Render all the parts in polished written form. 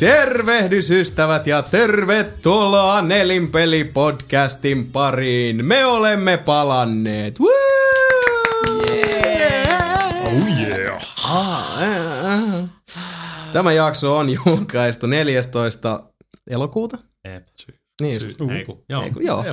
Tervehdysystävät ja tervetuloa Nelinpeli-podcastin pariin. Me olemme palanneet. Woo! Yeah. Oh yeah. Tämä jakso on julkaistu 14. elokuuta. Niin just. Joo.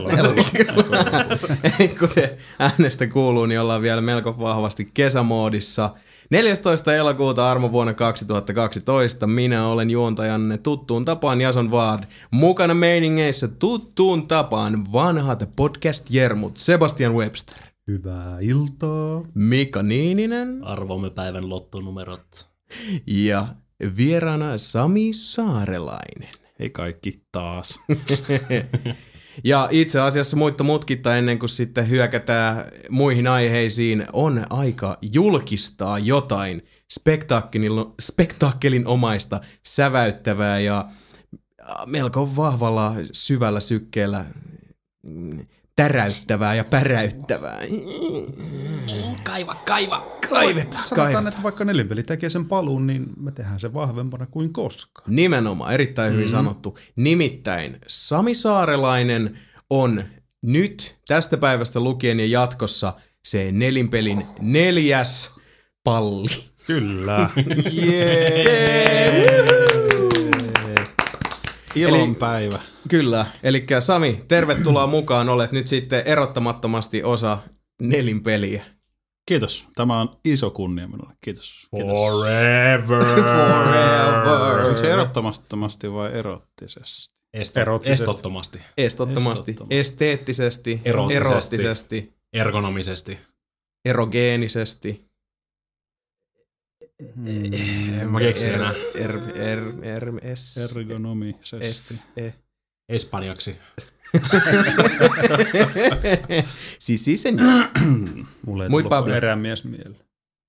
Kuten äänestä kuuluu, niin ollaan vielä melko vahvasti kesämoodissa. 14. elokuuta armovuonna 2012. Minä olen juontajanne tuttuun tapaan Jason Ward. Mukana meiningeissä tuttuun tapaan vanhat podcast-jermut Sebastian Webster. Hyvää iltaa. Mika Niininen. Arvomme päivän lottonumerot. Ja vieraana Sami Saarelainen. Hei kaikki taas. Ja itse asiassa mutkitta ennen kuin sitten hyökätään muihin aiheisiin, on aika julkistaa jotain spektaakkelin omaista, säväyttävää ja melko vahvalla syvällä sykkeellä täräyttävää ja päräyttävää. Kaivetaan. Sanotaan, että vaikka Nelinpeli tekee sen paluun, niin me tehdään se vahvempana kuin koskaan. Nimenomaan, erittäin hyvin sanottu. Nimittäin Sami Saarelainen on nyt tästä päivästä lukien ja jatkossa se Nelinpelin 4. palli. Kyllä. Ilon päivä. Kyllä, eli Sami, tervetuloa mukaan. Olet nyt sitten erottamattomasti osa Nelinpeliä. Kiitos. Tämä on iso kunnia minulle. Kiitos. Forever. Onko se erottamattomasti vai erottisesti? Estottomasti. Estottomasti. Esteettisesti. Eroottisesti. Ergonomisesti. Erogeenisesti. Mä keksin enää. Ergonomisesti. Espanjaksi. Siis sen. Mulle ei tullut erämies mieleen.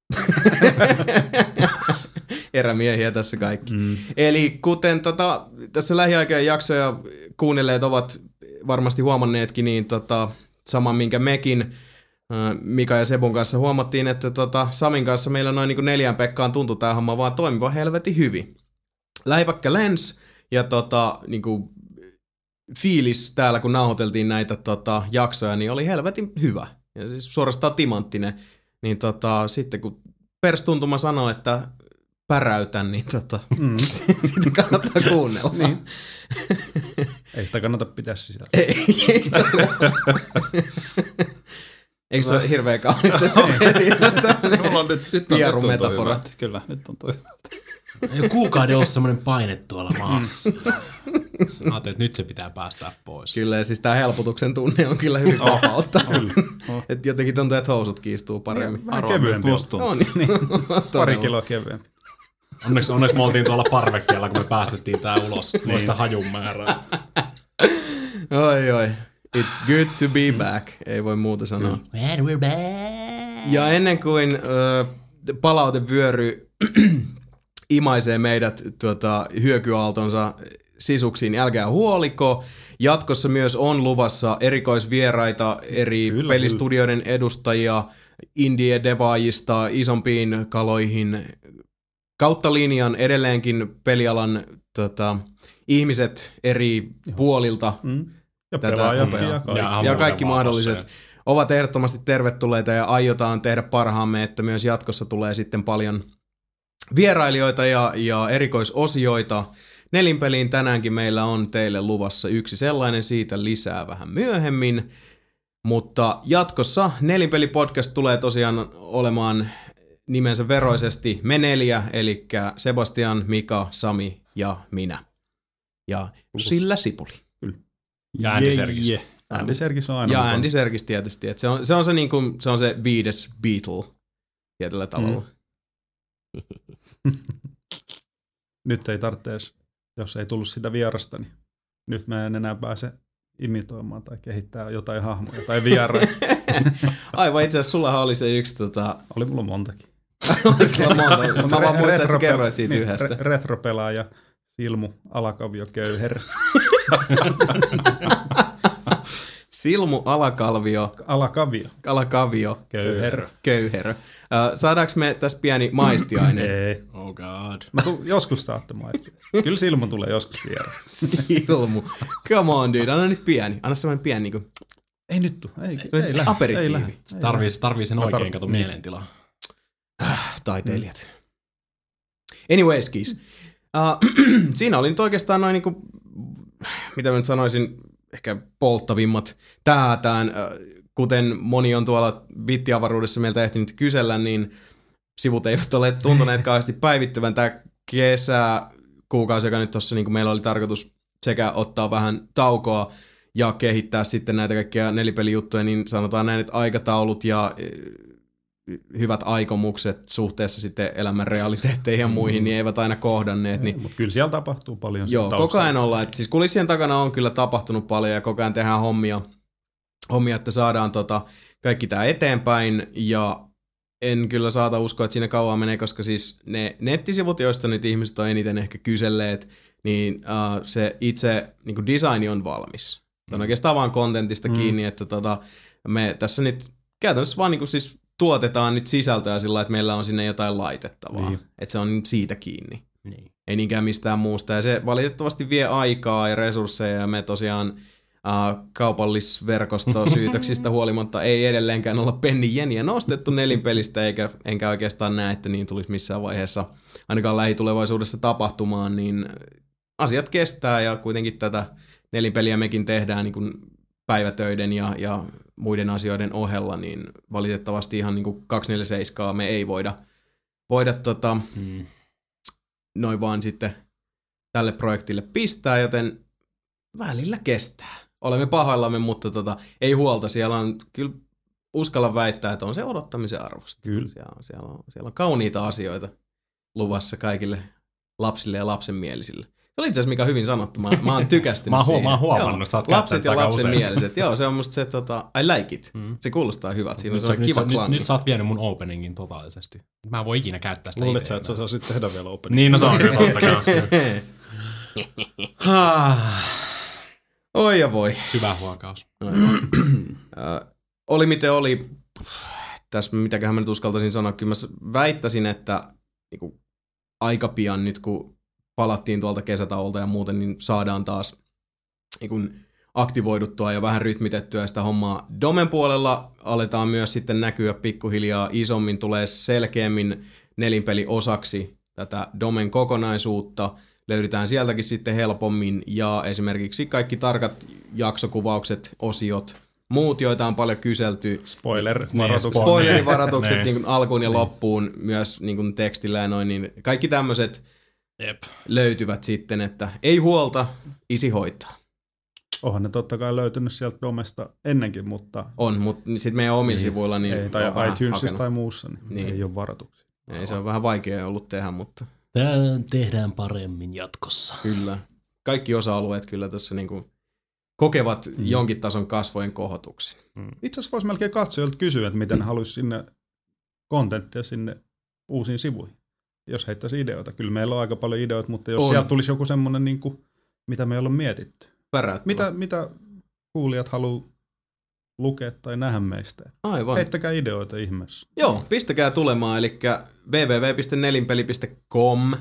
Erämiehiä tässä kaikki. Eli kuten tässä lähiaikojen jaksoja kuunnelleet ovat varmasti huomanneetkin, niin sama minkä mekin Mika ja Sebun kanssa huomattiin, että Samin kanssa meillä noin niin 4 Pekkaan tuntui tää homma vaan toimiva helvetin hyvin. Lähipäkkä lens ja niin kuin fiilis täällä, kun nauhoiteltiin näitä jaksoja, niin oli helvetin hyvä. Ja siis suorastaan timanttinen. Niin sitten kun perstuntuma sanoi, että päräytän, niin sitä kannattaa kuunnella. Niin. Ei sitä kannata pitää sisällä. Ei. Eikö se ole hirveä kaunista? Pierun metafora. Kyllä, nyt on toi. Jo kuukauden ollut semmoinen paine tuolla maassa. Ajattelin, että nyt se pitää päästää pois. Kyllä, ja siis tää helpotuksen tunne on kyllä hyvin vapauttava. Että jotenkin tuntuu, että housut kiistuu paremmin. Vähän kevyempi on. Niin. Pari kiloa kevyempi. Onneksi me oltiin tuolla parvekkeella, kun me päästettiin tää ulos. Noista hajun määrää. Oi. It's good to be back. Ei voi muuta sanoa. And we're back. Ja ennen kuin palautevyöry imaisee meidät hyökyaaltonsa sisuksiin, älkää huoliko. Jatkossa myös on luvassa erikoisvieraita eri pelistudioiden edustajia, indie-devaajista isompiin kaloihin. Kautta linjan edelleenkin pelialan ihmiset eri puolilta. Ja pelaajat ja kaikki mahdolliset ovat ehdottomasti tervetulleita ja aiotaan tehdä parhaamme, että myös jatkossa tulee sitten paljon vierailijoita ja erikoisosioita. Nelinpeliin tänäänkin meillä on teille luvassa yksi sellainen, siitä lisää vähän myöhemmin. Mutta jatkossa Nelinpeli-podcast tulee tosiaan olemaan nimensä veroisesti me 4, eli Sebastian, Mika, Sami ja minä. Ja sillä sipuli. Ja Andy Serkis. Andy Serkis on aina. Ja Andy Serkis tietysti. Että se on se 5. Beatle tietyllä tavalla. Nyt ei tarvitse edes, jos ei tullut sitä vierasta, niin nyt mä en enää pääse imitoimaan tai kehittää jotain hahmoja tai vieraita. Aivan, itse asiassa sullahan oli se yksi Oli mulla montakin. Mä vaan muistan, että sä kerroit siitä yhdestä. Retropelaaja, filmu, alakavio, köyher. Silmu, alakalvio, Alakavio. Köyherö. Saadaanko me tästä pieni maistiainen? Ei. Oh god. Joskus saatte maistia. Kyllä Silmu tulee joskus vielä. Silmu. Come on, dude. Anna nyt pieni. Anna semmoinen pieni niinku... Ei nyt tuu. Ei lähde. Aperitiivi. Tarvii sen oikein kato mielentilaa. Taiteilijat. Anyways, Keys. Siinä oli nyt oikeastaan noin niinku, mitä mä nyt sanoisin, ehkä polttavimmat täätään. Kuten moni on tuolla bittiavaruudessa meiltä ehtinyt kysellä, niin sivut eivät ole tuntuneet kauheasti päivittyvän. Tämä kesäkuukausi, joka nyt tuossa niin meillä oli tarkoitus sekä ottaa vähän taukoa ja kehittää sitten näitä kaikkia nelipelijuttuja, niin sanotaan näin, että aikataulut ja hyvät aikomukset suhteessa sitten elämän realiteetteihin ja muihin, niin eivät aina kohdanneet. Niin... Mutta kyllä siellä tapahtuu paljon. Joo, koko ajan ollaan. Siis kulissien takana on kyllä tapahtunut paljon ja koko ajan tehdään hommia että saadaan kaikki tää eteenpäin ja en kyllä saata uskoa, että siinä kauan menee, koska siis ne nettisivut, joista nyt ihmiset on eniten ehkä kyselleet, niin se itse niin kuin designi on valmis. Se on oikeastaan vaan kontentista kiinni, että me tässä nyt käytännössä vaan niin kuin siis tuotetaan nyt sisältöä sillä, että meillä on sinne jotain laitettavaa. Niin. Että se on nyt siitä kiinni. Niin. Ei niinkään mistään muusta. Ja se valitettavasti vie aikaa ja resursseja ja me tosiaan kaupallisverkostosyytöksistä huolimatta ei edelleenkään olla pennin jeniä nostettu nelinpelistä, enkä oikeastaan näe, että niin tulisi missään vaiheessa ainakaan lähitulevaisuudessa tapahtumaan, niin asiat kestää ja kuitenkin tätä nelinpeliä mekin tehdään niin kuin päivätöiden ja muiden asioiden ohella, niin valitettavasti ihan niin kuin 247 me ei voida noin vaan sitten tälle projektille pistää, joten välillä kestää. Olemme pahoillamme, mutta ei huolta. Siellä on kyllä uskalla väittää, että on se odottamisen arvosta. Kyllä. Siellä on kauniita asioita luvassa kaikille lapsille ja lapsenmielisille. Se oli itse asiassa mikä hyvin sanottu. Mä oon tykästynyt siihen. Mä oon huomannut, että sä oot lapset ja lapsenmieliset. Joo, se on musta se, I like it. Se kuulostaa hyvältä. Siinä on kiva klangi. Nyt sä oot vienyt mun openingin totaalisesti. Mä en voi ikinä käyttää sitä. Luulet sä, että sä saisit tehdä vielä openingin? Niin, no se on kyllä totta kanssa. Oi ja voi. Syvä huokaus. Oli miten oli. Tässä mitäköhän mä nyt uskaltaisin sanoa. Kyllä mä väittäisin, että niinku, aika pian nyt kun palattiin tuolta kesätauolta ja muuten, niin saadaan taas niinku, aktivoiduttua ja vähän rytmitettyä sitä hommaa. Domen puolella aletaan myös sitten näkyä pikkuhiljaa isommin, tulee selkeämmin nelinpeli osaksi tätä Domen kokonaisuutta. Löydetään sieltäkin sitten helpommin ja esimerkiksi kaikki tarkat jaksokuvaukset, osiot, muut, joita on paljon kyselty. Spoilerivaroitukset niin kuin alkuun ja loppuun myös niin kuin tekstillä ja noin, niin kaikki tämmöiset löytyvät sitten, että ei huolta, isi hoitaa. Onhan ne totta kai löytynyt sieltä Domesta ennenkin, mutta... On, mutta sitten meidän omilla sivuilla... Niin ei, tai iTunesissa tai muussa, niin ei ole varoituksia. Ei, se on vähän vaikea ollut tehdä, mutta... Tämä tehdään paremmin jatkossa. Kyllä. Kaikki osa-alueet kyllä tuossa niinku kokevat jonkin tason kasvojen kohotuksen. Itse asiassa voisi melkein katsojilta kysyä, että miten haluaisi sinne kontenttia sinne uusiin sivuihin. Jos heittäisi ideoita. Kyllä meillä on aika paljon ideoita, mutta jos sieltä tulisi joku semmoinen, niin kuin, mitä me ei ole mietitty. Mitä kuulijat haluaa lukea tai nähdä meistä? Aivan. Heittäkää ideoita ihmeessä. Joo, pistäkää tulemaan, eli www.nelinpeli.com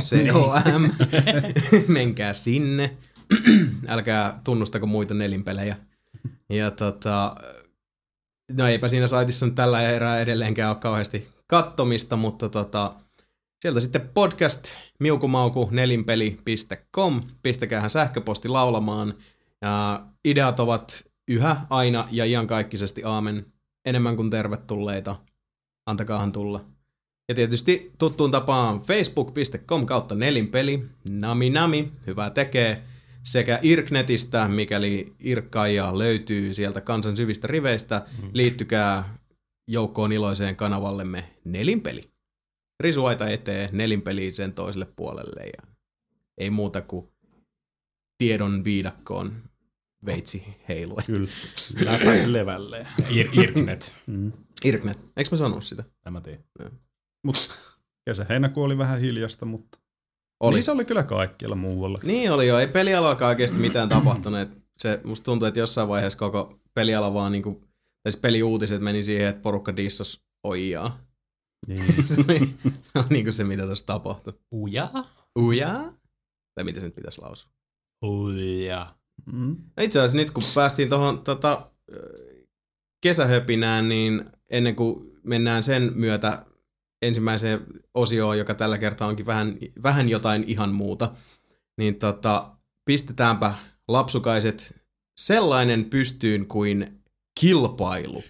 menkää sinne. Älkää tunnustako muita nelinpelejä. Ja no eipä siinä saitissa nyt tällä erää edelleenkään ole kauheasti kattomista, mutta sieltä sitten podcast miukumauku nelinpeli.com. Pistäkäähän sähköposti laulamaan. Ja ideat ovat yhä, aina ja iankaikkisesti aamen enemmän kuin tervetulleita. Antakaahan tulla. Ja tietysti tuttuun tapaan facebook.com/nelinpeli. Nami, hyvää tekee. Sekä Irknetistä, mikäli irkkaajia löytyy sieltä kansan syvistä riveistä. Liittykää joukkoon iloiseen kanavallemme Nelinpeli. Risuaita eteen, Nelinpeli sen toiselle puolelle ja ei muuta kuin tiedon viidakkoon veitsi heiluen. Kyllä. Läpäisi levälleen. Irknet. Irknet. Eikö mä sanonut sitä? En mä tiedä. Mutta kesä-heinäkuu oli vähän hiljasta, mutta niin se oli kyllä kaikkialla muualla. Niin oli jo. Ei pelialallakaan oikeasti mitään tapahtunut. Se musta tuntuu, että jossain vaiheessa koko peliala vaan niinku, tai peliuutiset meni siihen, että porukka dissas ojaa. Niin. se on niinku se, mitä tuossa tapahtui. Ujaa? Tai mitä se nyt pitäisi lausua? Ujaa. Itse asiassa nyt kun päästiin tuohon kesähöpinään, niin ennen kuin mennään sen myötä ensimmäiseen osioon, joka tällä kertaa onkin vähän jotain ihan muuta, niin pistetäänpä lapsukaiset sellainen pystyyn kuin kilpailu.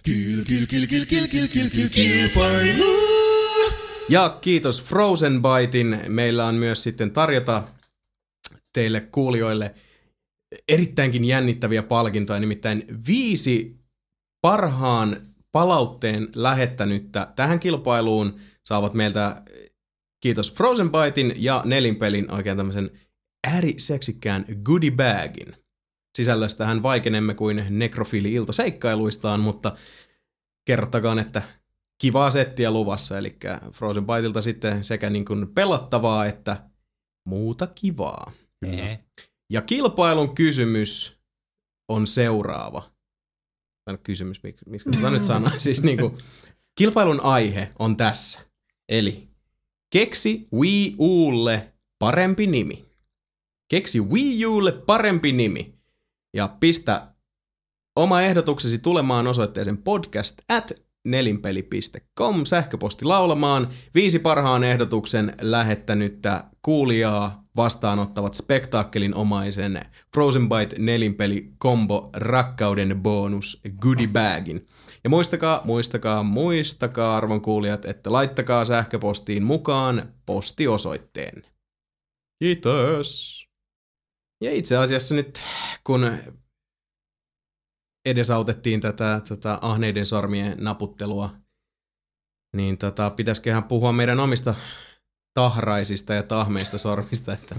Kilpailu! Ja kiitos Frozen Bytein. Meillä on myös sitten tarjota teille kuulijoille erittäinkin jännittäviä palkintoja, nimittäin 5 parhaan palautteen lähettänyttä tähän kilpailuun saavat meiltä, kiitos Frozen Bytein ja Nelinpelin, oikein tämmöisen ääriseksikkään goodie bagin. Sisällöstähän vaikenemme kuin nekrofiili-ilta seikkailuistaan, mutta kerrottakaan, että kivaa settiä luvassa, eli Frozen Byteilta sitten sekä niin kuin pelattavaa että muuta kivaa. Ja kilpailun kysymys on seuraava. Kysymys, miksi mä nyt sanon? Siis niinku, kilpailun aihe on tässä. Eli keksi Wii Ulle parempi nimi. Keksi Wii Ulle parempi nimi. Ja pistä oma ehdotuksesi tulemaan osoitteeseen podcast@nelinpeli.com sähköposti laulamaan. 5 parhaan ehdotuksen lähettänyttä kuulijaa vastaanottavat spektaakkelinomaisen Frozen Byte Nelinpeli combo rakkauden bonus goodie bagin. Ja muistakaa arvon kuulijat, että laittakaa sähköpostiin mukaan postiosoitteen. Kiitos. Ja itse asiassa nyt, kun edesautettiin tätä ahneiden sormien naputtelua, niin pitäisiköhän puhua meidän omista tahraisista ja tahmeista sormista, että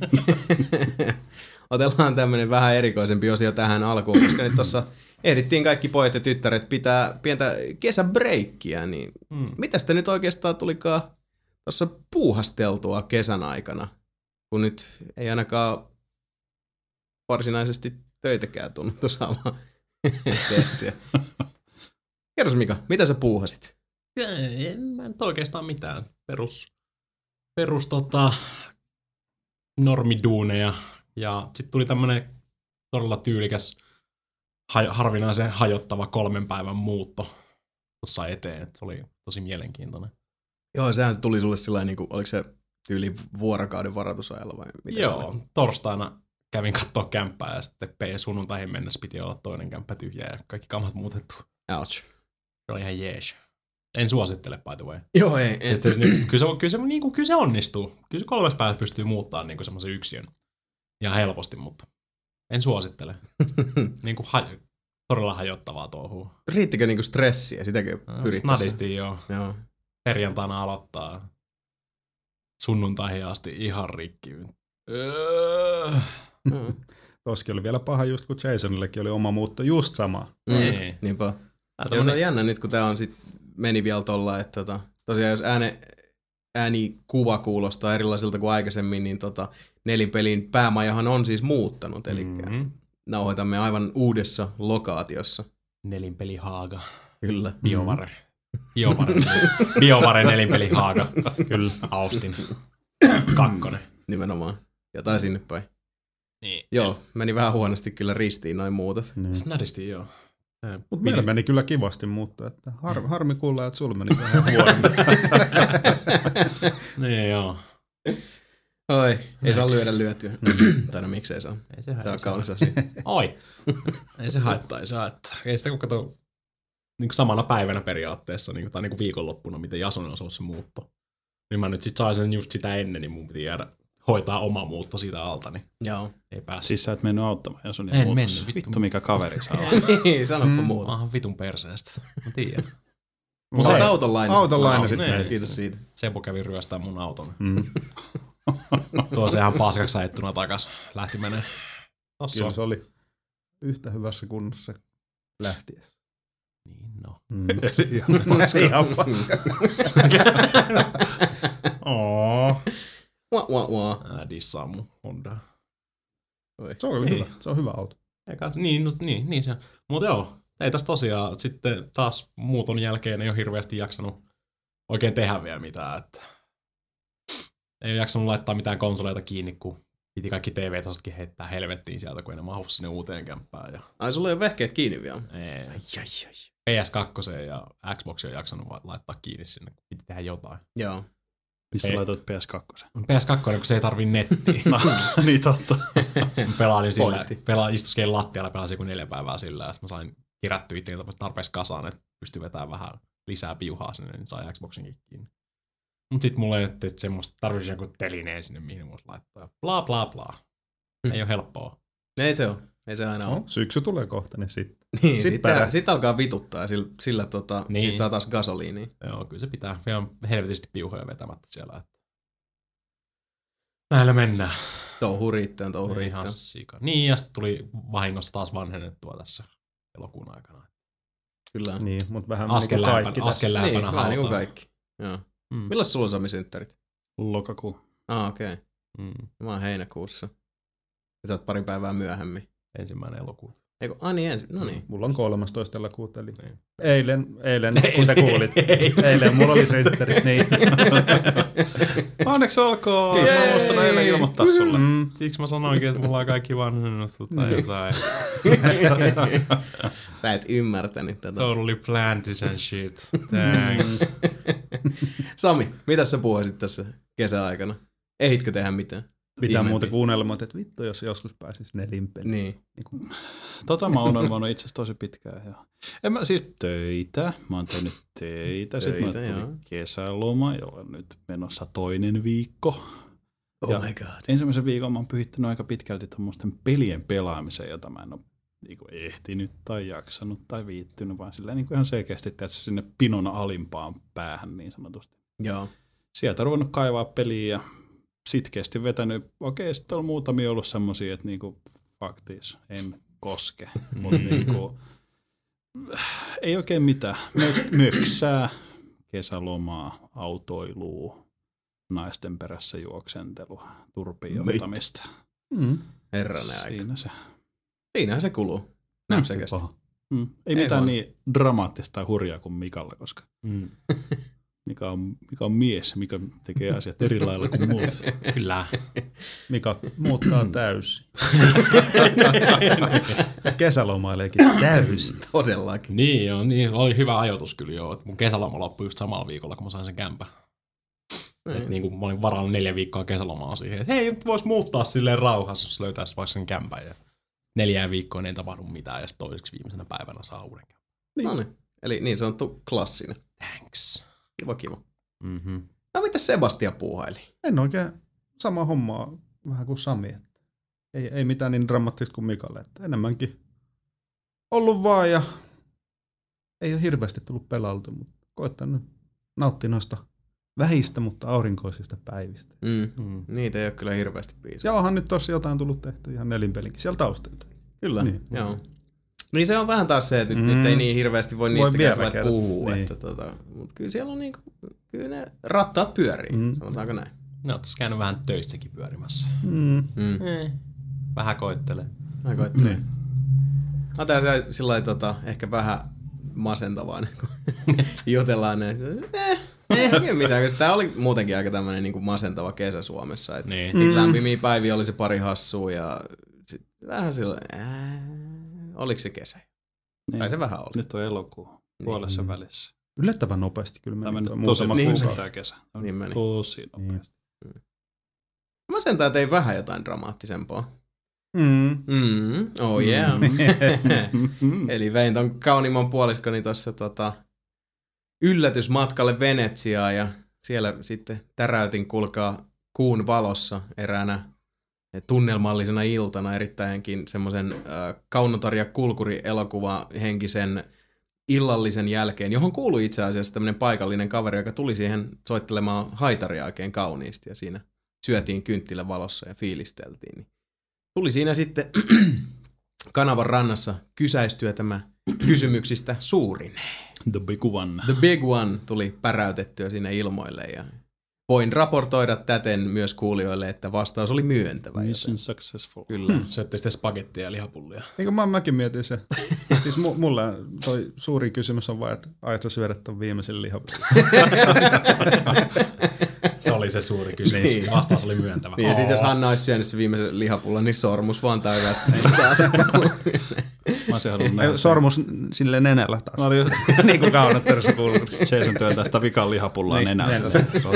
otellaan tämmönen vähän erikoisempi osio tähän alkuun, koska nyt tossa ehdittiin kaikki pojat ja tyttäret pitää pientä kesäbreikkiä, niin mitäs te nyt oikeastaan tulikaan tossa puuhasteltua kesän aikana, kun nyt ei ainakaan varsinaisesti töitäkään tunnuttu saamaan tehtyä. Kerros Mika, mitä sä puuhasit? En mä nyt oikeastaan mitään. Perus normiduuneja. Ja sit tuli tämmönen todella tyylikäs, harvinaisen hajottava 3 päivän muutto tuossa eteen. Se oli tosi mielenkiintoinen. Joo, sehän tuli sulle sillain, niin kuin, oliko se tyyli vuorokauden varoitusajalla vai mitä? Joo, torstaina kävin kattoo kämppää ja sitten sunnuntaihin mennessä piti olla toinen kämppä tyhjä ja kaikki kamat muutettu. Ouch. Se on ihan jees. En suosittele, by the way. Joo, ei. Kyllä se onnistuu. Kyllä se 3 päivät pystyy muuttamaan niin semmoisen yksiön. Ihan helposti, mutta en suosittele. Niinku todella hajottavaa touhua. Riittikö niinku stressiä? Sitäkö pyrittäisiin? Snadisti joo. Perjantaina aloittaa sunnuntaihin asti ihan rikki. Toskin oli vielä paha just kun Jasonillekin oli oma muutto just sama. Niinpä. Ja se on jännä nyt kun tää on sit meni vielä tolla, että tosiaan jos äänikuva kuulostaa erilaisilta kuin aikaisemmin, niin Nelinpelin päämajahan on siis muuttanut, eli nauhoitamme aivan uudessa lokaatiossa. Nelinpeli Haaga. Kyllä. Biovare Nelinpeli Haaga. Kyllä. Austin. 2. Nimenomaan. Jotain sinne päin. Niin. Joo, meni vähän huonosti kyllä ristiin noin muutot. Niin. Snadisti joo. Mutta meillä meni kyllä kivasti muuttaa, että harmi kuulla, että sulla meni vähän huonommin. Niin joo. Oi, ei saa lyödä lyötyä. Tai no miksei saa. Ei se on kaunis asia. Oi. Ei se haittaa. Ei sitä kun kato niin samana päivänä periaatteessa, tai niin viikonloppuna, miten Jasonen on se muutto. Niin mä nyt sit sain sen just sitä ennen, niin mun piti jäädä hoitaa oma muutto siitä alta, niin joo. Ei päässyt. Siis sä et mennyt auttamaan Jasonin muutossa. En mennyt. Vittu mikä kaveri saa olla. Niin, sanoppa muuta. Mä oon vitun perseestä. Mä tiedän. Mutta olet autonlainen. Autonlainen sitten. Kiitos siitä. Sepo kävi ryöstää mun auton. Tuo se ihan paskaksi ajettuna takas. Lähti menee. Kyllä se oli yhtä hyvässä kunnossa lähtiessä. Niin no. Ihan paska. Älä dissaa mun Hondaa. Se on hyvä. Se on hyvä auto. Niin se on. Mutta joo, ei tässä tosiaan sitten taas muuton jälkeen ei ole hirveästi jaksanut oikein tehdä vielä mitään. Että ei ole jaksanut laittaa mitään konsoleita kiinni, kun piti kaikki TV-tasotkin heittää helvettiin sieltä, kun ei ne mahu sinne uuteen kämppään. Ai, sulla ei ole vehkeet kiinni vielä? Ei. Ai. PS2 ja Xbox on jaksanut laittaa kiinni sinne, kun piti tehdä jotain. Joo. Missä laitoit PS2? PS2, kun se ei tarvii nettiä. No, niin totta. Pelailin sillä, istuskelin lattialla, pelasin joku 4 päivää sillä, ja sitten mä sain kerättyä itseäni tarpeeksi kasaan, että pystyi vetämään vähän lisää piuhaa sinne, niin sai Xboxinkin kiinni. Mut sit mulla ei että semmoista tarvitsisi joku telineen sinne, mihin voisi laittaa. Bla bla bla. Ei ole helppoa. Ei se ole. Ei se aina ole. Syksy tulee kohta, niin sitten. Niin, sit alkaa vituttaa ja sillä niin. Sit saa taas gasoliinia. Joo, kyllä se pitää. Vielä on helvetisti piuhoja vetämättä siellä. Että näillä mennään. Touhu riittää. Niin, ja sitten tuli vahingossa taas vanhennettua tässä elokuun aikana. Kyllä. Niin, mutta vähän askel niin kuin kaikki askel lähempänä niin, vähän niin kuin kaikki. Joo. Milloin sulla on Sami synttärit? Lokakuu. Okei. Mä oon heinäkuussa. Ja sä oot pari päivää myöhemmin. 1. elokuuta. No niin. Mulla on 13. elokuuta, eli eilen, kun te kuulit. Eilen mulla oli synttärit, niin. Onneksi olkoon. Mä muistan eilen ilmoittaa sulle. Siksi mä sanoinkin, että mulla on kaikki vanhennustut tai jotain. Sä et ymmärtänyt tätä. Totally planned this and shit. Thanks. Sami, mitä sä puhuisit tässä kesäaikana? Ehitkö tehdä mitään? Pitää muuta kuin unelmoit, että vittu, jos joskus pääsis nelinpeliin. Niin. Mä oon unelmoinut itse asiassa tosi pitkään. Joo. En mä siis töitä. Mä oon tehnyt töitä. Sitten mä tulin kesäloma, jolla on nyt menossa 2. viikko. Oh my god. Ensimmäisen viikon mä oon pyhittänyt aika pitkälti tommoisten pelien pelaamiseen, jota mä en ole niinku ehtinyt tai jaksanut tai viittynyt, vaan silleen niinku ihan selkeästi, että sinne pinon alimpaan päähän niin sanotusti. Joo. Sieltä ruvennut kaivaa peliä ja sitkeästi vetänyt. Okei, sitten on muutamia ollut semmosia, että niinku faktis, en koske. Mutta niinku, ei oikein mitään. Möksää, kesälomaa, autoilua, naisten perässä juoksentelua, turpiin ottamista. Herranen aika. Siinä se. Siinähän se kuluu. Näpsäkästi. Ei mitään vaan niin dramaattista tai hurjaa kuin Mikalla, koska Mika on mies, Mika tekee asiat eri lailla kuin muut. Kyllä. Mika muuttaa täysin. Kesälomaileekin täysin. Todellakin. Niin joo, niin oli hyvä ajoitus kyllä joo. Mun kesäloma loppui just samalla viikolla, kun mä sain sen kämpän. Niin mä olin varannut 4 viikkoa kesälomaa siihen, että hei, nyt vois muuttaa silleen rauhassa, jos löytäisi vaikka sen kämpän. Ja 4 viikkoa ei tapahdu mitään ja sitten toiseksi viimeisenä päivänä saa uuden kämpän. Niin. No niin. Eli niin sanottu klassinen. Thanks. Kiva. Mm-hmm. No mitäs Sebastian puuhaili? En oikein sama hommaa vähän kuin Sami. Ei mitään niin dramaattista kuin Mikalle. Että enemmänkin ollut vaan ja ei ole hirveästi tullut pelailtu, mutta koettanut nauttia noista vähistä, mutta aurinkoisista päivistä. Niitä ei ole kyllä hirveästi piisaa. Ja onhan nyt tossa jotain tullut tehty ihan nelinpelinkin siellä taustalta. Kyllä, niin. Joo. Niin se on vähän taas se, että nyt ei niin hirveästi voi niistä käsillä puhua. Niin. Mutta kyllä siellä on niinku, kyllä ne rattaat pyörii, sanotaanko näin. No, oottais käynyt vähän töissäkin pyörimässä. Vähän koittelee. Niin. No tää sillä ehkä vähän masentavaa, kun jutellaan näin. Ei mitään, koska tää oli muutenkin aika tämmönen niinku masentava kesä Suomessa. Niitä lämpimiä päiviä oli se pari hassua ja sit vähän sillä oliko se kesä? Niin. Tai se vähän oli. Nyt on elokuu puolessa välissä. Yllättävän nopeasti kyllä meni. Tämä tosi kuukausi tämä kesä. Niin meni. Tosi nopeasti. Mä sentään tein vähän jotain dramaattisempaa. Oh yeah. Eli vein ton kauniimman puoliskoni tossa yllätysmatkalle Venetsiaan ja siellä sitten täräytin kulkaa kuun valossa eräänä tunnelmallisena iltana erittäinkin semmoisen Kaunotar ja Kulkuri-elokuva henkisen illallisen jälkeen, johon kuului itse asiassa tämmöinen paikallinen kaveri, joka tuli siihen soittelemaan haitaria oikein kauniisti ja siinä syötiin kynttilän valossa ja fiilisteltiin. Niin tuli siinä sitten kanavan rannassa kysäistyä tämä kysymyksistä suurin. The big one. The big one tuli päräytettyä sinne ilmoille ja voin raportoida täten myös kuulijoille, että vastaus oli myöntävä. Mission successful. Kyllä. Syötte sitten spagettia ja lihapullia. Niin kuin mäkin mietin se. Siis mulla toi suuri kysymys on vaan, että aiotko syödä ton viimeisen lihapullan? Se oli se suuri kysymys. Niin. Vastaus oli myöntävä. Niin, ja sitten jos Hanna olisi syönyt se viimeisen lihapullan, niin sormus vaan takaisin. Mä olisin halunnut nähdä Sormus sille nenällä taas. Mä olin niin kuin Kaunatterissa kuuluu. Jason työntää sitä vikan lihapullaa Niin, nenällä.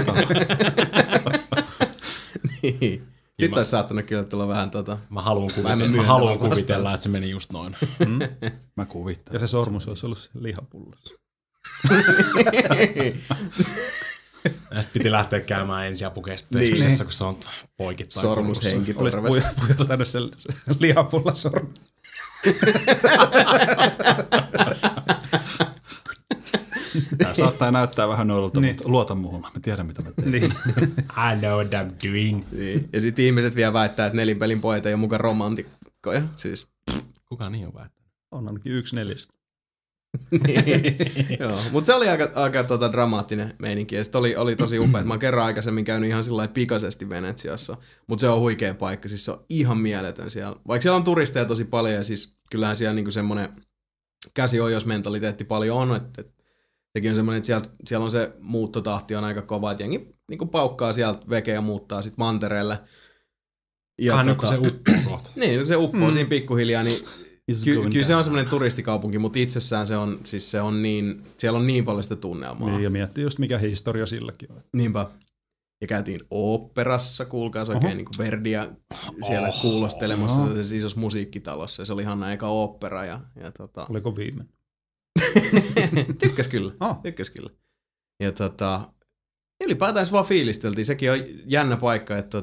Niin. Nyt olisi saattanut kyllä tulla vähän Mä haluan myöntävä kuvitella, vastaan. että se meni just noin. Mä kuvittelen. Ja se sormus olisi ollut se lihapullassa. Ja sitten piti lähteä käymään ensiapukeskuksessa, kun se on poikittain. sormushenki Olisi torvessa. pujottanut se lihapulla sormus. Tää saattaa näyttää vähän oudolta, mutta luota muuhun. Mä tiedän, mitä mä teen. Niin. I know what I'm doing. Niin. Ja sitten ihmiset vielä väittää, että Nelinpelin pojat ei ole mukaan romantikkoja. Siis, Kuka niin on väittänyt? On ainakin 1/4. joo. Mutta se oli aika dramaattinen meininki. Ja sitten oli tosi upea. Mä oon kerran aikaisemmin käynyt ihan sillä pikaisesti Venetsiassa. Mutta se on huikea paikka. Siis se on ihan mieletön siellä. Vaikka siellä on turisteja tosi paljon ja siis kyllähän siellä niinku semmoinen käsiojosmentaliteetti paljon on. Että sekin on semmoinen, että siellä on se muuttotahti on aika kova. Että jengi niinku paukkaa sieltä vekeä ja muuttaa sitten mantereelle. Ja Nyt kun se uppoo kohta. Niin, kun se uppoo siinä pikkuhiljaa, niin kyllä se on semmoinen turistikaupunki, mutta itsessään se on niin, siellä on niin paljon sitä tunnelmaa. Niin, ja miettii just mikä historia silläkin on. Niinpä. Ja käytiin oopperassa, kuulkaas oikein niin kuin Verdiä siellä kuulostelemassa sellaisessa isossa musiikkitalossa. Ja se oli ihan eka ooppera. Oliko viimeinen? Tykkäs kyllä. Ja ylipäätään se vaan fiilisteltiin. Sekin on jännä paikka, että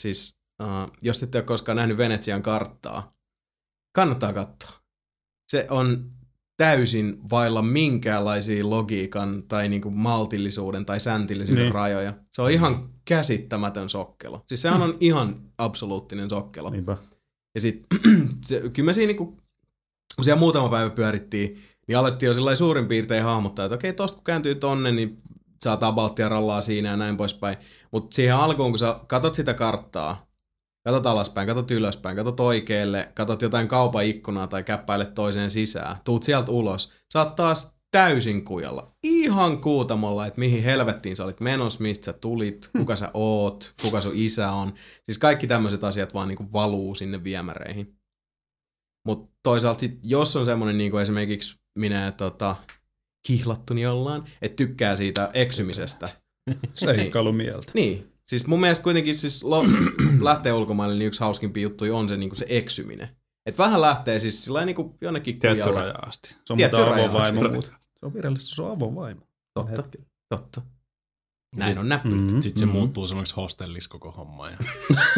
jos ette ole koskaan nähnyt Venetsian karttaa, kannattaa katsoa. Se on täysin vailla minkäänlaisia logiikan tai niinku maltillisuuden tai säntillisyyden rajoja. Se on ihan käsittämätön sokkelo. Siis sehän on ihan absoluuttinen sokkelo. Niinpä. Ja sit, kyllä me siinä niinku, kun siellä muutama päivä pyörittiin, niin alettiin jo sillai suurin piirtein hahmottaa, että okei, tosta kun kääntyy tonne, niin saa tabauttia rallaa siinä ja näin poispäin. Mutta siihen alkuun, kun sä katot sitä karttaa, katot alaspäin, katot ylöspäin, katot oikealle, katot jotain kaupan ikkunaa tai käppäilet toiseen sisään, tuut sieltä ulos, sä oot taas täysin kujalla. Ihan kuutamolla, että mihin helvettiin sä olit menossa, mistä sä tulit, kuka sä oot, kuka sun isä on. Siis kaikki tämmöiset asiat vaan niinku valuu sinne viemäreihin. Mutta toisaalta sit, jos on semmonen niinku esimerkiksi minä kihlattuni ollaan, että tykkää siitä eksymisestä. Seikkailumieltä. Niin. Siis mun mielestä kuitenkin siis lähtee ulkomaille, niin yksi hauskimpia juttuja on se, niinku se eksyminen. Että vähän lähtee siis sillä niinku jonnekin tietty kujalle. raja asti. Se on muuten avovaimo. Se on virallisesti, se on avovaimo. Totta. Näin on näppylät. Sitten se muuttuu semmoiksi hostelliksi koko homma. Ja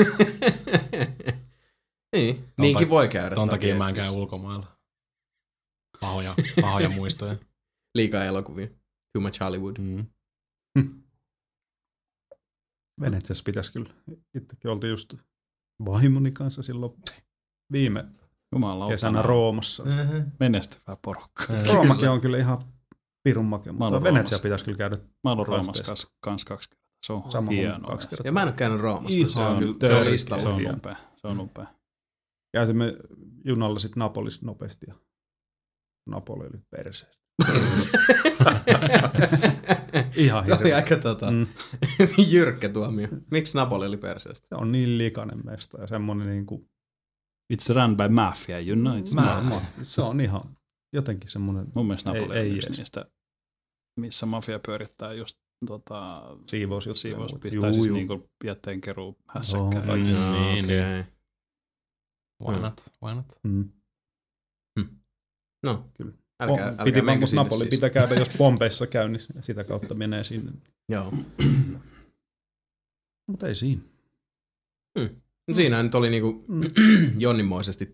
niin, niinkin voi käydä. Ton takia mä en käy ulkomailla. Pahoja muistoja. Liikaa elokuvia. Too much Hollywood. Venetsiassa pitäisi kyllä. Itsekin oltiin just vaimoni kanssa silloin viime kesänä Roomassa. Menestyvää porukkaa. Roomakin on kyllä ihan pirun makea, mutta Venetsia Roomassa. pitäisi kyllä käydä. Mä oon Roomassa kans 2 kertaa. Se on Sama hienoa. 2 kertaa. Ja mä en ole käynyt Roomassa. Se on listalla. Se on upea. Käytimme junalla sitten Napolissa nopeasti ja Napoli oli perseestä. Ihan Se oli hirveä. aika jyrkkä tuomio. Miksi Napoli oli perseestä? Se on niin likainen mesta ja semmoinen niinku... It's run by mafia, you know it's mafia. Se on ihan jotenkin semmoinen... Mun mielestä Napoli on yksi jees. niistä, missä mafia pyörittää just Siivousjuttuja. tai siis niinku jätteenkeruu hässäkkää. Niin. Why not? No, kyllä. Älkää Piti menkö sinne Napoli siis. pitää käydä, jos Pompeissa käy, niin sitä kautta menee sinne. Joo. Mutta ei siinä. Siinä nyt oli niinku jonninmoisesti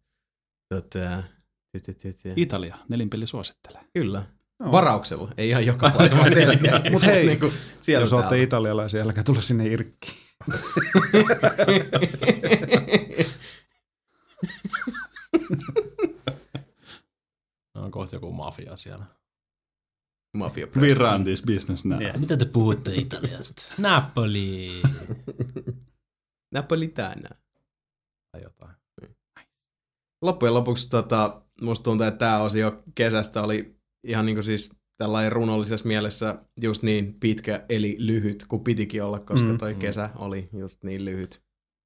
Italia, Nelinpeli suosittelee. Kyllä. No. Varauksella. Ei ihan joka paikka, vaan selkeästi. Mut hei, niinku, sieltä jos olette täällä. italialaisia, älkää tulla sinne irkkiin. On kohta joku mafia siellä. Mafia We run this business now. Yeah. Mitä te puhutte Italiasta? Napoli. Napolitana. Tai jotain. Loppujen lopuksi musta tuntuu, että tää osio kesästä oli ihan niinku siis tällainen runollisessa mielessä just niin pitkä eli lyhyt kuin pitikin olla, koska toi kesä oli just niin lyhyt.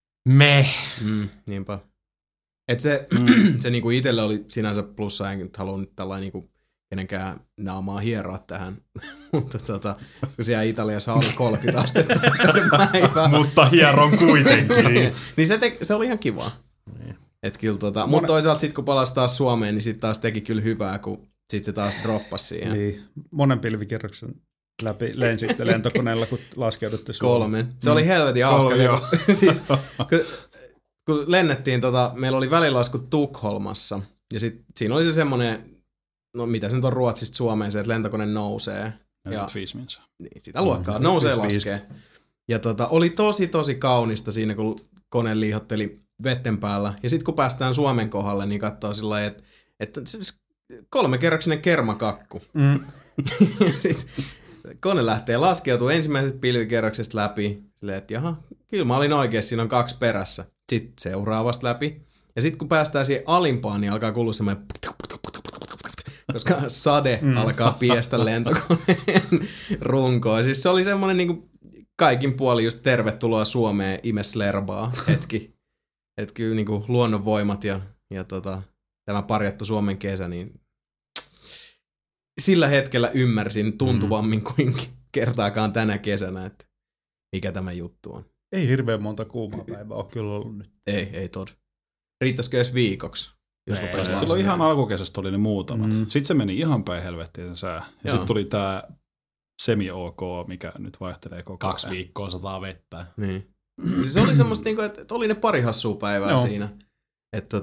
Niinpä. Et se niinku itselle oli sinänsä plussa, enkä nyt halua nyt tällainen niinku kenenkään naamaa hieroa tähän, mutta kun siellä Italiassa oli 30 astetta päivää. Mutta hieron kuitenkin. Niin se oli ihan kivaa. Et kyllä mutta toisaalta sit kun palasi taas Suomeen, niin sit taas teki kyllä hyvää, kun sit se taas droppasi siihen. Niin, monen pilvikerroksen läpi lensitte lentokoneella, kun laskeudutte Suomeen. 3. Se oli helvetin hauska. Siis, kun lennettiin, meillä oli välilasku Tukholmassa, ja sit siinä oli se semmonen, no mitä se nyt on Ruotsista Suomeen, se, että lentokone nousee. Ja niin, sitä luokkaa, nousee laskee. Ja oli tosi kaunista siinä, kun kone liihotteli vetten päällä. Ja sitten kun päästään Suomen kohdalle, niin katsoo sillä lailla, että 3-kerroksinen kermakakku. Sitten kone lähtee laskeutumaan ensimmäisestä pilvikerroksesta läpi. Silleen, että jaha, kyllä mä olin oikeassa, siinä on 2 perässä. Sitten seuraavasta läpi. Ja sitten kun päästään siihen alimpaan, niin alkaa kuulua semmoinen koska sade alkaa piestä lentokoneen runkoon. Siis se oli semmoinen niinku kaikin puolin just tervetuloa Suomeen imeslerbaa hetki. Että kyllä niinku luonnonvoimat ja tämä parjattu Suomen kesä, niin sillä hetkellä ymmärsin tuntuvammin kuin kertaakaan tänä kesänä, että mikä tämä juttu on. Ei hirveän monta kuumaa päivää ole kyllä ollut nyt. Ei tod. Riittäisikö edes viikoksi? Silloin ihan alkukesästä oli ne muutamat. Sitten se meni ihan päin helvettiin sen sää. Ja sitten tuli tää semi-OK, mikä nyt vaihtelee koko ajan. 2 viikkoa sataa vettä. Niin. Se oli semmoista, että oli ne pari hassua päivää siinä. Että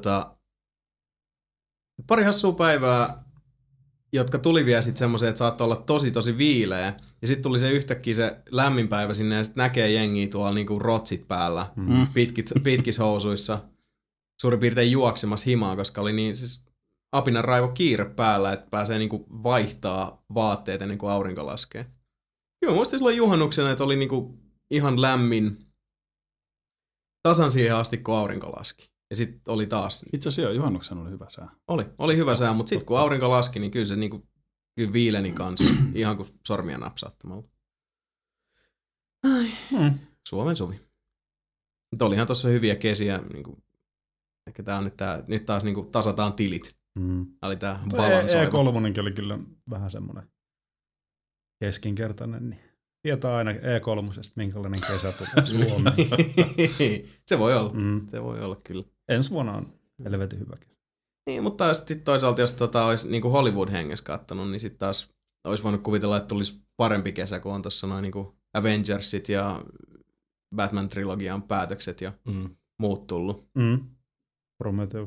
pari hassua päivää, jotka tuli vielä sitten semmoisia, että saattoi olla tosi viileä. Ja sitten tuli se yhtäkkiä se lämmin päivä sinne ja sitten näkee jengiä tuolla niinku rotsit päällä, pitkissä housuissa. Suurin piirtein juoksemassa himaa, koska oli niin siis apinan raivo kiire päällä, että pääsee niinku vaihtaa vaatteet ennen kuin aurinko laskee. Joo, muistin silloin juhannuksena, että oli niinku ihan lämmin tasan siihen asti, kun aurinko laski. Ja sitten oli taas... Itse asiassa juhannuksena oli hyvä sää. Oli hyvä sää, mutta sitten kun aurinko laski, niin kyllä se niinku, kyllä viileni kanssa, ihan kuin sormia napsauttamalla. Suomen suvi. Mutta olihan tuossa hyviä kesiä, niinku, ehkä tää on nyt taas niinku tasataan tilit. Oli tää balansoiva. E3 oli kyllä vähän semmoinen keskinkertainen, niin tietää aina E3, minkälainen kesä tulee Suomeen. Se voi olla. Se voi olla kyllä. Ensi vuonna on helvetin hyvä kesä. Niin, mutta sitten toisaalta jos olisi niinku Hollywood-hengessä kattonut, niin sitten taas olisi voinut kuvitella, että tulisi parempi kesä, kun on tuossa noin niinku Avengersit ja Batman-trilogian päätökset ja muut tullut. Prometheus.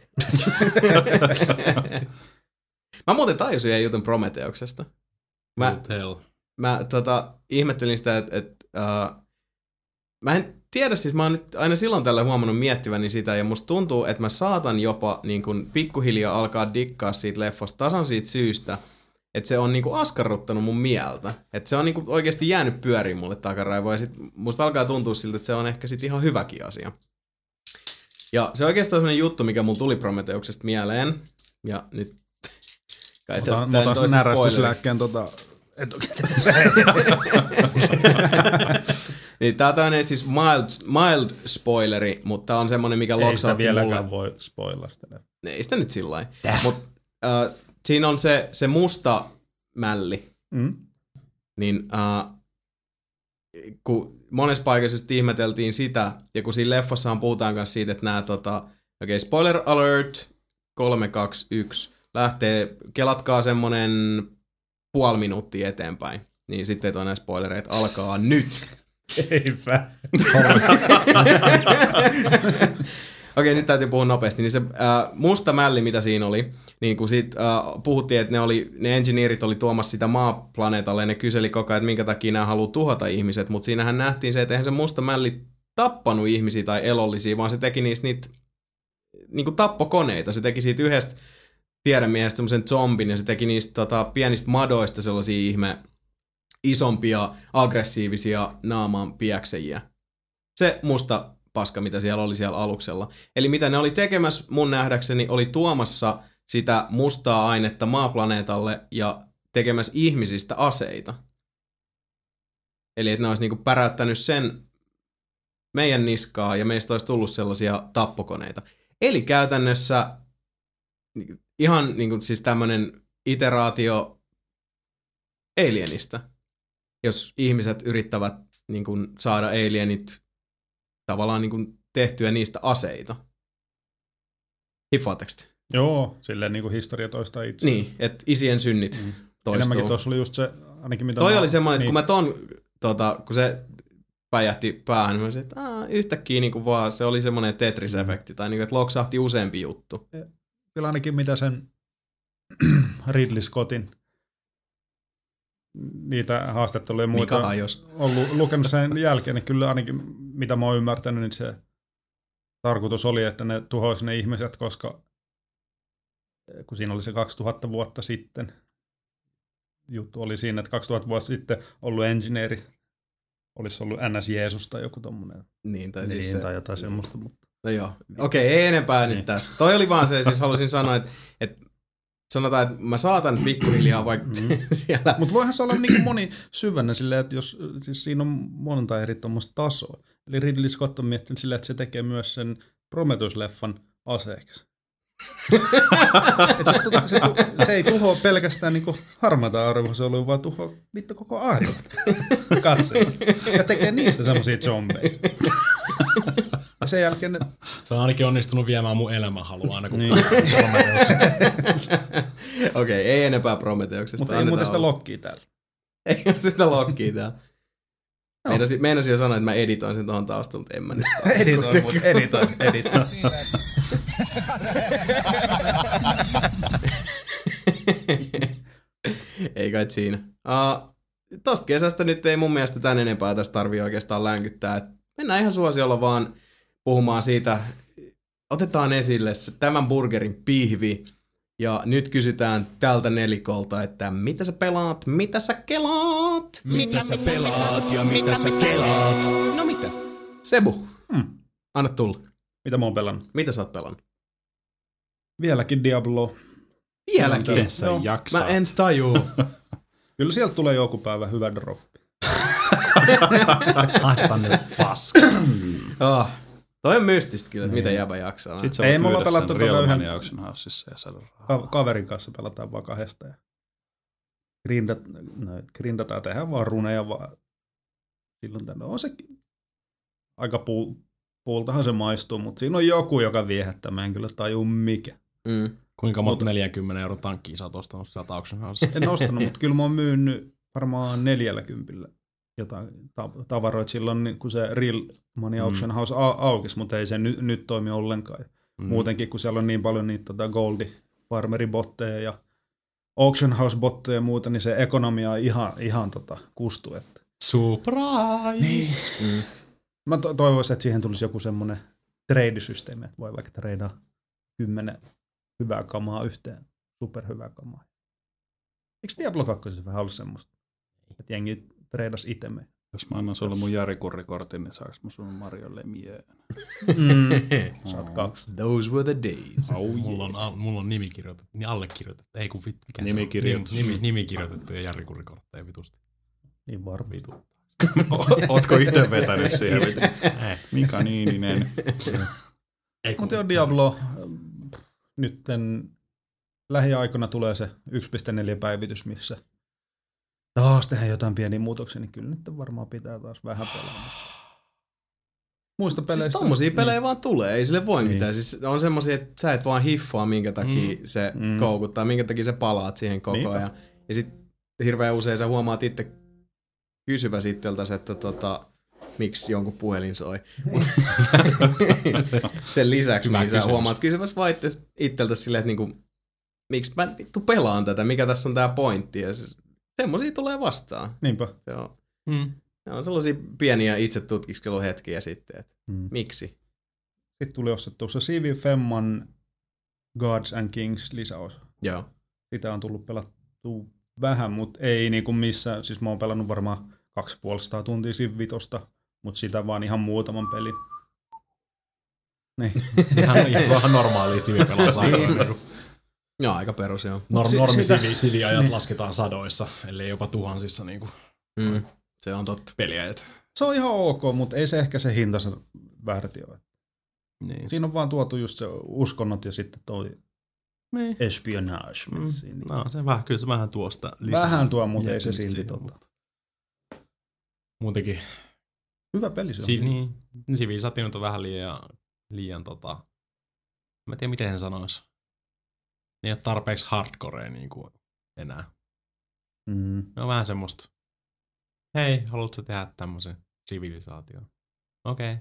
Mä muuten tajusin yhden jutun Prometheuksesta. Mä ihmettelin sitä, että mä en tiedä, siis mä oon nyt aina silloin tällä huomannut miettiväni sitä, ja musta tuntuu, että mä saatan jopa niin kun pikkuhiljaa alkaa dikkaa siitä leffasta tasan siitä syystä, että se on niinku askarruttanut mun mieltä. Että se on niinku oikeasti jäänyt pyöriin mulle takaraivoon, ja sit musta alkaa tuntua siltä, että se on ehkä sit ihan hyväkin asia. Ja se oikeastaan sellainen juttu, mikä mulla tuli Prometheuksesta mieleen, ja nyt kai tästä mä otan närästyslääkkeen niin tää on tämmönen siis mild spoileri, mutta tää on semmonen, mikä loksautti mulle. Ei sitä vieläkään voi spoilasta. Ei sitä nyt sillain. Mut siinä on se musta mälli. Niin kun monessa paikassa ihmeteltiin sitä, ja kun siinä leffassahan puhutaan myös siitä, että nää spoiler alert 3, 2, 1 lähtee, kelatkaa semmonen puoli minuuttia eteenpäin. Niin sitten ei näitä spoilereita alkaa nyt. Eipä. Okei, nyt täytyy puhua nopeasti. Niin se musta mälli, mitä siinä oli, niin kun siitä puhuttiin, että ne engineerit oli tuomassa sitä maaplaneetalle, ja ne kyseli koko ajan, että minkä takia nämä haluaa tuhota ihmiset, mutta siinähän nähtiin se, että eihän se musta mälli tappanut ihmisiä tai elollisia, vaan se teki niitä niin kuin tappokoneita. Se teki siitä yhdestä tiedemiehestä semmoisen zombin ja se teki niistä pienistä madoista sellaisia isompia, aggressiivisia naamaan piäksejiä. Se musta paska, mitä siellä oli siellä aluksella. Eli mitä ne oli tekemässä mun nähdäkseni, oli tuomassa sitä mustaa ainetta maaplaneetalle ja tekemässä ihmisistä aseita. Eli että ne olisi niinku päräyttänyt sen meidän niskaa ja meistä olisi tullut sellaisia tappokoneita. Eli käytännössä ihan niinku siis tämmönen iteraatio Alienista, jos ihmiset yrittävät niinku saada alienit tavallaan niinku tehtyä niistä aseita. Hiffaatteko te? Joo, silleen niinku historia toistaa itse. Niin, että isien synnit toistuu. Enemmänkin tuossa oli just se, ainakin mitä toi oli semmoinen, että kun se päjähti päähän, niin mä että yhtäkkiä niinku vaan se oli semmoinen Tetris-efekti, tai niinku, että loksahti useampi juttu. Kyllä ainakin mitä sen Ridley Scottin niitä haastatteluja ja muita ollut lukenut sen jälkeen, niin kyllä ainakin mitä mä oon ymmärtänyt, niin se tarkoitus oli, että ne tuhoisi ne ihmiset, koska kun siinä oli se 2000 vuotta sitten, juttu oli siinä, että 2000 vuotta sitten ollut engineeri olisi ollut NS Jeesus tai joku tommonen. Niin, tai siis se, tai jotain semmoista. Mutta. No joo. Okei, ei enempää nyt tästä. Toi oli vaan se, siis halusin sanoa, että sanotaan, että mä saatan pikkuhiljaa vaikka siellä. Mutta voihan se olla niin moni syvänä silleen, että jos siis siinä on monta eri tuommoista tasoa. Eli Ridley Scott on miettinyt silleen, että se tekee myös sen Prometheus-leffan aseeksi. Se ei tuhoa pelkästään niinku harmaata arvosolua, vaan tuhoa vittu koko aivot. Katsotaan. Ja tekee niistä semmosia zombeja. Ja sen jälkeen se on ainakin onnistunut viemään mun elämänhalua aina kun Okei, ei enempää Prometheuksesta. Mutta ei muuten sitä lokkia täällä. Ei ole sitä lokkia täällä. Meinasin jo sanoa, että mä editoin sen tuohon taustalla, mutta en mä nyt. Editoi. Ei kai siinä. Tosta kesästä nyt ei mun mielestä tän enempää tästä tarvii oikeastaan länkyttää. Mennään ihan suosiolla vaan puhumaan siitä. Otetaan esille tämän burgerin pihvi. Ja nyt kysytään tältä nelikolta, että mitä sä pelaat, mitä sä kelaat? Mitä sä pelaat ja mitä sä kelaat? No mitä? Sebu, anna tulla. Mitä mä oon pelannut? Mitä sä oot pelannut? Vieläkin Diablo. Vieläkin? Mä en tajuu. Kyllä sieltä tulee joku päivä hyvä droppi. Haista nyt paska. Toi on mystistä kyllä, että mitä jäbä jaksaa. Sitten sä voit myydä sen Real Money Auction Houseissa ja saada rahaa. Kaverin kanssa pelataan vaan kahdesta. Ja grindataan, tehdään vaan runeja vaan. Silloin tänne on se aika puultahan se maistuu, mutta siinä on joku, joka viehättää. Mä en kyllä tajuu mikä. Kuinka monta 40 € tankkiin sä oot ostanut sieltä Auction Housesta? En ostanut, mutta kyllä mä oon myynyt varmaan 40 jotain tavaroita silloin, kun se Real Money Auction House aukesi, mutta ei se nyt toimi ollenkaan. Muutenkin, kun siellä on niin paljon niitä Goldie Farmeri-botteja ja Auction House-botteja ja muuta, niin se ekonomia on ihan kustu. Että. Surprise! Niin. Mä toivoisin, että siihen tulisi joku semmoinen trade-systeemi, että voi vaikka treidaa 10 hyvää kamaa yhteen, superhyvää kamaa. Eikö Diablo 2 vähän ollut semmoista, että jengi treidas itemme? Jos mä annan sulle mun Jari-kurrikortin, niin saaks mä sun Mario Lemieux? Saat 2. Those were the days. Mulla on nimi kirjoitettu, niin allekirjoitettu. Ei kun nimi kirjoitettu ja Jari-kurrikortteja vitusti. Niin varmaan. Ootko itse vetänyt siihen? Mika Niininen. Mutta jo Diablo, nytten lähiaikoina tulee se 1.4 päivitys, missä taas tehdään jotain pieniä muutoksia, niin kyllä nyt varmaan pitää taas vähän pelaa. Muista peleistä. Siis tommosia pelejä vaan tulee, ei sille voi mitään. Siis on semmosia, että sä et vaan hiffaa, minkä takia se koukuttaa, minkä takia sä palaat siihen koko ajan. Ja sit hirveän usein sä huomaat itse kysyväs itseltäsi, että miksi jonkun puhelin soi. Sen lisäksi niin sä huomaat kysyväs vaan itseltäsi silleen, että niinku, miksi mä vittu pelaan tätä, mikä tässä on tää pointti. Ja semmosia tulee vastaan. Niinpä. Se on sellaisia pieniä itsetutkiskeluhetkiä sitten, että miksi. Sitten tuli ostettua se CV Femman Gods and Kings lisäosa. Joo. Sitä on tullut pelattua vähän, mutta ei niinku missään. Siis mä oon pelannut varmaan 250 tuntia Civ 5, mutta sitä vaan ihan muutaman pelin. Niin. Se on normaalia sivipelaa Niin. Joo, aika perus, joo. Normi-siviajat lasketaan sadoissa, ellei jopa tuhansissa niinku se on totta. peliajat. Se on ihan ok, mutta ei se ehkä se hintansa väärti ole. Niin. Siinä on vaan tuotu just se uskonnot ja sitten toi Niin. espionage. No, se vähän, kyllä se vähän tuosta lisää. Vähän tuo, mutta ei se silti Muutenkin. Hyvä peli se on. Niin. Civilisaatio on vähän liian mä en tiedä miten sen sanoisi. Ne ei ole tarpeeksi hardcorea niinku enää. Ne on vähän semmoista. Hei, haluatko tehdä tämmöisen sivilisaation? Okei.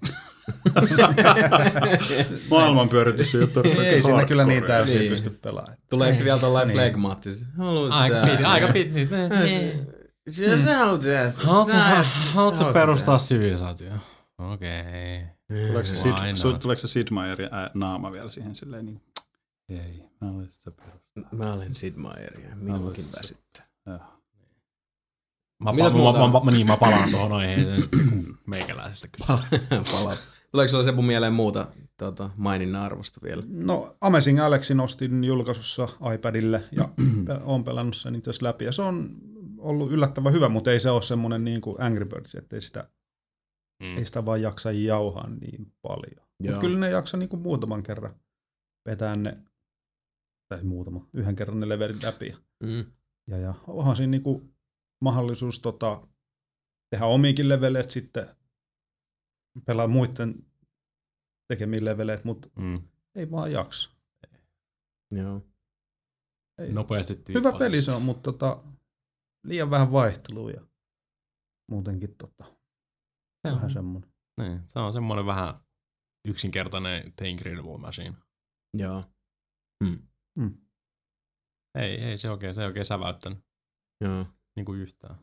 Maailmanpyöritysjuttu. Ei siinä kyllä niin täysin pysty pelaamaan. Tuleeko se vielä tollain flegmaattisesti? Aika piti. Sä haluat tehdä. Haluatko perustaa sivilisaatio? Okei. Tuleeko se Sid Meierin naama vielä siihen silleen niin? Ei, mä olen sitä perustaa. Mä olen Sid Meier ja minuakin väsyttää. Mä palaan tuohon aiheeseen sitten, kun meikäläisestä kysyy. Tuleeko sulla Sebu mieleen muuta maininnan arvosta vielä? No, Amazing Alexin ostin julkaisussa iPadille ja oon pelannut sen itse asiassa läpi. Ja se on ollut yllättävän hyvä, mutta ei se ole semmoinen niin kuin Angry Birds, että ei sitä vaan jaksa jauhaa niin paljon. Kyllä ne jaksaa niin kuin muutaman kerran vetää yhden kerran ne levelit läpi. Ja onhan siinä niin kuin mahdollisuus tehdä omiinkin leveleet sitten, pelaa muiden tekemiin leveleet, mutta ei vaan jaksa. Joo. Ei. Nopeasti hyvä peli se on, mutta liian vähän vaihtelua ja muutenkin vähän semmoinen. Niin, se on semmoinen vähän yksinkertainen The Incredible Machine. Joo. Ei se oikein säväyttänyt. Joo. Niin kuin yhtään.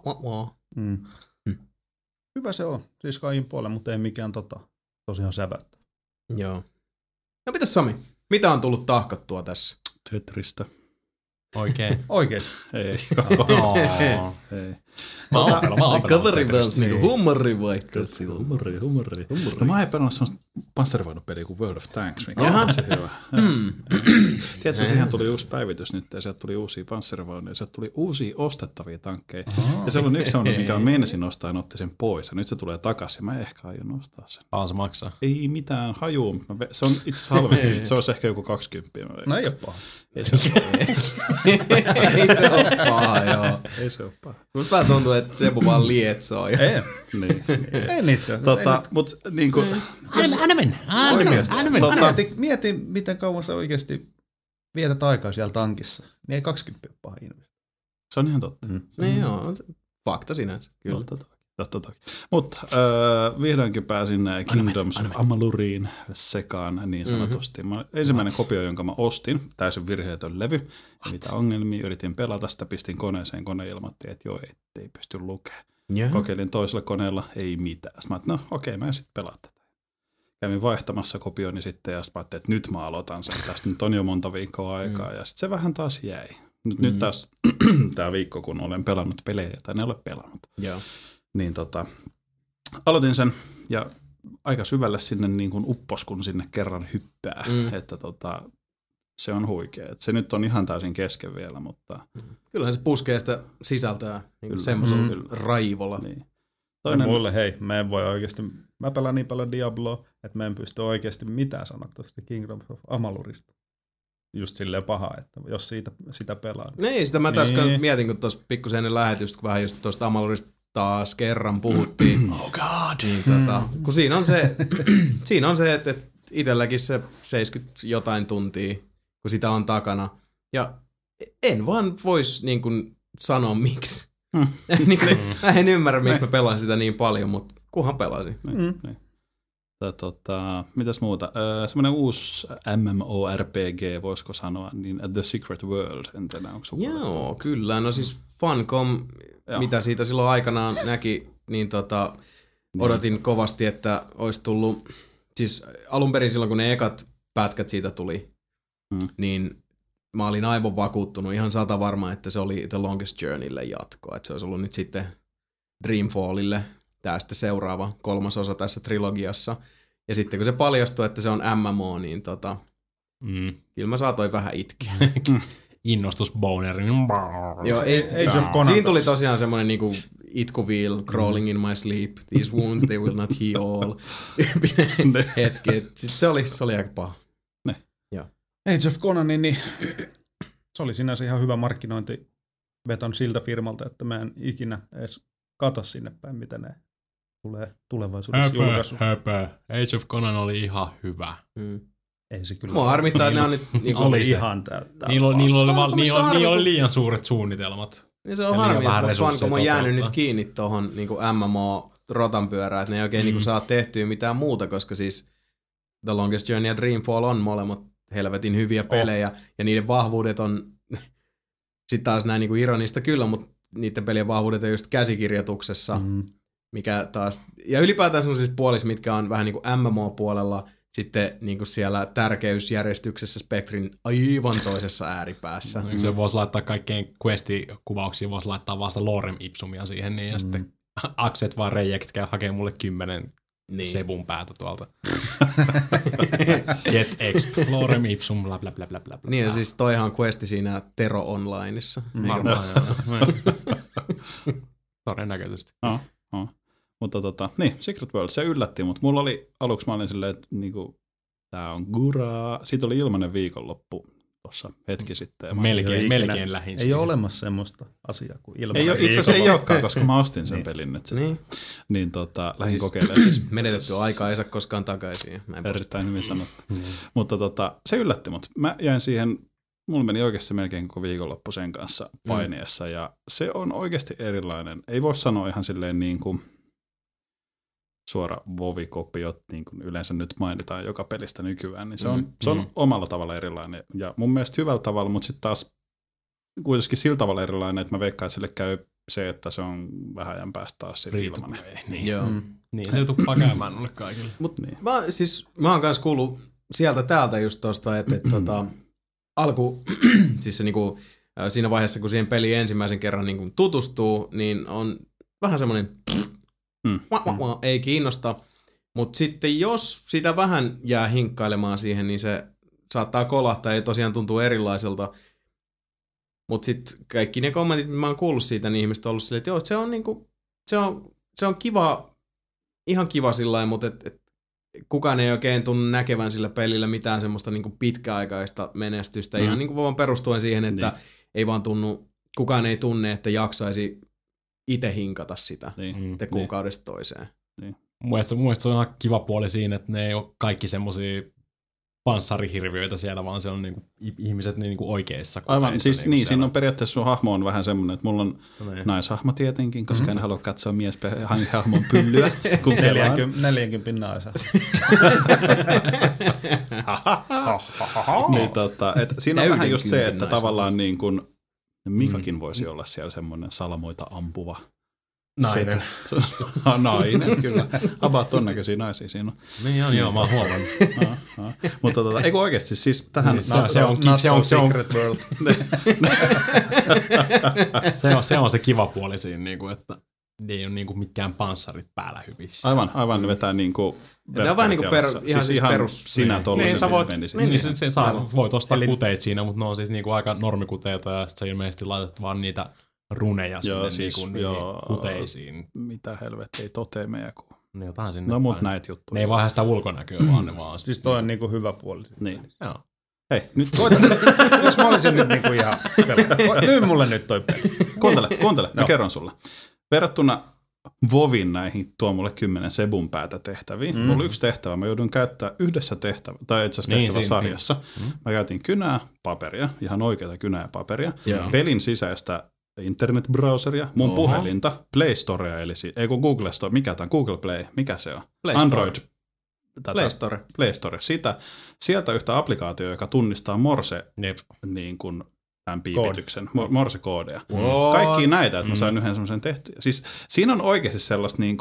Hyvä se on, siis kaikin puolella, mutta ei mikään tosiaan säväyttä. Joo. No mitäs Sami? Mitä on tullut tahkattua tässä? Tetristä. Oikein. Oikeesti? Ei. Ei. Mä oon Kaveri päästä niinku huumori vaihtaa silloin. Huumori. No mä en pelannut semmoista panssarivaunupeliä kuin World of Tanks, mikä on tosi hyvä. Tiedätkö, siihen tuli uusi päivitys nyt ja sieltä tuli uusia panssarivaunuja, sieltä tuli uusia ostettavia tankkeja. Ja se on yksi semmoinen, mikä on meinasin ostaa ja otti sen pois ja nyt se tulee takaisin ja mä ehkä aion ostaa sen. Se maksaa? Ei mitään hajua, se on itse asiassa halvempi, se olisi ehkä joku 20. No ei ole paha. Ei se ole paha, joo. Ei se ole paha. Musta vähän tuntuu, että Sebu vaan lietsoo. Ei. Niin. Ei niitä. Mut niinku... Anna mennä. Mieti, miten kauan sä oikeesti vietät aikaa siellä tankissa. Niin ei 20 ole paha investointi. Se on ihan totta. Niin joo, fakta sinänsä, kyllä. Totta. Mutta vihdoinkin pääsin Kingdoms of Amaluriin sekaan niin sanotusti. Ensimmäinen kopio, jonka mä ostin, täysin virheetön levy. Mitä ongelmia yritin pelata, sitä pistin koneeseen, kone ilmoitti, että joo, ei pysty lukemaan. Kokeilin toisella koneella, ei mitään. Sitten mä ajattelin, no okei, mä en sitten pelaa tätä. Kävin vaihtamassa kopioni sitten ja sitten että nyt mä aloitan sen. Tästä nyt on jo monta viikkoa aikaa ja sitten se vähän taas jäi. Nyt taas tämä viikko, kun olen pelannut pelejä, tai ne ole pelannut. Joo. Niin aloitin sen ja aika syvälle sinne niin kuin uppos, kun sinne kerran hyppää. Että se on huikea. Et se nyt on ihan täysin kesken vielä, mutta... Kyllähän se puskee sitä sisältöä niin semmoisella raivolla. Niin. Mulle mä en voi oikeasti... Mä pelaan niin paljon Diabloa, että mä en pysty oikeasti mitään sanoa tuosta Kingdoms of Amalurista. Just silleen paha, että jos sitä pelaa. Niin, sitä mä taas mietin, kun tuossa pikkusen ennen lähetystä, kun vähän just tuosta Amalurista taas kerran puhuttiin. Oh god! Niin, kun siinä on se, että itselläkin se 70 jotain tuntia, kun sitä on takana. Ja en vaan vois niin kuin sanoa miksi. Niin kuin, mä en ymmärrä, miksi mä pelaan sitä niin paljon, mutta kunhan pelasin. Mitäs muuta? Semmoinen uusi MMORPG, voisiko sanoa, niin The Secret World. En tiedä, onko sun Joo, kyllä. No siis Funcom, mitä siitä silloin aikanaan näki, niin odotin kovasti, että olisi tullut, siis alun perin silloin kun ne ekat pätkät siitä tuli, niin mä olin aivan vakuuttunut, ihan 100 varma, että se oli The Longest Journeylle jatkoa. Että se olisi ollut nyt sitten Dreamfallille tästä seuraava 3. osa tässä trilogiassa. Ja sitten kun se paljastui, että se on MMO, niin kyllä mä saatoin vähän itkeä. Innostusboneri. Joo, siinä tuli tosiaan semmoinen niinku itkuviil, crawling in my sleep, these wounds, they will not heal. Hetki. Se oli aika paha. Age of Conanin, niin se oli sinänsä ihan hyvä markkinointiveton siltä firmalta, että mä en ikinä edes kato sinne päin, mitä ne tulee tulevaisuudessa julkaisuun. Age of Conan oli ihan hyvä. Ei se kyllä. Mua harmittaa, että ne on nyt niinku oli ihan Niillä oli liian suuret suunnitelmat. Niin se on harmi, että Funcom on jäänyt nyt kiinni tuohon niinku MMO-rotanpyörään, että ne ei oikein niinku saa tehtyä mitään muuta, koska siis The Longest Journey ja Dreamfall on molemmat helvetin hyviä pelejä, ja niiden vahvuudet on sitten taas näin niinku ironista kyllä, mutta niiden pelien vahvuudet on just käsikirjoituksessa, mikä taas, ja ylipäätään sellaisissa puolissa, mitkä on vähän niinku MMO-puolella, sitten niinku siellä tärkeysjärjestyksessä Spectrin aivan toisessa ääripäässä. Se voisi laittaa kaikkeen questi-kuvauksiin, voisi laittaa vaan sitä lorem ipsumia siihen, niin, ja sitten Akset vaan reject käy hakee mulle 10 sebun päätä tuolta. Get exp, lorem ipsum, bla bla bla bla bla. Niin ja siis toihan on questi siinä Tero Onlineissa. Todennäköisesti. Mutta niin, Secret World, se yllätti, mutta mulla oli, aluksi mä olin silleen, että niinku, tää on guraa. Siitä oli ilmainen viikonloppu tuossa hetki sitten. Melkein lähin. Ei ole olemassa semmoista asiaa kuin ilmainen viikonloppu. Itse asiassa ei olekaan, koska mä ostin sen pelin nyt. Niin lähdin kokeilemaan. Siis menetetty aika ei saa koskaan takaisin. Erittäin hyvin sanottu. Mutta se yllätti mut. Mä jäin siihen, mulla meni oikeasti melkein koko viikonloppu sen kanssa painiessa. Ja se on oikeasti erilainen. Ei voi sanoa ihan silleen niin kuin suora WoW-kopiot, niin kuin yleensä nyt mainitaan joka pelistä nykyään, niin se on omalla tavalla erilainen. Ja mun mielestä hyvällä tavalla, mutta sitten taas kuitenkin sillä tavalla erilainen, että mä veikkaan, että sille käy se, että se on vähän ajan päästä taas sitten ilmanen. Niin, se tuppaa käymään noille kaikille. Mä oon kanssa kuullut sieltä täältä just tosta, että siis se niinku, siinä vaiheessa, kun siihen peliin ensimmäisen kerran niinku tutustuu, niin on vähän semmoinen ei kiinnosta, mutta sitten jos sitä vähän jää hinkkailemaan siihen, niin se saattaa kolahtaa ja tosiaan tuntuu erilaiselta. Mutta sitten kaikki ne kommentit, mitä mä oon kuullut siitä, niin ihmiset on ollut silleen, että joo, se on niinku, se on kiva, ihan kiva sillain, mutta kukaan ei oikein tunnu näkevän sillä pelillä mitään semmoista niinku pitkäaikaista menestystä. Ihan niinku vaan perustuen siihen, että ei vaan kukaan ei tunne, että jaksaisi itse hinkata sitä kuukaudesta toiseen. Niin. Mun mielestä se on ihan kiva puoli siinä, että ne ei ole kaikki semmosia panssarihirviöitä siellä, vaan se on niinku ihmiset niinku oikeissa kuteissa. Aivan, siis niin, siinä on periaatteessa sun hahmo on vähän semmoinen, että mulla on naishahmo tietenkin, koska en halua katsoa mieshahmon pyllyä, kun 40 naisa. Niin, siinä on vähän just se, että tavallaan niin kuin Mikakin voisi olla siellä semmoinen salamoita ampuva nainen. Nainen, kyllä. About ton näköisiä naisia siinä on. Niin joo, mä oon huomannut. Mutta eikö oikeasti siis tähän... Se on se kiva puoli siinä, niinku, että ne ei ole niinku mitkään panssarit päällä hyvissä. Aivan, ne vetää niinku... Tämä on vähän niinku ihan perus... Sinä tollaisen menisit. Niin, se voit ostaa kuteet siinä, mutta ne on siis niinku aika normikuteita ja sitten sä ilmeisesti laitat vaan niitä runeja sinne siis, niinku kuteisiin. Mitä helvettiä, ei totemeja kuin... No jotain sinne. No mut näitä juttuja. Ne ei vaan sitä ulkonäköä, vaan ne vaan... Siis toi on niinku hyvä puoli. Niin. Joo. Hei, nyt koita. Jos mä olisin nyt niinku ihan pelaa. Myy mulle nyt toi peli. Kuuntele, mä kerron sulle. Verrattuna Vovin näihin tuo mulle 10 sebun päätä tehtäviin. Mulla oli yksi tehtävä. Mä joudun käyttää yhdessä tai itse asiassa tehtäväsarjassa. Mä käytin kynää, paperia, ihan oikeata kynää ja paperia. Pelin sisäistä internetbrowseria, mun puhelinta, Play Storea, eli Google Store, mikä tämä on? Google Play, mikä se on? Android. Play Store. Sieltä yhtä applikaatio, joka tunnistaa Morse niin kuin tämän piipityksen, Morse-koodeja. Kaikki näitä, että mä sain yhden semmoisen tehtyä. Siis siinä on oikeasti sellaista, niin kuin, että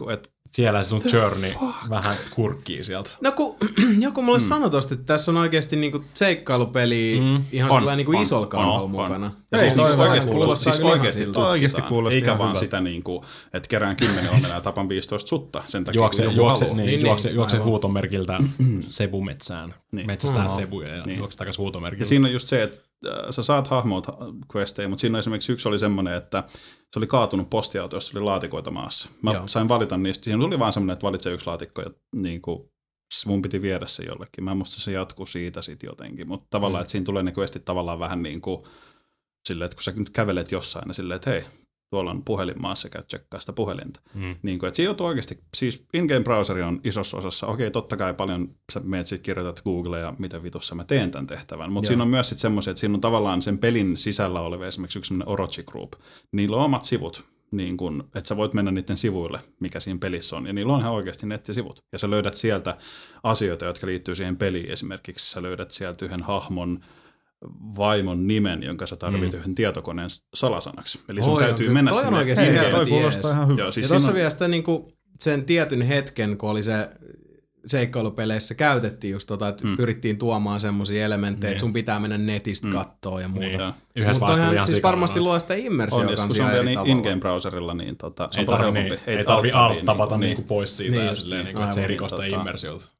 Siellä sun journey vähän kurkkii sieltä. No kun joku mulle sanoi tosta, että tässä on oikeasti niinku seikkailupeli ihan sellainen niinku isolla kampalla mukana. Ei, oikeasti kuulostaa eikä ihan vaan hyvältä. sitä, niinku, että kerään 10 onnella ja tapan 15 sutta sen takia, kun joku haluaa. Juokse huutomerkiltä Sebu-metsään. Metsästää Sebuja ja juokse takaisin Ja huutomerkiltä. siinä on just se, että sä saat hahmot questeja, mutta siinä on esimerkiksi yksi oli semmoinen, että se oli kaatunut postiauto, jossa oli laatikoita maassa. Mä sain valita niistä. Siinä tuli vaan semmoinen, että valitse yksi laatikko ja niin kuin, mun piti viedä se jollekin. Mä en muista se jatkuu siitä sitten jotenkin, mutta tavallaan, että siinä tulee ne questit tavallaan vähän niin kuin silleen, että kun sä nyt kävelet jossain ja silleen, että hei, tuolla on puhelin maassa, käy tsekkaa sitä puhelinta. Niin kuin, että siinä joutuu oikeasti, siis in-game browseri on isossa osassa, okei, totta kai paljon sä meet sit kirjoitat Google ja mitä vitussa mä teen tämän tehtävän, mutta siinä on myös sitten semmoisia, että siinä on tavallaan sen pelin sisällä oleva esimerkiksi yksi semmoinen Orochi Group, niillä on omat sivut, niin kun, että sä voit mennä niiden sivuille, mikä siinä pelissä on, ja niillä on ihan oikeasti nettisivut, ja sä löydät sieltä asioita, jotka liittyy siihen peliin, esimerkiksi sä löydät sieltä yhden hahmon vaimon nimen, jonka sä tarvit yhden tietokoneen salasanaksi. Eli sun täytyy mennä toi sinne. on oikeasti Toi kuulostaa ihan hyvä. Joo, siis ja tuossa siinä on- vielä sitä niinku sen tietyn hetken, kun oli se seikkailupeleissä käytettiin just että pyrittiin tuomaan semmosia elementtejä, että sun pitää mennä netistä kattoo ja muuta. Niin, joo. Yhdessä Mutta vaiheessa tuli toihan ihan siis sikana varmasti noita. luo sitä immersiota On, ja kun kanssa se on ihan vielä eri niin tavalla. in-game-browserilla, niin se Ei on paljon tarvi, helpompi. ei tarvi alt-tapata niin, niinku pois siitä Niin ja just silleen, niin. niinku, että se ei Aivan. rikosta immersiolta.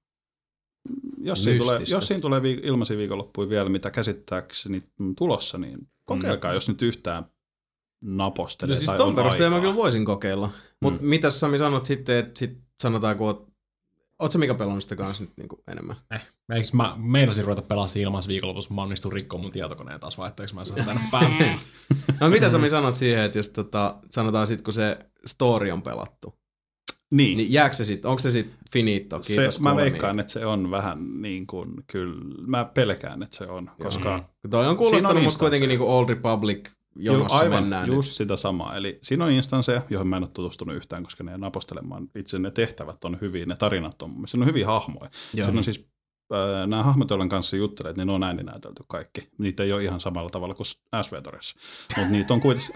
Jos siinä tulee ilmaisia viikonloppuja vielä, mitä käsittääkseni on tulossa, niin kokeilkaa, jos nyt yhtään napostelee No siis tai ton on perusteella mä aikaa. kyllä voisin kokeilla. Mutta mitäs Sami sanot sitten, että sit sanotaan, kun oot sä Mika pelannut sitä kanssa nyt niinku enemmän? Mä meinasin ruveta pelaamaan ilmaisessa viikonlopussa, mä onnistuin rikkoa mun tietokoneen taas vaihteeksi, mä en saa sitä enää päälle. No mitä Sami sanot siihen, että jos sanotaan sit, kun se story on pelattu, niin jääkö se sit, onko se sit finito? Kiitos Mä kuulemiin. veikkaan, että se on vähän niin kuin, kyllä, mä pelkään, että se on, koska Toi on kuulostanut musta kuitenkin niinku Old Republic, jonossa aivan, mennään just nyt. sitä samaa. Eli siinä on instansseja, johon mä en ole tutustunut yhtään, koska ne ei napostelemaan. Itse ne tehtävät on hyviä, ne tarinat on, siinä on hyviä hahmoja. Siinä on siis nämä hahmot, joiden kanssa juttelet, niin ne on ääninäytelty kaikki. Niitä ei ole ihan samalla tavalla kuin Ashwaterissa, mutta niitä on kuitenkin...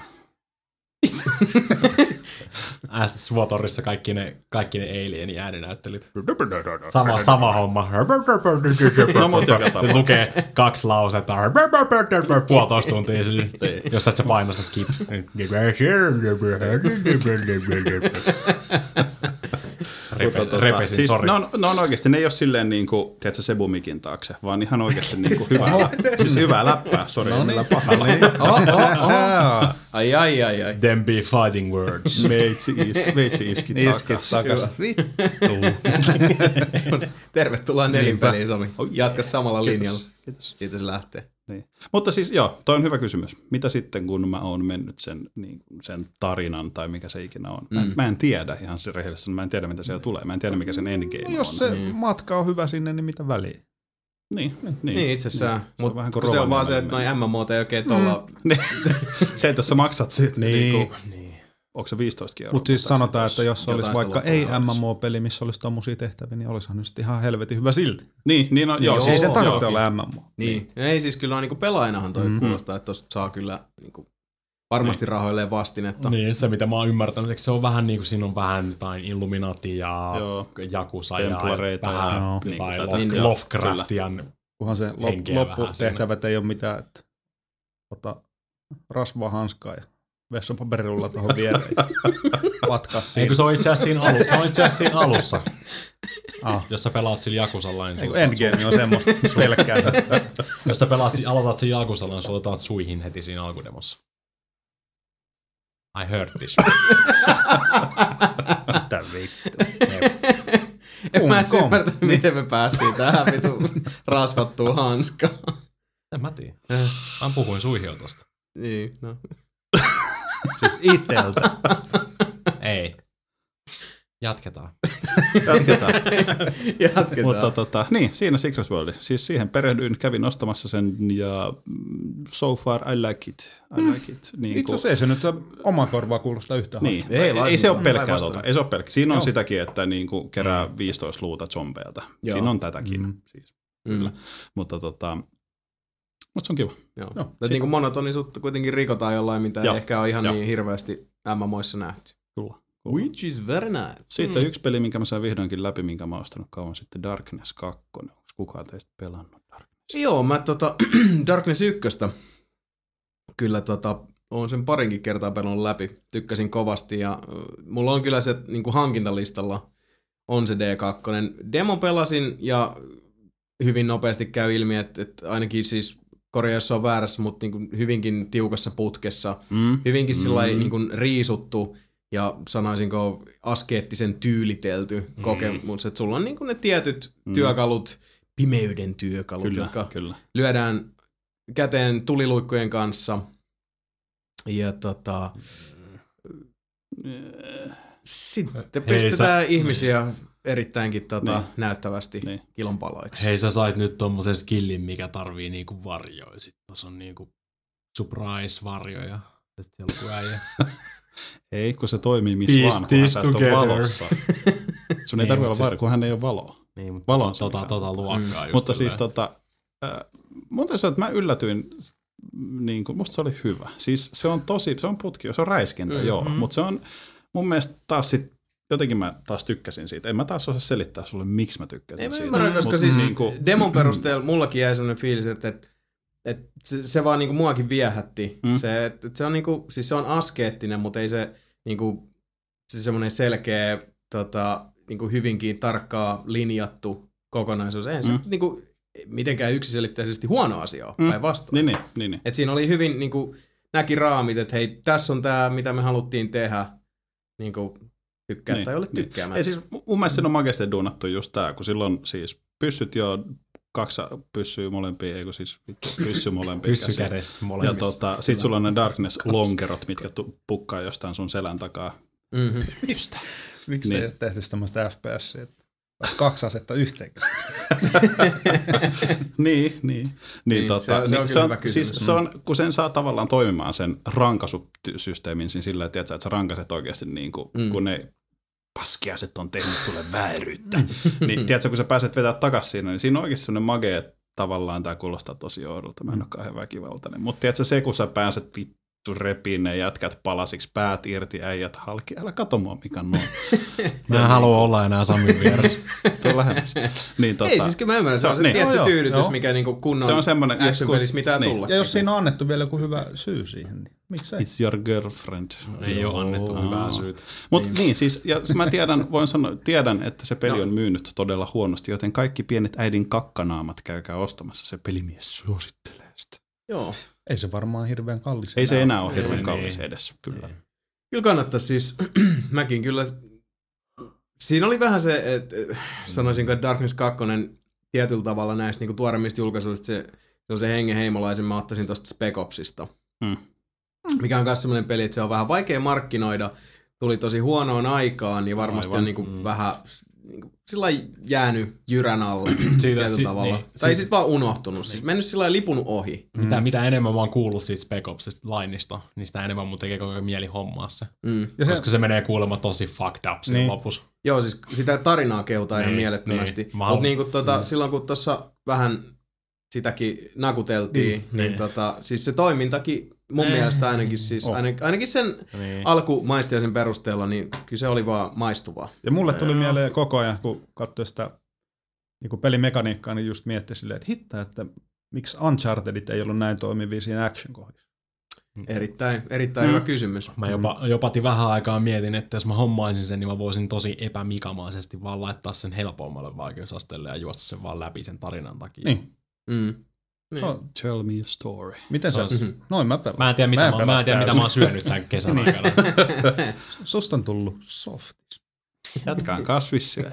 Svotorissa kaikki ne Alienin ääninäyttelyt. Sama homma. No, mutta joka Se tapauksessa. lukee 2 lausetta. 1,5 tuntia. Jos et sä paino sitä skip. Repesin, siis sori. ne on oikeasti, ne ei ole silleen niin kuin, tiedätkö, Sebumikin taakse, vaan ihan oikeasti niin kuin hyvää läppää, sori, no niin. Pahalla. Ai. Them be fighting words. Meitsi iski takas. Vittu. Tervetuloa nelinpeliin, Sami. Jatka samalla Kiitos. linjalla. Kiitos. Siitä se lähtee. Niin. Mutta siis joo, toi on hyvä kysymys. Mitä sitten, kun mä oon mennyt sen tarinan tai mikä se ikinä on? Mä en tiedä ihan se rehellisesti, mä en tiedä mitä siellä tulee. Mä en tiedä mikä sen endgame on. Jos se matka on hyvä sinne, niin mitä väliä? Niin itse asiassa. Mutta vähän se, kuin on vaan se, että Rovaniemelle noi MMOt ei oikein tuolla... Se, että sä maksat siitä, Niin. onko se 15 euroa? Mutta siis sanotaan, että jos Jotain olisi sitä vaikka loppuun ei haluaisi. MMO-peli, missä olisi tommosia tehtäviä, niin olisihan nyt sitten ihan helvetin hyvä silti. Niin on, joo, Ei siis se tarvitse joo. olla MMO. Niin. Ei siis kyllä niinku pelaajanahan toi kuulostaa, että tosta saa kyllä niinku varmasti rahoilleen vastinetta. Niin, se mitä mä oon ymmärtänyt, että se on vähän niin kuin siinä on vähän jotain Illuminati ja Joo. Jakusa ja Templareita ja vähän niin jotain kuin tätä. Lovecraftian. Kunhan se Henkeä vähän lopputehtävät ei ole mitään, että ota rasvaa hanskaa ja vessapaperilla tuohon viereen ja vatkaa Eikö siinä. se on itse asiassa siinä alussa? Se on itse asiassa siinä alussa. Ah. Jos sä pelaat sillä Jakusalla, niin Eikö Endgame on semmoista pelkkää. jos sä aloitat sillä Jakusalla, niin sulla otetaan suihin heti siinä alkudemossa. I heard this. Mitä vittu. En mä edes ymmärtänyt, miten me päästiin tähän vitu rasvattuun hanskaan. En mä tiedä. Mä puhuin suihiotosta. Niin, no. Siis iteltä. Ei. Jatketaan. Jatketaan. Mutta niin, siinä Secret World. Siis siihen perehdyin, kävin ostamassa sen ja so far I like it. Niin Itse asiassa ei se nyt oma korvaa kuulosta yhtään. Niin, ei se ole pelkkää ei se ole pelkkää. Siinä on sitäkin, että niinku kerää 15 luuta zombeilta. Joo. Siinä on tätäkin. Siis, kyllä. Mutta se on kiva. Joo. Niin kuin monotonisuutta kuitenkin rikotaan jollain, mitä ei ehkä ole ihan niin hirveästi MMOissa nähty. Which is very nice. Sitten yksi peli, minkä mä sain vihdoinkin läpi, minkä mä oon ostanut kauan sitten, Darkness 2. Onko kukaan teistä pelannut Darkness? Joo, mä Darkness 1 kyllä oon sen parinkin kertaa pelannut läpi. Tykkäsin kovasti ja mulla on kyllä se niinku hankintalistalla on se D2. Demo pelasin ja hyvin nopeasti käy ilmi, että ainakin siis korjaus on väärässä, mutta niinku hyvinkin tiukassa putkessa. Hyvinkin sillai niinku riisuttu ja sanoisinko askeettisen tyylitelty kokemus. Että sulla on niinku ne tietyt työkalut, pimeyden työkalut, kyllä, jotka kyllä. lyödään käteen tuliluikkojen kanssa. Ja sitten pistetään ihmisiä erittäinkin näyttävästi kilonpaloiksi. Hei, sä sait nyt tommosen skillin, mikä tarvii niinku varjoja. Sitten tossa on niinku surprise-varjoja. Sitten siellä on äijä. Ei, kun se toimii missä vaan, kun sä et ole valossa. Sun ei tarvitse olla varjo, kun hän ei ole valoa. Niin, mutta valo on luokkaa just mutta siis mun tässä, että mä yllätyin, niin kuin, musta se oli hyvä. Siis se on putki, se on räiskintä, joo, mutta se on mun mielestä taas sit, jotenkin mä taas tykkäsin siitä. En mä taas osaa selittää sulle, miksi mä tykkäsin siitä. Ei mä ymmärrän, koska siis demon perusteella mullakin jäi sellainen fiilis, että se vaan niinku muakin viehätti. Se on niinku, siis se on askeettinen, mutta ei se niinku, se semmoinen selkeä, niinku hyvinkin tarkkaa linjattu kokonaisuus. Ei se niinku mitenkään yksiselitteisesti huono asia ole, päinvastoin. Niin. Et siinä oli hyvin niinku, näki raamit, että hei, tässä on tää, mitä me haluttiin tehdä. Niinku, tykkää tai ole tykkäämättä. Ei siis mun mielestä siinä on makeasti duunattu just tää, kun silloin siis pyssyt jo 2 pyssyy molempia, eikö siis pyssy molempia. Pyssy kädessä molemmissa. Ja sit sulla on ne Darkness-lonkerot, mitkä pukkaa jostain sun selän takaa. Just. Miksi ei ole tehty tämmöistä FPS:ää, että 2 asetta yhteen? Niin, se on kyllä hyvä kysymys. Siis se on, kun sen saa tavallaan toimimaan sen rankasusysteemin sillä, että sä rankaset oikeasti niin kuin, kun ne paskiaiset on tehnyt sulle vääryyttä. Niin tiedätkö, kun sä pääset vetää takas siinä, niin siinä on oikeasti sellainen magea, että tavallaan tää kuulostaa tosi oudolta. Mä en ole kauhean väkivaltainen. Mutta tiedätkö, se kun sä pääset vittu repiin ne jätkät palasiksi, päät irti, äijät halki. Älä kato mua, mikä on noin. Mä en halua olla enää Samin vieressä. Tuo lähemmäs. Niin, ei, siis kyllä mä ymmärrän. Se on se tietty tyydytys, mikä niinku kunnon se on semmoinen, action-pelissä mitään tulla. Ja jos siinä on annettu vielä joku hyvä syy siihen, niin miksei? It's your girlfriend. Ei ole annettu hyvää syytä. Mutta niin, siis, ja mä tiedän, että se peli on myynyt todella huonosti, joten kaikki pienet äidin kakkanaamat käykää ostamassa. Se pelimies suosittelee sitä. Joo. Ei se varmaan hirveän kallis. Ei se enää ole hirveän kallis edes, kyllä. Kyllä kannattaa siis, mäkin kyllä, siinä oli vähän se, että sanoisinko, että Darkness 2 tietyllä tavalla näistä niinku tuoremmista julkaisuista, se on se hengenheimolaisen, mä ottaisin tosta Spec Opsista. Mikä on myös semmoinen peli, että se on vähän vaikea markkinoida, tuli tosi huonoon aikaan ja varmasti on niinku vähän sillä jäänyt jyrän alle tietyllä tavalla. Niin, tai sitten vaan unohtunut, siis mennyt sillä lipunut ohi. Mitä enemmän mä oon kuullut siitä Spec Opsista lainista, niin sitä enemmän mun tekee koko ajan mieli hommaa se. Koska se menee kuulemma tosi fucked up siinä lopussa. Joo, siis sitä tarinaa kehutaan ihan mielettömästi. Mutta niinku silloin kun tuossa vähän sitäkin nakuteltiin, niin siis se toimintakin mun mielestä ainakin siis, ainakin sen alkumaistiaisen perusteella, niin kyllä se oli vaan maistuvaa. Ja mulle tuli mieleen koko ajan, kun katsoi sitä niin pelimekaniikkaa, niin just mietti silleen, että hittaa, että miksi Unchartedit ei ollut näin toimivia siinä action-kohdissa. Erittäin hyvä kysymys. Mä jopa vähän aikaa mietin, että jos mä hommaisin sen, niin mä voisin tosi epämikamaisesti vaan laittaa sen helpommalle vaikeusasteelle ja juosta sen vaan läpi sen tarinan takia. Niin. Tell me a story. Miten se on? Noin mä pelaan. Mä en tiedä, mitä mä oon syönyt tämän kesän aikana. Susta on tullut softis. Jatkaan kasvissyö.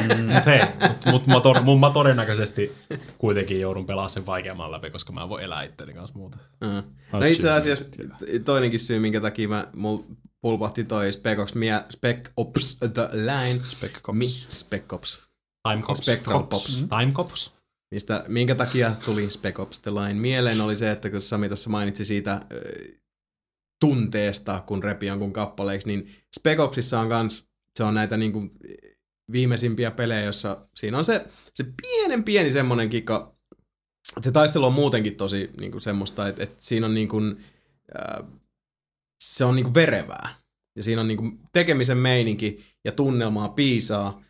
Mä todennäköisesti kuitenkin joudun pelaamaan sen vaikeamman läpi, koska mä en voi elää itteni kanssa muuta. No itse asiassa toinenkin syy, minkä takia mulla pulpahti toi Spec Ops The Line. Spec Ops. Spectral Pops. Time Cops. Minkä takia tuli Spec Ops The Line mieleen oli se, että kun Sami tässä mainitsi siitä tunteesta, kun repi jonkun kappaleiksi, niin Spec Opsissa on kans, se on näitä niinku viimeisimpiä pelejä, jossa siinä on se pieni semmonen kikka, että se taistelu on muutenkin tosi niinku semmoista, että siinä on niinku, se on niinku verevää. Ja siinä on niinku tekemisen meininki ja tunnelmaa piisaa.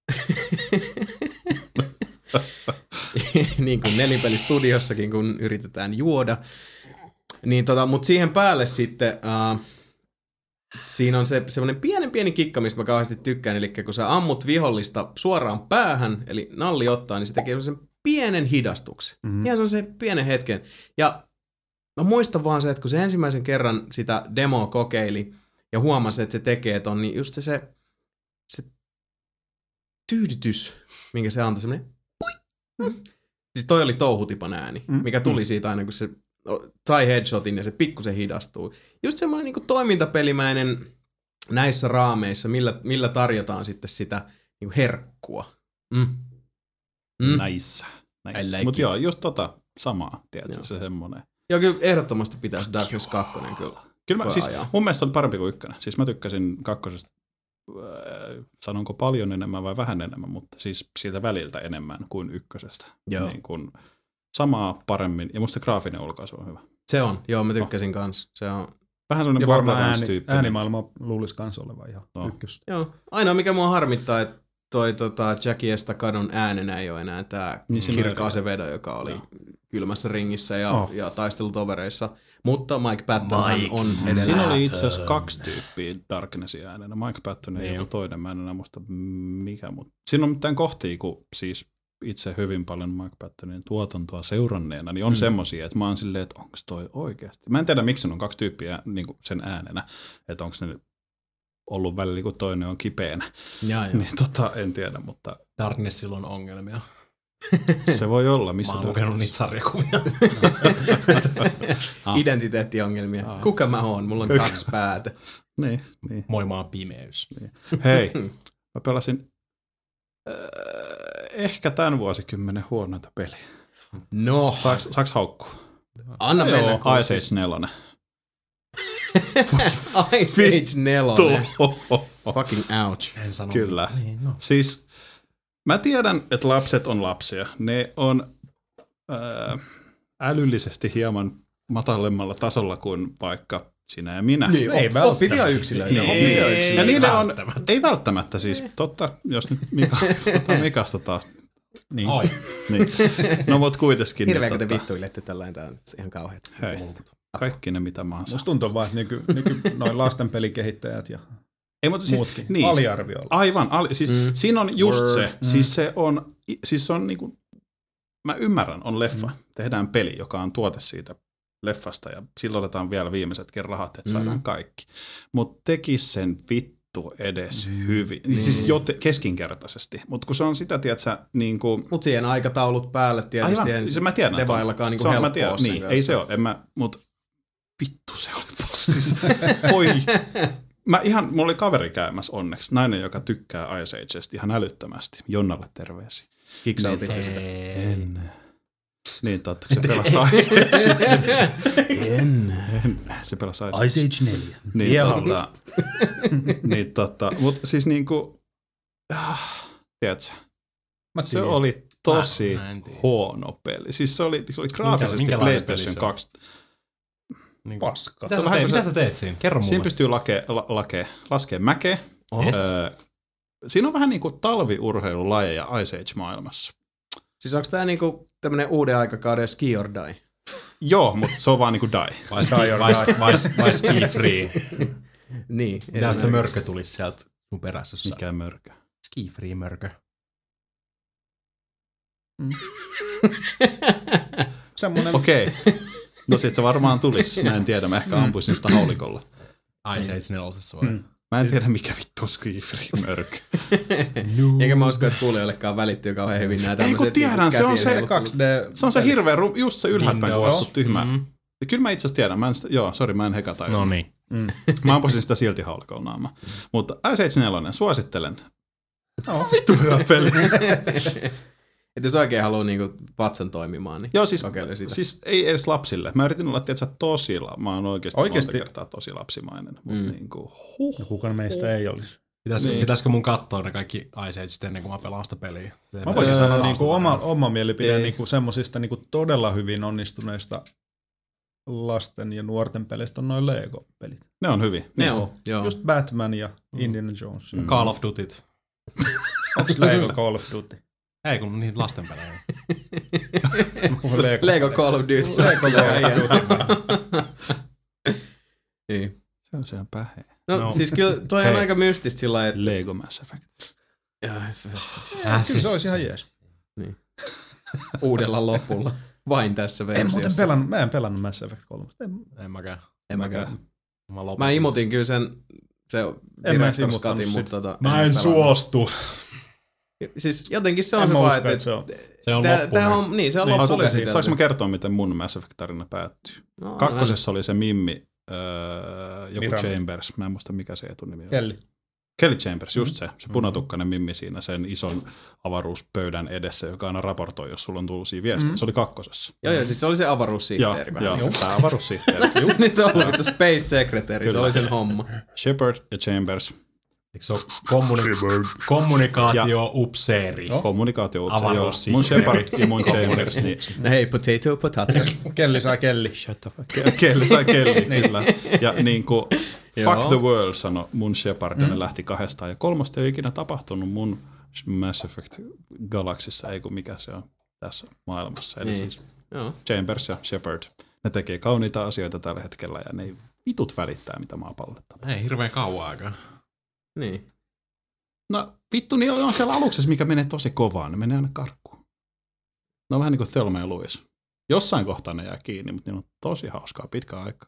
Niin kuin Nelipelistudiossakin, kun yritetään juoda. Niin mutta siihen päälle sitten siinä on semmoinen pieni kikka, mistä mä kauheasti tykkään. Eli kun sä ammut vihollista suoraan päähän, eli nalli ottaa, niin se tekee semmoisen pienen hidastuksen. Ihan se on se pienen hetken. Ja mä muistan vaan se, että kun se ensimmäisen kerran sitä demoa kokeili ja huomasi, että se tekee ton, niin just se tyydytys, minkä se antoi, semmoinen siis toi oli touhutipan ääni, mikä tuli siitä aina, kun se sai headshotin ja se pikkusen hidastuu. Just semmoinen niinku toimintapelimäinen näissä raameissa, millä tarjotaan sitten sitä niinku herkkua. Nice. Like mutta joo, just samaa, tiedätkö, se semmoinen. Joo, kyllä ehdottomasti pitäisi Darkness 2 kyllä. Kyllä siis mun mielestä oli parempi kuin 1. Siis mä tykkäsin 2. Sanonko paljon enemmän vai vähän enemmän, mutta siis siitä väliltä enemmän kuin 1. Niin kuin samaa paremmin, ja musta graafinen ulkoasu on hyvä. Se on, joo, mä tykkäsin kans. Se on vähän sellainen Borderlands-tyyppinen. Äänimaailma luulisi kans olevan ihan ykkös. Joo, ainoa mikä mua harmittaa, että toi Jackie Estacadon äänenä ei ole enää tää Kirk Acevedo, joka oli kylmässä ringissä ja taistelutovereissa. Mutta Mike Patton on edelleen. Siinä oli itse asiassa 2 tyyppiä Darknessin äänenä. Mike Patton ja joku toinen, mä en enää muista mikä. Mutta siinä on mitään kohtia, kun siis itse hyvin paljon Mike Pattonin tuotantoa seuranneena, niin on semmosia, että mä oon silleen, että onko toi oikeasti. Mä en tiedä, miksi on 2 tyyppiä niin sen äänenä, että onko ne ollut välillä, kun toinen on kipeänä. Niin en tiedä, mutta Darknessilla on ongelmia. Se voi olla, missä mä oon lukenut niitä sarjakuvia. Identiteettiongelmia. Kuka mä oon? Mulla on 2 päätä. Niin. Moi, mä oon pimeys. Niin. Hei, mä pelasin ehkä tämän vuosikymmenen huonoita peliä. No. Saaks haukkua? Anna mennä. Ice Age 4. Ice Age 4. Fucking ouch. En sano. Kyllä. Niin, no. Siis mä tiedän, että lapset on lapsia. Ne on älyllisesti hieman matalemmalla tasolla kuin vaikka sinä ja minä. Niin, oppivia yksilöitä. Ja niiden on, ei välttämättä siis, totta, jos nyt Mikasta taas. Niin. Niin. No mut kuitenkin. Hirveäkö te vittuilette tällainen, tää on ihan kauheat. Hei, kaikki ne mitä mä oon saanut. Musta tuntuu vaan, että noin lastenpelikehittäjät ja muutkin niin, aliarvioilla. Aivan, siis siinä on just se, siis se on niinku, mä ymmärrän, on leffa, tehdään peli, joka on tuote siitä leffasta ja silloin otetaan vielä viimeisetkin rahat, että saadaan kaikki. Mutta tekis sen vittu edes hyvin, siis keskinkertaisesti, mutta kun se on sitä, tiedätkö, niinku mut siihen aikataulut päälle tietysti, aivan, mä tiedän, Devaillakaan niinku helppoa sen niin, ei se ole, mutta vittu se oli siis, mulla oli kaveri käymässä onneksi, nainen, joka tykkää Ice Agesta ihan älyttömästi. Jonnalle terveisiä. Kiksautit se sitä? En. Niin totta, se pelasi Ice Age. En. Se pelasi Ice Age 4. Niin mutta siis niinku, tiedätkö, se oli tosi huono peli. Siis se oli graafisesti PlayStation 2. Niin paska. Mitä sä teet siinä? Kerro mulle. Siinä pystyy laskee mäkeä. Siinä on vähän niin kuin talviurheilulajeja Ice Age-maailmassa. Siis onko tää niinku tämmönen uuden aikakauden ski or die? Joo, mutta se on vaan niinku die. Vai ski free. Niin. Mitä se mörkö tulisi sieltä sun perässä? Mikä mörkö? Ski free mörkö. Semmonen. Okei. No sit se varmaan tulisi. Mä en tiedä, mä ehkä ampuisin sitä haulikolla. Ice Age 4 vai? Mä en tiedä, mikä vittu on ski free mörkö. Eikä mä usko, että kuulijoillekaan välittyy kauhean hyvin nää tämmöiset. Ei kun tiedän, se on se 2D. Se on se hirveä, just se ylhäältäpäin kuvattu tyhmä. Ja kyllä mä itse asiassa tiedän. Mä en hekata. No niin. Mä ampuisin sitä silti haulikolla naama. Mutta Ice Age 4, suosittelen. Vittu hyvä peli. Että jos oikein haluaa niinku vatsan toimimaan, niin joo, siis ei edes lapsille. Mä yritin olla, että mä oon oikeasti monta kertaa tosi lapsimainen. Mutta niinku, no kukaan meistä ei olisi. Pitäisikö mun katsoa ne kaikki Ice Age ennen kuin mä pelaan sitä peliä? Mä voisin sanoa niinku oma mielipide niinku semmosista niinku todella hyvin onnistuneista lasten ja nuorten peleistä on noin Lego-pelit. Ne on hyviä. Ne on, joo. Just Batman ja Indiana Jones. Call of Dutyt. Onks Lego Call of Duty? Ei kun niitä lastenpelejä. Lego Call of Duty. Niin. Se on pähe. No siis kyllä toi on aika mystistä sillä lailla, että... Lego Mass Effect. Kyllä se olisi ihan jees. Niin. Uudella lopulla. Vain tässä versiossa. Mä en pelannut Mass Effect 3. En mäkään. Mä imutin kyllä se Director's Cutin, mutta Mä en suostu. Siis jotenkin se on se vaan, että... Se on loppuun. Niin, se on loppuun käsitelty. Saanko mä kertoa, miten mun Mass Effect-tarina päättyy? No, Kakkosessa oli se Mimmi, joku Miranda. Chambers. Mä en muista mikä se etunimi on. Kelly Chambers, just se punatukkainen Mimmi siinä sen ison avaruuspöydän edessä, joka aina raportoi, jos sulla on tullut viestejä. Se oli kakkosessa. Joo, siis se oli se avaruussihteeri. Joo, tämä avaruussihteeri. Se nyt on ollut vittu Space Secretary, se oli sen homma. Shepard ja Chambers. Eikö se ole kommunikaatio-upseeri? Kommunikaatio-upseeri. Mun Shepard ja mun Chambers. Niin. Hei, potato. Kelli sai Kelli. Shut the fuck. Kelli sai Kelli, kyllä. Ja niinku, fuck the world, sanoi mun Shepard, ja ne lähti 2. Ja 3. ei ole ikinä tapahtunut mun Mass Effect Galaxissa, ei kun mikä se on tässä maailmassa. Eli siis Chambers ja Shepard. Ne tekee kauniita asioita tällä hetkellä, ja ne ei vitut välittää, mitä maapallolle. Ei hirveän kauan aikaa. Niin. No vittu, niillä on siellä aluksessa, mikä menee tosi kovaa. Ne menee aina karkuun. Ne on vähän niin kuin Thelma ja Louise. Jossain kohtaa ne jää kiinni, mutta niillä on tosi hauskaa pitkä aika.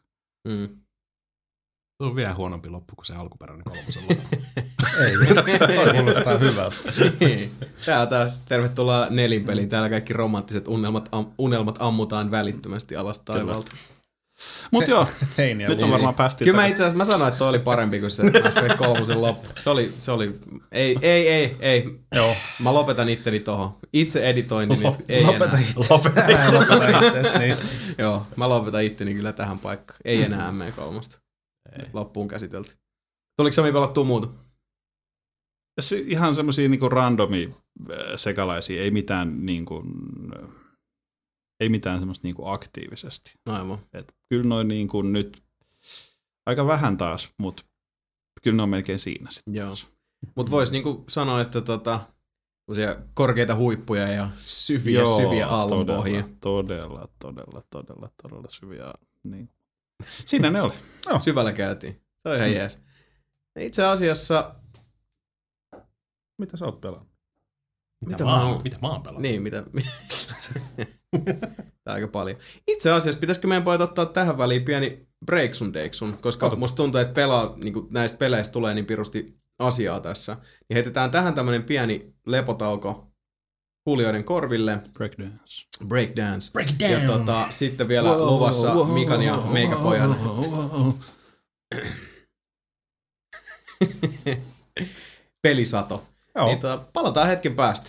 Se on vielä huonompi loppu kuin se alkuperäinen 3. loppu. Ei, kuulostaa hyvältä. Tää on taas tervetuloa Nelinpeliin. Täällä kaikki romanttiset unelmat ammutaan välittömästi alas taivaalta. Mut joo, nyt on varmaan päästiin. Kyllä mä itse asiassa sanoin, että toi oli parempi kuin se Mass Effect 3 loppu. Se oli, ei. Joo. Mä lopetan itteni tohon. Itse editointi nyt ei Lopeta itse. Niin. Joo, mä lopetan itteni kyllä tähän paikkaan. Ei enää ME3. Loppuun käsitelty. Tuliko Sami pelattua muuta? Ihan semmosia niinku randomi sekalaisia, ei mitään semmoista niinku aktiivisesti. Aivan. Et kyllä noin niinku nyt aika vähän taas, mutta kyllä ne on melkein siinä sitten. Joo. Mutta vois niinku sanoa, että korkeita huippuja ja syviä aallonpohjia. Todella syviä. Niin. Siinä ne oli. Joo. Syvällä käytiin. Se on ihan jees. Itse asiassa... Mitä sä oot pelannut? Mitä mä oon pelannut? Niin, mitä... Aika paljon. Itse asiassa pitäisikö meidän pojat ottaa tähän väliin pieni breaksun deiksun, koska musta tuntuu, että niin näistä peleistä tulee niin pirusti asiaa tässä. Niin heitetään tähän tämmönen pieni lepotauko kuulijoiden korville. Breakdance. Ja sitten vielä luvassa Mikan ja Meikäpojan. Pelisato. Niin palataan hetken päästä.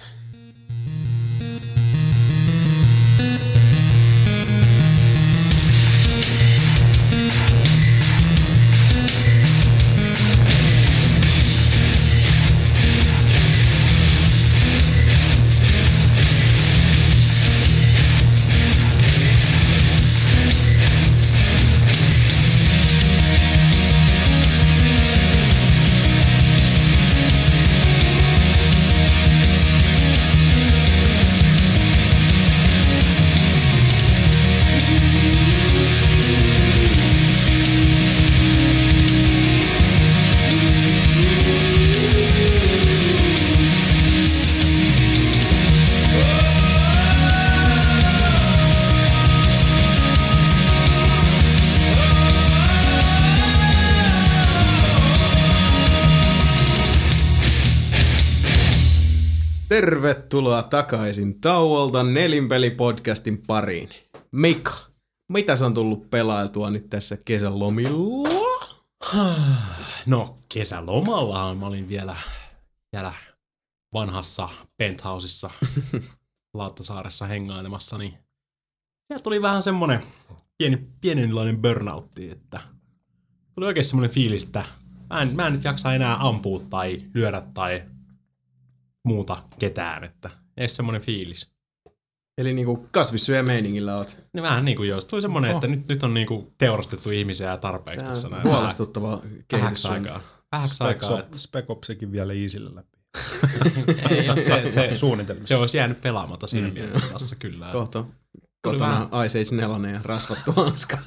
Tervetuloa takaisin tauolta Nelinpeli-podcastin pariin. Mika, mitä sä on tullut pelailtua nyt tässä kesälomilla? No kesälomallahan mä olin vielä vanhassa penthouseissa Lauttasaaressa hengailemassa, niin sieltä tuli vähän semmonen pienenlainen burnoutti, että tuli oikein semmonen fiilis, että mä en nyt jaksa enää ampua tai lyödä tai muuta ketään, että ei semmonen fiilis. Eli niinku kasvissyömeiningillä oot. Niin vähän niinku jos tuli semmonen, että nyt on niinku teurastettu ihmisiä tarpeeksi tässä näin. Huolestuttava kehityssuunta. Vähäksi aikaa. Spec Opsikin vielä easillä läpi. Ei, Suunnitelmissa. se olisi jäänyt pelaamatta siinä mielessä kyllä. Kohta kotona Ice Age 4 ja rasvattu hanska.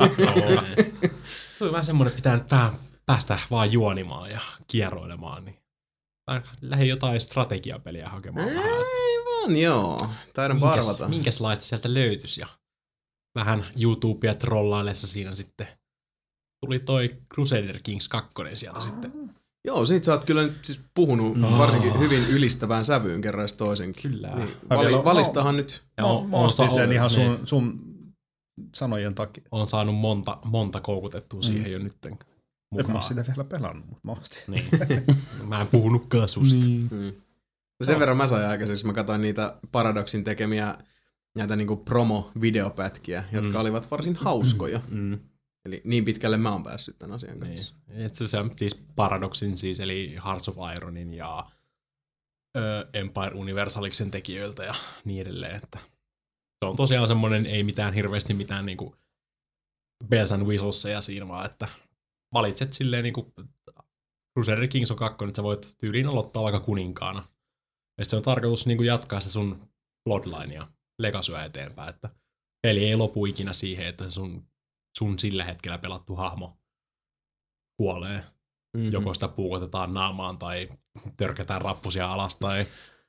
Tuli vähän semmonen, että pitää nyt vähän päästä vaan juonimaan ja kieroilemaan. Niin lähdin jotain strategiapeliä hakemaan vähän. Aivan, joo. Taidan parvata. Minkäslaista sieltä löytyisi ja vähän YouTubea trollaillessa siinä sitten tuli toi Crusader Kings 2 sieltä sitten. Joo, siitä sä oot kyllä siis puhunut varsinkin hyvin ylistävään sävyyn kerran toisenkin. Kyllä. Niin, valistahan nyt. Mä ostin sen ihan sun sanojen takia. On saanut monta koukutettua siihen jo nytten mukaan. En mä sitä vielä pelannut, mutta mä ostin. Niin. Mä en puhunutkaan susta. Sen verran mä sain aikaiseksi, mä katsoin niitä Paradoxin tekemiä näitä niinku promo-videopätkiä, jotka olivat varsin hauskoja. Eli niin pitkälle mä oon päässyt tämän asian kanssa. Niin. Se on siis Paradoxin siis, eli Hearts of Ironin ja Empire Universaliksen tekijöiltä ja niin edelleen. Että se on tosiaan semmonen, ei mitään hirveästi mitään niinku bells and whistlesia siinä, vaan että valitset silleen niinku Crusader Kings on 2, että sä voit tyyliin aloittaa vaikka kuninkaana. Ja se on tarkoitus niinku jatkaa sitä sun bloodlinea, legacyä eteenpäin, että peli ei lopu ikinä siihen, että sun sillä hetkellä pelattu hahmo kuolee. Joko sitä puukotetaan naamaan tai törkätään rappusia alas tai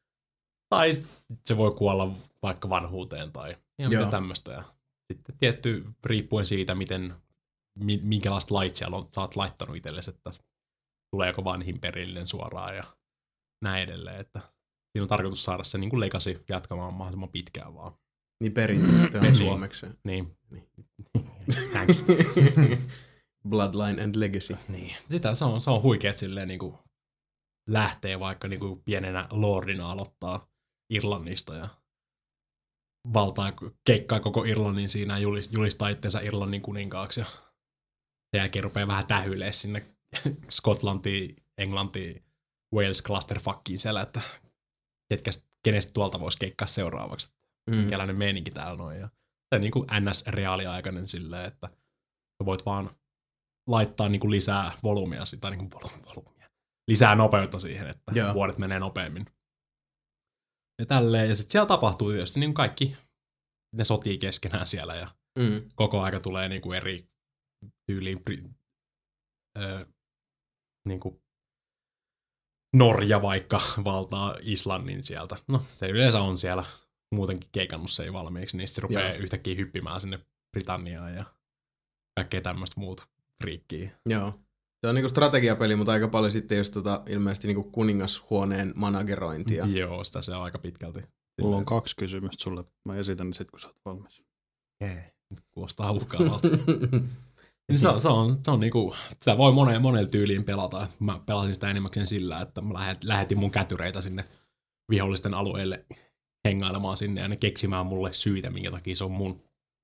se voi kuolla vaikka vanhuuteen tai ihan tämmöistä. Ja sitten tietty riippuen siitä, minkälaista lait siellä on, sä oot laittanut itsellesi, että tuleeko vanhin perillinen suoraan ja näin edelleen. Että siinä on tarkoitus saada se niin kuin legacy jatkamaan mahdollisimman pitkään vaan. Niin perintö on suomeksi. Niin. Thanks. Bloodline and Legacy. Niin. Sitä se on huikeet silleen niinku lähtee vaikka niinku pienenä lordina aloittaa Irlannista ja valtaa keikkaa koko Irlannin siinä ja julistaa itsensä Irlannin kuninkaaksi ja sen jälkeen rupeaa vähän tähyilee sinne Skotlantiin, Englantiin, Wales clusterfuckiin siellä, että kenestä tuolta voisi keikkaa seuraavaksi. Minkälainen meininki täällä on. Ja se niin kuin NS-reaaliaikainen silleen, että voit vaan laittaa niin kuin lisää volyymia, tai niin kuin lisää nopeutta siihen, että vuodet menee nopeammin. Ja tälleen. Ja sitten siellä tapahtuu tietysti niin kaikki, ne sotii keskenään siellä ja koko aika tulee niin kuin eri tyyliin niin kuin Norja vaikka valtaa Islannin sieltä. No, se yleensä on siellä muutenkin keikannut se ei valmiiksi, niin se rupeaa yhtäkkiä hyppimään sinne Britanniaan ja kaikkea tämmöistä muut friikkiä. Joo. Se on niinku strategiapeli, mutta aika paljon sitten just ilmeisesti niinku kuningashuoneen managerointia. Joo, sitä se on aika pitkälti. Mulla on 2 kysymystä sulle. Mä esitän ne sit, kun sä oot valmis. Nyt kuulostaa uhkaavalta. se on niinku, sitä voi monella tyyliin pelata. Mä pelasin sitä enimmäkseen sillä, että mä lähetin mun kätyreitä sinne vihollisten alueelle hengailemaan sinne ja ne keksimään mulle syitä, minkä takia se on mun.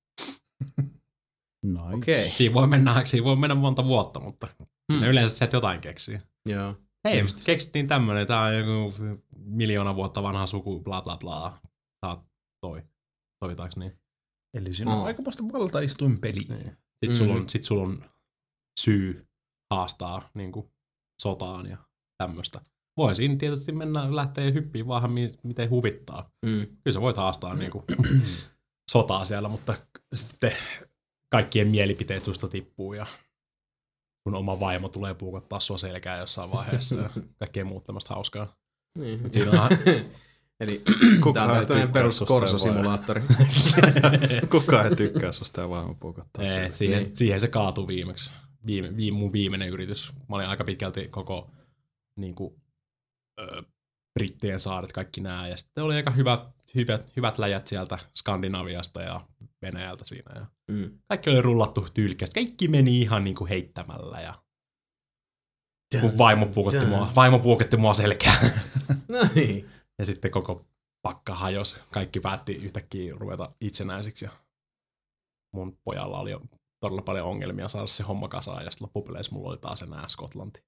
Nice. Okay. Siinä voi mennä monta vuotta, mutta ne yleensä sieltä jotain keksii. Joo. Hei, keksittiin tämmönen, tää on joku 1 miljoona vuotta vanha suku, bla bla bla. Saat sovitaanko niin? Eli siinä on aikamoista valtaistuinpeli. Niin. Sit sulla on syy haastaa niinku sotaan ja tämmöstä. Voi siinä tietysti lähteä hyppiin vaan miten huvittaa. Kyllä sä voit haastaa niinku sotaa siellä, mutta sitten kaikkien mielipiteet susta tippuu ja kun oma vaimo tulee puukottaa sua selkää jossain vaiheessa ja kaikkea muut tämmöistä hauskaa. Siinä on eli tää on tämmöinen perus korsosimulaattori. Kukaan ei tykkää susta ja vaimo puukottaa selkää. Siihen se kaatui viimeksi. Mun viimeinen yritys. Mä olin aika pitkälti koko niinku Brittien saaret, kaikki nää. Ja sitten oli aika hyvät läjät sieltä Skandinaviasta ja Venäjältä siinä. Ja kaikki oli rullattu tyylikkästi. Kaikki meni ihan niinku heittämällä. Ja kun vaimo puukotti mua selkään. No niin. Ja sitten koko pakka hajosi. Kaikki päätti yhtäkkiä ruveta itsenäisiksi. Ja mun pojalla oli jo todella paljon ongelmia saada se homma kasaan. Ja sitten loppupeleissä mulla oli taas enää Skotlanti.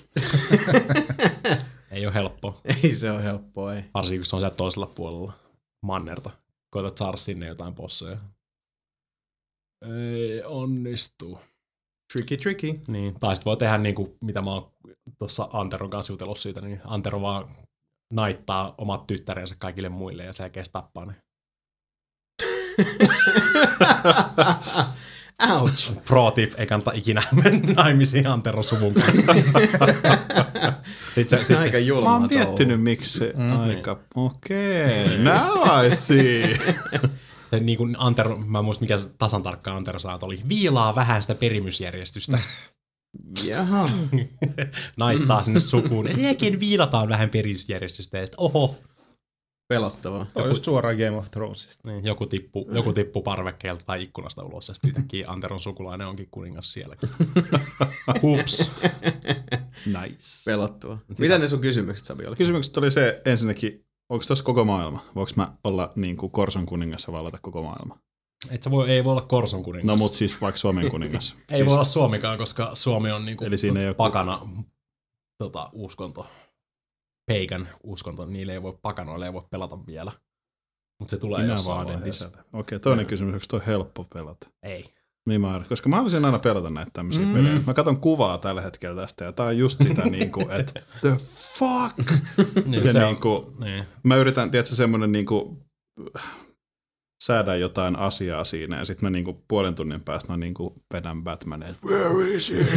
Ei ole helppoa. Ei se ole helppoa, ei. Varsinkin kun se on siellä toisella puolella. mannerta. Koetat saada sinne jotain bosseja. Ei onnistu. Tricky. Niin, tai sit voi tehdä niinku, mitä mä oon tuossa Anteron kanssa jutellut siitä, niin Antero vaan naittaa omat tyttärensä kaikille muille ja se kestä tappaa ne. Ouch. Pro tip, ei kannata ikinä mennä naimisiin Anteron suvun kanssa. Aika julmaa. Mä oon miettinyt, miksi se aika... Okei, now I see. Se niin kuin Antero, mä en muista mikä tasan tarkkaan Antero sanoi, oli viilaa vähän sitä perimysjärjestystä. Jaha. Naittaa sinne sukuun. Ja sen jälkeen viilataan vähän perimysjärjestystä ja sitten oho. Pelottavaa. Toi on just suoraan Game of Thronesista. Niin, joku tippuu parvekkeelta tai ikkunasta ulos ja sitten yhtäkkiä Anteron sukulainen onkin kuningas sielläkin. Hups. Nice. Pelottavaa. Mitä ne sun kysymykset, Sabi, oli? Kysymykset oli se ensinnäkin, onko tässä koko maailma? Voinko mä olla niin kuin Korson kuningas ja vallata koko maailma? Ei voi olla Korson kuningas. No mut siis vaikka Suomen kuningas. Ei voi olla Suomikaan, koska Suomi on niinku pakana uskonto. Pagan uskonto, pakanoille ei voi pelata vielä. Mutta se tulee jossain vaiheessa. Lisätä. Okei, toinen kysymys, onko toi helppo pelata? Ei. Koska mä haluaisin aina pelata näitä tämmöisiä pelejä. Mä katson kuvaa tällä hetkellä tästä ja tää on just sitä niinku, että the fuck! Ja niinku, mä yritän, tiedätkö, semmonen niinku säädä jotain asiaa siinä ja sit mä niinku puolen tunnin päästä mä niinku vedän Batmanin, että where is it?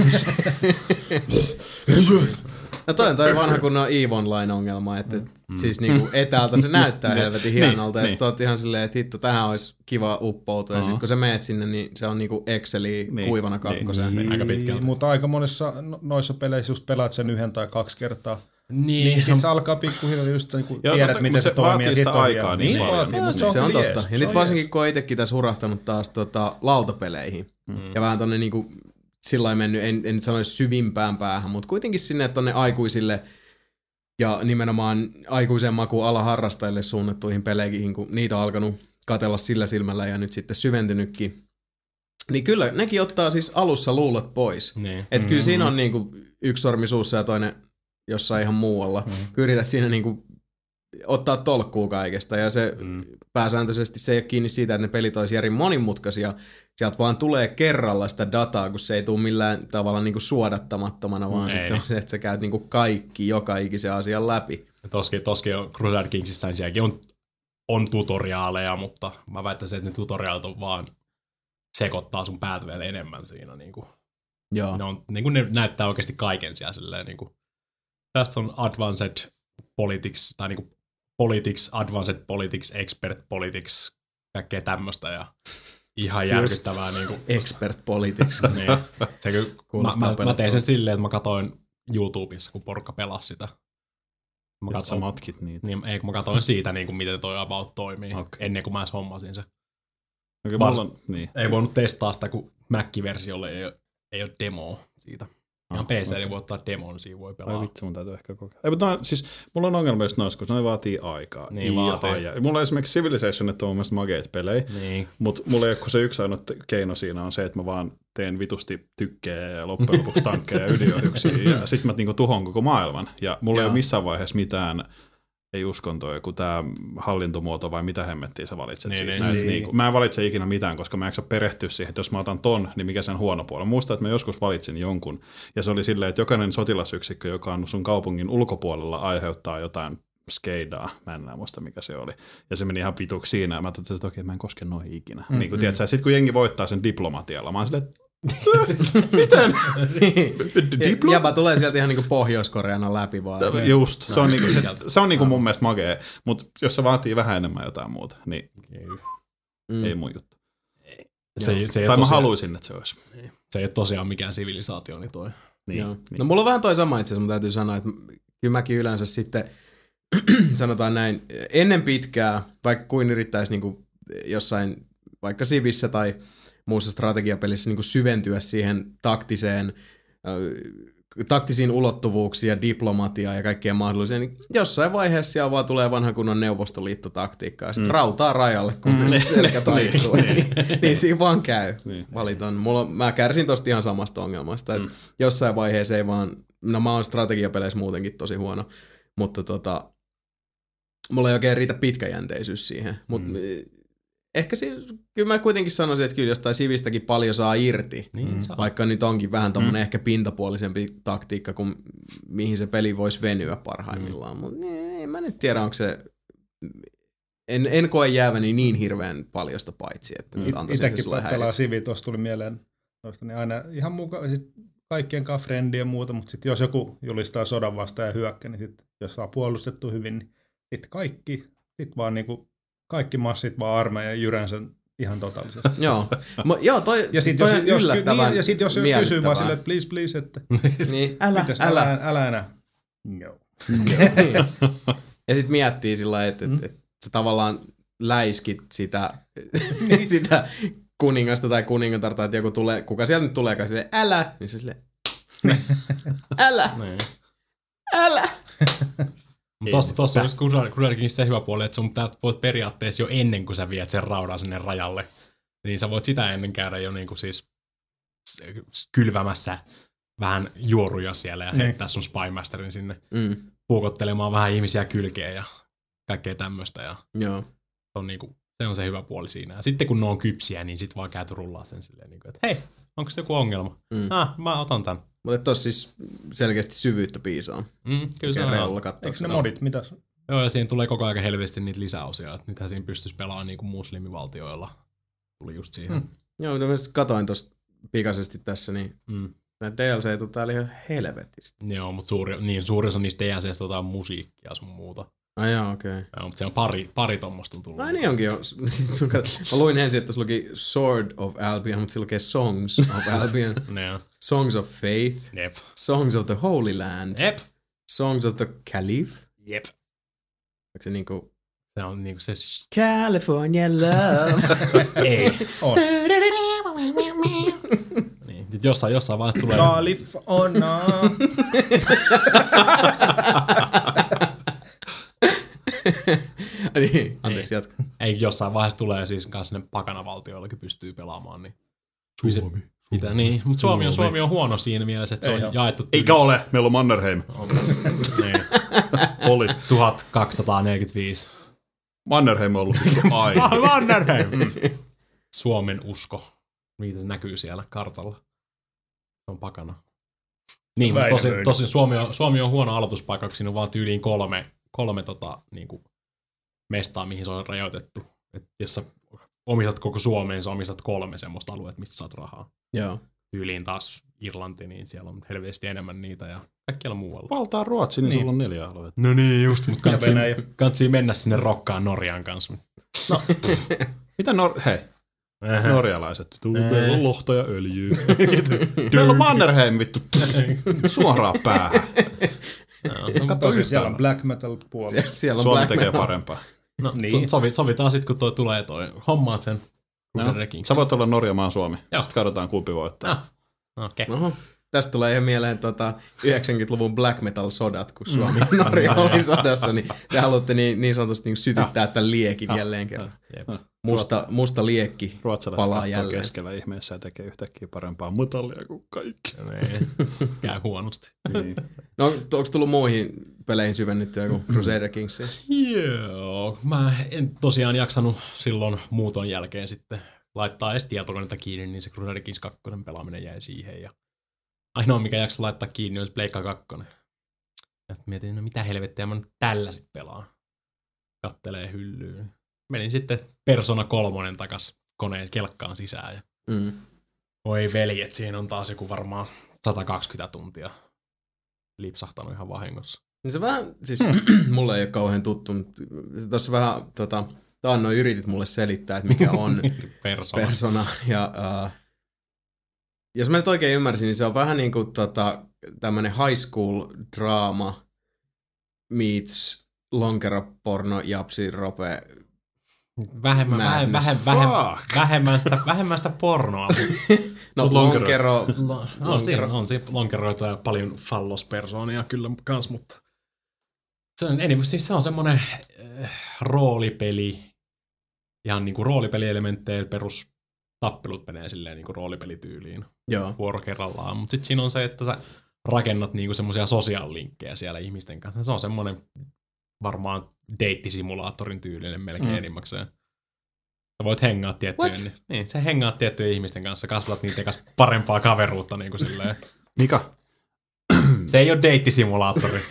No toi on vanha kunnon EVE Online-ongelma, että siis niinku etäältä se näyttää helvetin hienolta ja sit oot ihan silleen, että hitto, tähän olisi kiva uppoutua ja sit kun sä meet sinne, niin se on niinku Exceli kuivana kakkoseen. Aika pitkältä. Mutta aika monessa noissa peleissä just pelaat sen 1 tai 2 kertaa. Niin sit se alkaa pikkuhiljaa just niinku tiedät, miten se toimii. Vaatii sitä aikaa niin paljon. Se on totta. Ja nyt varsinkin, kun on itsekin tässä hurahtanut taas lautapeleihin ja vähän tonne niinku sillain mennyt, en nyt sanoisi syvimpään päähän, mutta kuitenkin sinne tonne aikuisille ja nimenomaan aikuisen makuun alaharrastajille suunnattuihin peleihin, kun niitä on alkanut katsella sillä silmällä ja nyt sitten syventynytkin. Niin kyllä nekin ottaa siis alussa luulot pois. Että kyllä siinä on niinku yksi sormi suussa ja toinen jossain ihan muualla. Kyllä yrität siinä niinku ottaa tolkkuu kaikesta ja se pääsääntöisesti se ei ole kiinni siitä, että ne pelit olisi järin monimutkaisia. Sieltä vaan tulee kerralla sitä dataa, kun se ei tule millään tavalla niinku suodattamattomana, vaan se on se, että sä käyt niinku kaikki joka ikisen asian läpi. Toskin on Crusader Kingsissä on tutoriaaleja, mutta mä väittäisin, että ne tutoriaalit on vaan sekoittaa sun päät vielä enemmän siinä. Niinku. Joo. Ne näyttää oikeasti kaiken siellä silleen. Niinku. Tässä on Advanced Politics, tai niinku Politics, Advanced Politics, Expert Politics, kaikkea tämmöistä ja ihan järkyttävää. Niinku. Expert Politics. Niin. Se mä tein sen silleen, että mä katsoin YouTubessa, kun porukka pelasi sitä. Sä matkit niitä. Niin, kun mä katsoin siitä, niin kuin, miten toi about toimii, ennen kuin mä edes hommasin se. Ei voinut testaa sitä, kun Mac-versiolle ei ole demoa siitä. Ihan PC voi ottaa demon, siinä voi pelaa. Ai vitsi, mun täytyy ehkä kokeilla. Ei, mutta siis, mulla on ongelma just noissa, koska ne vaatii aikaa. Niin vaatii. Mulla on esimerkiksi Civilization, että on mun mielestä mageita pelejä, mutta mulla ei ole, kun se yksi ainoa keino siinä on se, että mä vaan teen vitusti tykkejä ja loppujen lopuksi tankkeja ja ydinohjuksia ja sit mä niinku tuhon koko maailman. Ja mulla ei ole missään vaiheessa mitään, ei uskontoa, joku tää hallintomuoto vai mitä hemmettiä sä valitset. Mä en valitse ikinä mitään, koska mä en jaksa perehtyä siihen, että jos mä otan ton, niin mikä sen huono puoli. Muistan, että mä joskus valitsin jonkun, ja se oli silleen, että jokainen sotilasyksikkö, joka on sun kaupungin ulkopuolella, aiheuttaa jotain skeidaa. Mä en muista, mikä se oli. Ja se meni ihan vituksi siinä, ja mä totesin, että okei, mä en koske noihin ikinä. Niin kuin, tiedätkö, sit kun jengi voittaa sen diplomatialla, mä oon silleen, miten? Jäbä tulee sieltä ihan niinku Pohjois-Koreana läpi vaan. Just, se on niinku mun mielestä magea, mutta jos se vaatii vähän enemmän jotain muuta, niin ei mun juttu. Tai mä haluaisin, että se olisi. Se ei ole tosiaan mikään sivilisaatio, niin toi. Niin. No mulla on vähän toi sama itse asiassa, mutta täytyy sanoa, että kyllä mäkin yleensä sitten, sanotaan näin, ennen pitkää, vaikka kuin yrittäisi niinku jossain, vaikka Civissä tai muussa strategiapelissä niin kuin syventyä siihen taktisiin ulottuvuuksiin ja diplomatiaan ja kaikkeen mahdolliseen, niin jossain vaiheessa siellä vaan tulee vanha kunnon neuvostoliittotaktiikkaa ja sitten rautaa rajalle, kun se selkä taittuu. Niin siinä vaan käy. Valitan. Mä kärsin tosta ihan samasta ongelmasta, että jossain vaiheessa ei vaan, no mä oon strategiapeleissä muutenkin tosi huono, mutta mulla ei oikein riitä pitkäjänteisyys siihen. Mutta ehkä siis, kyllä mä kuitenkin sanoisin, että kyllä jostain sivistäkin paljon saa irti. Vaikka nyt onkin vähän tommonen ehkä pintapuolisempi taktiikka, kuin mihin se peli voisi venyä parhaimmillaan. Mutta en mä nyt tiedä, onko se... En koe jääväni niin hirveän paljosta paitsi, että nyt antaisin Itsekin sille häiritä. pelaa Civi, tuossa tuli mieleen toista, niin aina ihan mukaan kaikkien kanssa frendiä ja muuta, mutta sitten jos joku julistaa sodan vastaan ja hyökkää, niin sit, jos saa puolustettu hyvin, niin sitten vaan niinku, kaikki massit vaan armeijan jyrän sen ihan totaalisesti. Joo, toi, ja sitten toi jos yllättävän niin, jos kysyy vaan silleen, että please, että niin, älä enää. No. Ja sitten miettii sillä lailla, että sä tavallaan läiskit sitä kuningasta tai kuningatarta, että joku tulee, kuka sieltä nyt tuleekaan silleen, älä, niin se silleen, älä. Tossa on just Crusader se hyvä puoli, että sun voit periaatteessa jo ennen kuin sä viet sen raudan sinne rajalle, niin sä voit sitä ennen käydä jo niinku siis kylvämässä vähän juoruja siellä ja heittää sun Spymasterin sinne puukottelemaan vähän ihmisiä kylkeen ja kaikkea tämmöistä. Ja Joo. Se on se hyvä puoli siinä. Ja sitten kun ne on kypsiä, niin sit vaan käyty rullaa sen silleen, että hei, onko se joku ongelma? Mä otan tän. Mutta tossa siis selkeästi syvyyttä piisaa. Kyllä se on. Eikö ne modit, mitä? Joo, ja siinä tulee koko ajan helvesti niitä lisäosia. Että nythän siinä pystyisi pelaamaan niinku muslimivaltioilla. Tuli just siihen. Joo, mutta mä katoin tosta pikaisesti tässä, niin nämä DLC täällä ihan helvetistä. Joo, mutta suurin osa niistä DLCistä on musiikkia ja sun muuta. Ai joo, okei. Joo, mutta se on pari tommosta on tullut. Ai niin onkin jo. Mä luin ensin, että tuossa luki Sword of Albion, mutta sillä lukee Songs of Albion. Songs of Faith. Jep. Songs of the Holy Land. Jep. Songs of the Caliph. Jep. Onko se niinku... Se on niinku se... California Love. Ei. On. Niin, jossain vaiheessa tulee... California. Niin, anteeksi, jatka. Ei, jossain vaiheessa tulee siis kanssa ne pakanavaltioillakin pystyy pelaamaan. Niin. Suomi. Mitä, niin, mutta Suomi on huono siinä mielessä, että se on jaettu... Eikä ole, meillä on Mannerheim. Niin. Oli. 1245. Mannerheim on ollut aina. Mannerheim! Suomen usko. Mitä se näkyy siellä kartalla. Se on pakana. Niin, mutta tosin Suomi on huono aloituspaikka, koska siinä on vaan tyyliin kolme niinku mestaa, mihin se on rajoitettu. Et jos sä omistat koko Suomeen, sä omistat 3 semmoista alueet, mistä saat rahaa. Joo. Tyyliin taas Irlanti, niin siellä on helveesti enemmän niitä ja kaikkialla muualla. Valtaa Ruotsi, niin sulla on 4 alueita. No niin, just, mutta kantsii mennä sinne rokkaan Norjan kanssa. No, mitä norjalaiset. Meillä on lohta ja öljyä. Meillä on Mannerheim, vittu. Suoraan päähän. Tosi siellä on black metal puoli. Siellä on Suomi black tekee metal. parempaa. No, niin. sovitaan sitten, kun tulee hommaat sen. Sä voit olla Norja, mä oon Suomi. Joo. Sitten katsotaan, kumpi voittaa. Okei. Oho. Tästä tulee ihan mieleen 90-luvun black metal sodat, kun Suomi ja Norja oli sodassa, niin te haluatte niin sanotusti sytyttää tämän liekin jälleen kerran. Musta liekki palaa jälleen. Keskellä ihmeessä ja tekee yhtäkkiä parempaa metallia kuin kaikki. Käy huonosti. Niin. No, onko tullut muihin peleihin syvennyttyä kuin Crusader Kingsiin? Joo, mä en tosiaan jaksanut silloin muuton jälkeen sitten laittaa edes tietokoneita kiinni, niin se Crusader Kings 2 pelaaminen jäi siihen. Ja ainoa, mikä jakso laittaa kiinni, on se Pleikka 2. Ja mietin, no mitä helvettiä mä nyt tällä sit pelaan. Kattelee hyllyyn. Menin sitten Persona 3 takas koneen kelkkaan sisään. Ja oi veljet, siinä on taas joku varmaan 120 tuntia lipsahtanut ihan vahingossa. Niin se vähän, siis mulle ei ole kauhean tuttu, mutta tuossa vähän taannoin yritit mulle selittää, että mikä on Persona. Ja jos mä nyt oikein ymmärsin, niin se on vähän niin kuin tämmönen high school drama meets lonkero-porno, japsi, rope. Vähemmän sitä pornoa. No lonkero. On siinä lonkeroita ja paljon fallospersoonia kyllä kans, mutta se on semmonen roolipeli. Ihan niinku roolipelielementtejä, perustappelut menee silleen niinku roolipelityyliin. Joo. Vuoro kerrallaan, mutta sitten siinä on se, että sä rakennat niinku semmosia sosiaalilinkkejä siellä ihmisten kanssa. Se on semmonen varmaan deittisimulaattorin tyylinen melkein enimmäkseen. Sä voit hengaa tiettyjen, niin, sä hengaat tiettyjen ihmisten kanssa, kasvat niiden kanssa parempaa kaveruutta niin kuin silleen. Mika? Se ei ole deittisimulaattori.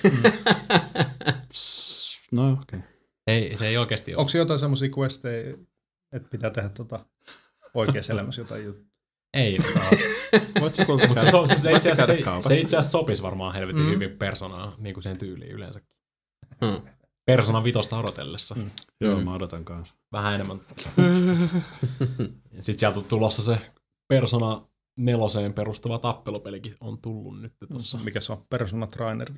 No okei. Ei, se ei oikeasti ole. Onko jotain semmoisia questeja, että pitää tehdä oikeassa elämässä jotain juttua? Ei. Voit sä kulta Mutta se itse asiassa sopisi varmaan helvetin hyvin Personaa, niin kuin sen tyyliin yleensäkin. Persona 5 odotellessa. Joo, mä odotan kanssa. Vähän enemmän. Sitten sieltä on tulossa se Persona 4 perustuva tappelupelikin on tullut nyt tuossa. Mikä se on? Persona Trainer.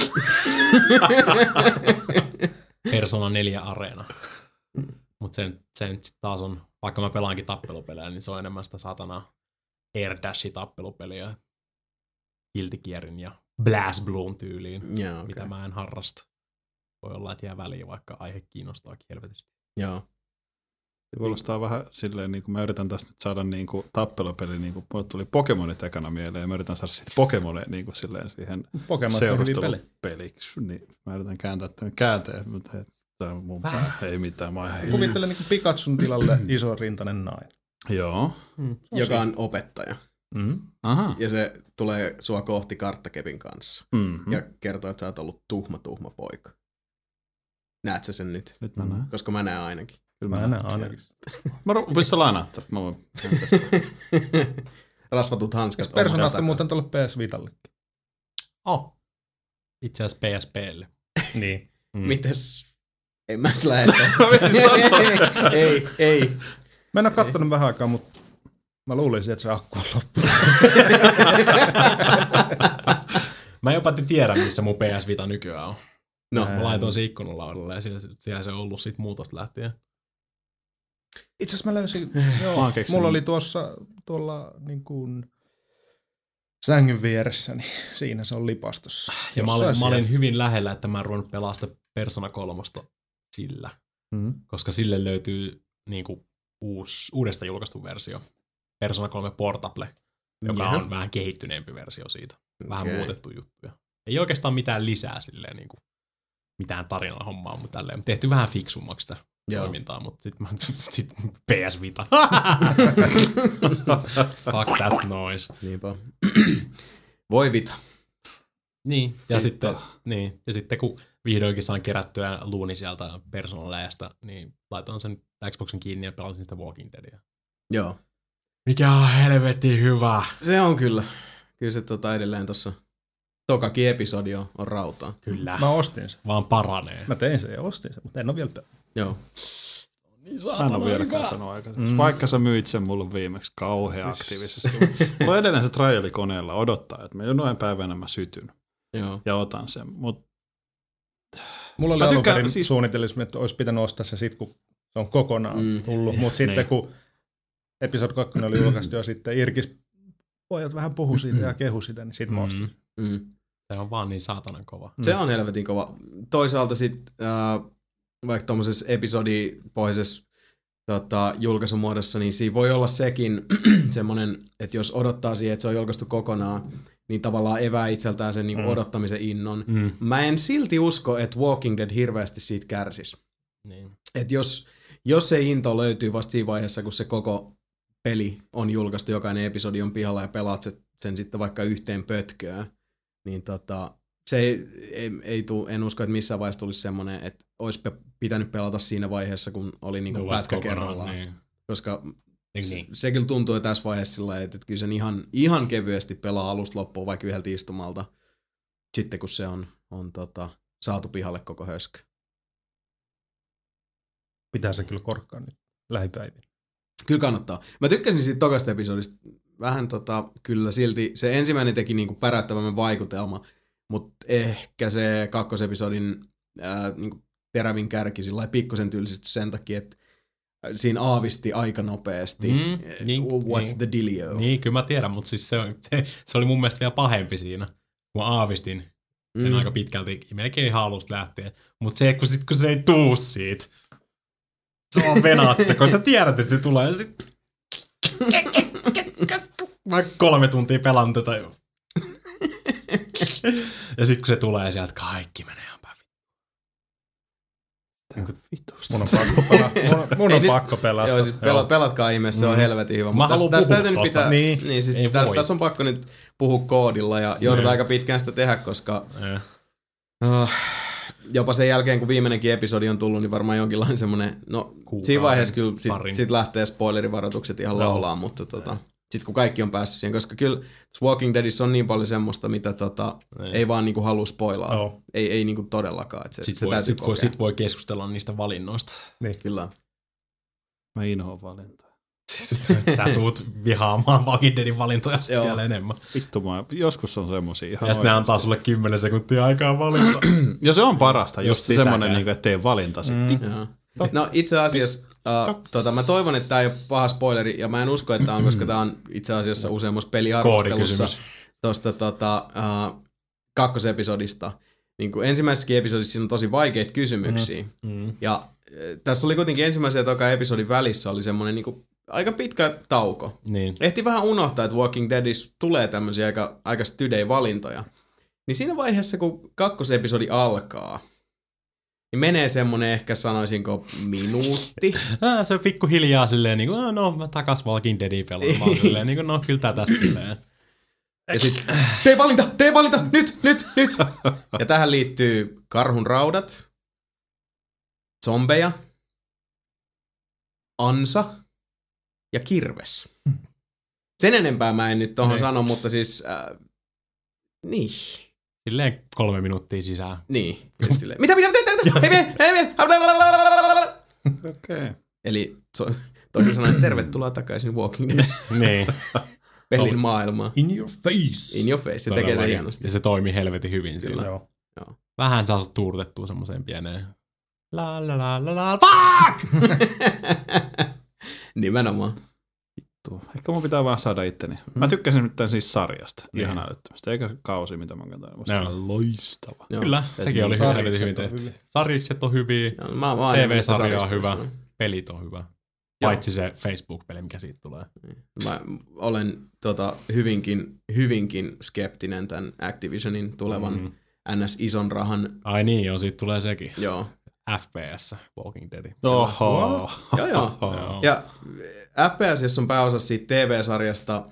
Persona 4 Arena. Mutta sen taas on, vaikka mä pelaankin tappelupelejä, niin se on enemmän sitä satanaa Air Dash-tappelupeliä. Guilty Gearin ja BlazBluun tyyliin, mitä mä en harrasta. Voi olla, että jää väliin, vaikka aihe kiinnostaakin helvetisti. Joo. Se kuulostaa vähän silleen, niin kuin mä yritän tästä nyt saada niin kuin tappelupeli, niin kuin mulle tuli Pokemonit ekana mieleen, ja mä yritän saada sitten Pokemoneja niin kuin silleen siihen seurustelupeliksi. Niin mä yritän kääntää tämän käänteen, mutta tämä mun pää ei mitään. Kuvittelen niin kuin Pikachun tilalle isorintainen nainen. Joo. Joka on opettaja. Aha. Ja se tulee sua kohti karttakepin kanssa. Ja kertoo, että sä oot ollut tuhma poika. Näet sä sen nyt? Nyt mä näen. Koska mä näen ainakin. Kyllä mä näen ainakin. Voisi lainaa, että mä voin Rasvatut hanskat. Personaatti muuten tuolle PS Vitallekin. Itse asiassa PSPlle. Niin. Mites? En mä sitä lähetä. Ei. Mä en oo kattonut vähän aikaa, mutta mä luulisin, että se akku on loppu. Mä jopa tiedän, missä mun PS Vita nykyään on. No. Mä laitoin se ikkunalaudalle ja siellä se on ollut sit muutosta lähtien. Itse asiassa mä löysin, mulla oli tuolla niin kuin sängyn vieressä, niin siinä se on lipastossa. Ja mä olin hyvin lähellä, että mä en ruvennut pelaa sitä Persona 3 sillä. Koska sille löytyy niinku uudesta julkaistu versio. Persona 3 Portable, joka on vähän kehittyneempi versio siitä. Vähän muutettu juttuja. Ei oikeastaan mitään lisää silleen niinku mitään tarinahommaa, mutta tälleen. Tehty vähän fiksummaksi sitä toimintaa, mutta sit PS Vita. Fuck that noise. Niinpä. Voi Vita. Niin, ja sitten kun vihdoinkin saan kerättyä luuni sieltä Persona-läjästä, niin laitan sen Xboxin kiinni ja pelasin sitä Walking Deadia. Joo. Mikä on helvetin hyvä. Se on kyllä. Kyllä se edelleen tossa tokakin episodi on rautaa. Kyllä. Mä ostin sen. Vaan paranee. Mä tein sen ja ostin sen, mutta en ole vielä Joo. Niin mä en ole vieläkään sanonut aikaisemmin. Vaikka sä myit sen mulle viimeksi kauhean aktiivisesti. Mulla on edelleen se trialikoneella odottaa, että mä jonain päivänä mä sytyn. Joo. Ja otan sen. Mulla oli alun perin suunnitelma, että olisi pitänyt ostaa se sit, kun se on kokonaan tullut. Mutta sitten kun episode 2 oli julkaistu ja sitten Irkis pojat vähän puhu siitä ja kehu sitä, niin sit mä ostin. Se on vaan niin saatanan kova. Se on helvetin kova. Toisaalta sitten vaikka tuommoisessa episodipohjaisessa julkaisumuodossa, niin siinä voi olla sekin semmoinen, että jos odottaa siihen, että se on julkaistu kokonaan, niin tavallaan evää itseltään sen niin odottamisen innon. Mä en silti usko, että Walking Dead hirveästi siitä kärsisi. Niin. Että jos se into löytyy vasta siinä vaiheessa, kun se koko peli on julkaistu, jokainen episodi on pihalla ja pelaat sen sitten vaikka yhteen pötköön, niin se en usko, että missään vaiheessa tulisi semmoinen, että olisi pitänyt pelata siinä vaiheessa, kun oli niinku pätkä kerrallaan. Niin. Koska se kyllä tuntuu tässä vaiheessa sillä että kyllä sen ihan kevyesti pelaa alusta loppuun vaikka yhdeltä istumalta, sitten kun se on saatu pihalle koko höskö. Pitää se kyllä korkkaa nyt lähipäivinä. Kyllä kannattaa. Mä tykkäsin siitä tokasta episodista. Vähän kyllä silti se ensimmäinen teki niinku päräyttävämmän vaikutelma, mutta ehkä se kakkosepisodin niinku terävin kärki sillä pikkusen tylsistyi sen takia, että siinä aavisti aika nopeasti. What's the dealio? Niin, kyllä mä tiedän, mutta siis se oli mun mielestä vielä pahempi siinä, kun mä aavistin sen aika pitkälti, melkein halusta lähtien. Mutta se, kun se ei tuu siitä, se on venaatta, kun sä tiedät, että se tulee ja sit vaikka 3 tuntia pelan tätä jo. Ja sit kun se tulee sieltä, kaikki menee ihan päin. Mun on pakko pelata. Mun on pakko pelata. Joo, siis pelatkaa ihmeessä, se on helvetin hyvä. Mä haluan puhua tosta. Niin siis tässä on pakko nyt puhua koodilla ja joudutaan aika pitkään sitä tehdä, koska jopa sen jälkeen, kun viimeinenkin episodi on tullut, niin varmaan jonkinlainen semmoinen, no siinä vaiheessa kyllä sit lähtee spoilerivaroitukset ihan laulaan, mutta sit kun kaikki on päässyt siihen, koska kyllä Walking Deadissä on niin paljon semmoista, mitä ei vaan niinku halua spoilaa. Ei niinku todellakaan. Että sit voi keskustella niistä valinnoista. Niin. Kyllä. Mä inhoan valintoja. Sä tuut vihaamaan Walking Deadin valintoja vielä enemmän. Vittu, joskus on semmosia ihan ja sitten ne antaa sulle 10 sekuntia aikaa valinta. Ja se on parasta, just semmonen, että tee valintasi. No itse asiassa mä toivon, että tää ei ole paha spoileri, ja mä en usko, että tää on, koska tää on itse asiassa useammassa peliarvostelussa tosta kakkosepisodista. Niin kuin ensimmäisessäkin episodissa siinä on tosi vaikeita kysymyksiä. Ja tässä oli kuitenkin ensimmäisen ja toka episodin välissä oli semmoinen niin kuin aika pitkä tauko. Niin. Ehti vähän unohtaa, että Walking Deadissä tulee tämmöisiä aika stydei valintoja. Niin siinä vaiheessa, kun kakkosepisodi alkaa, niin menee semmonen ehkä sanoisinko minuutti. Se on pikkuhiljaa silleen niinku, mä takas Walking Deadin pelaamaan silleen niinku, kyllä tää tästä silleen. Ja sit, tee valinta, nyt! Ja tähän liittyy karhun raudat, zombeja, ansa ja kirves. Sen enempää mä en nyt tohon sano, mutta siis, niin. Silleen 3 minuuttia sisään. Niin. Silleen, mitä? Hei! Okei. Eli toisin sanoen, tervetuloa takaisin Walking Dead. Niin. Pelin maailmaan. In your face. In your face, se tekee sen hienosti. Ja se toimii helvetin hyvin sillä. Joo. Vähän saa tuurutettua semmoseen pieneen la fuck! Nimenomaan. Ehkä mun pitää vaan saada itteni. Mä tykkäsin nyt tämän siis sarjasta. Ihan älyttömästi. Eikä kausi, mitä mä katsoin. Musta se on loistava. Joo. Kyllä, sekin oli helvetin hyvin tehty. Sarjikset on hyviä, TV-sarja on hyvä, pelit on hyvä. Paitsi se Facebook-peli, mikä siitä tulee. Mä olen hyvinkin skeptinen tämän Activisionin tulevan NS-ison rahan. Ai niin, joo, siitä tulee sekin. Joo. FPS, Walking Dead. Oho. Joo. Ja FPS, jos on pääosassa siitä TV-sarjasta,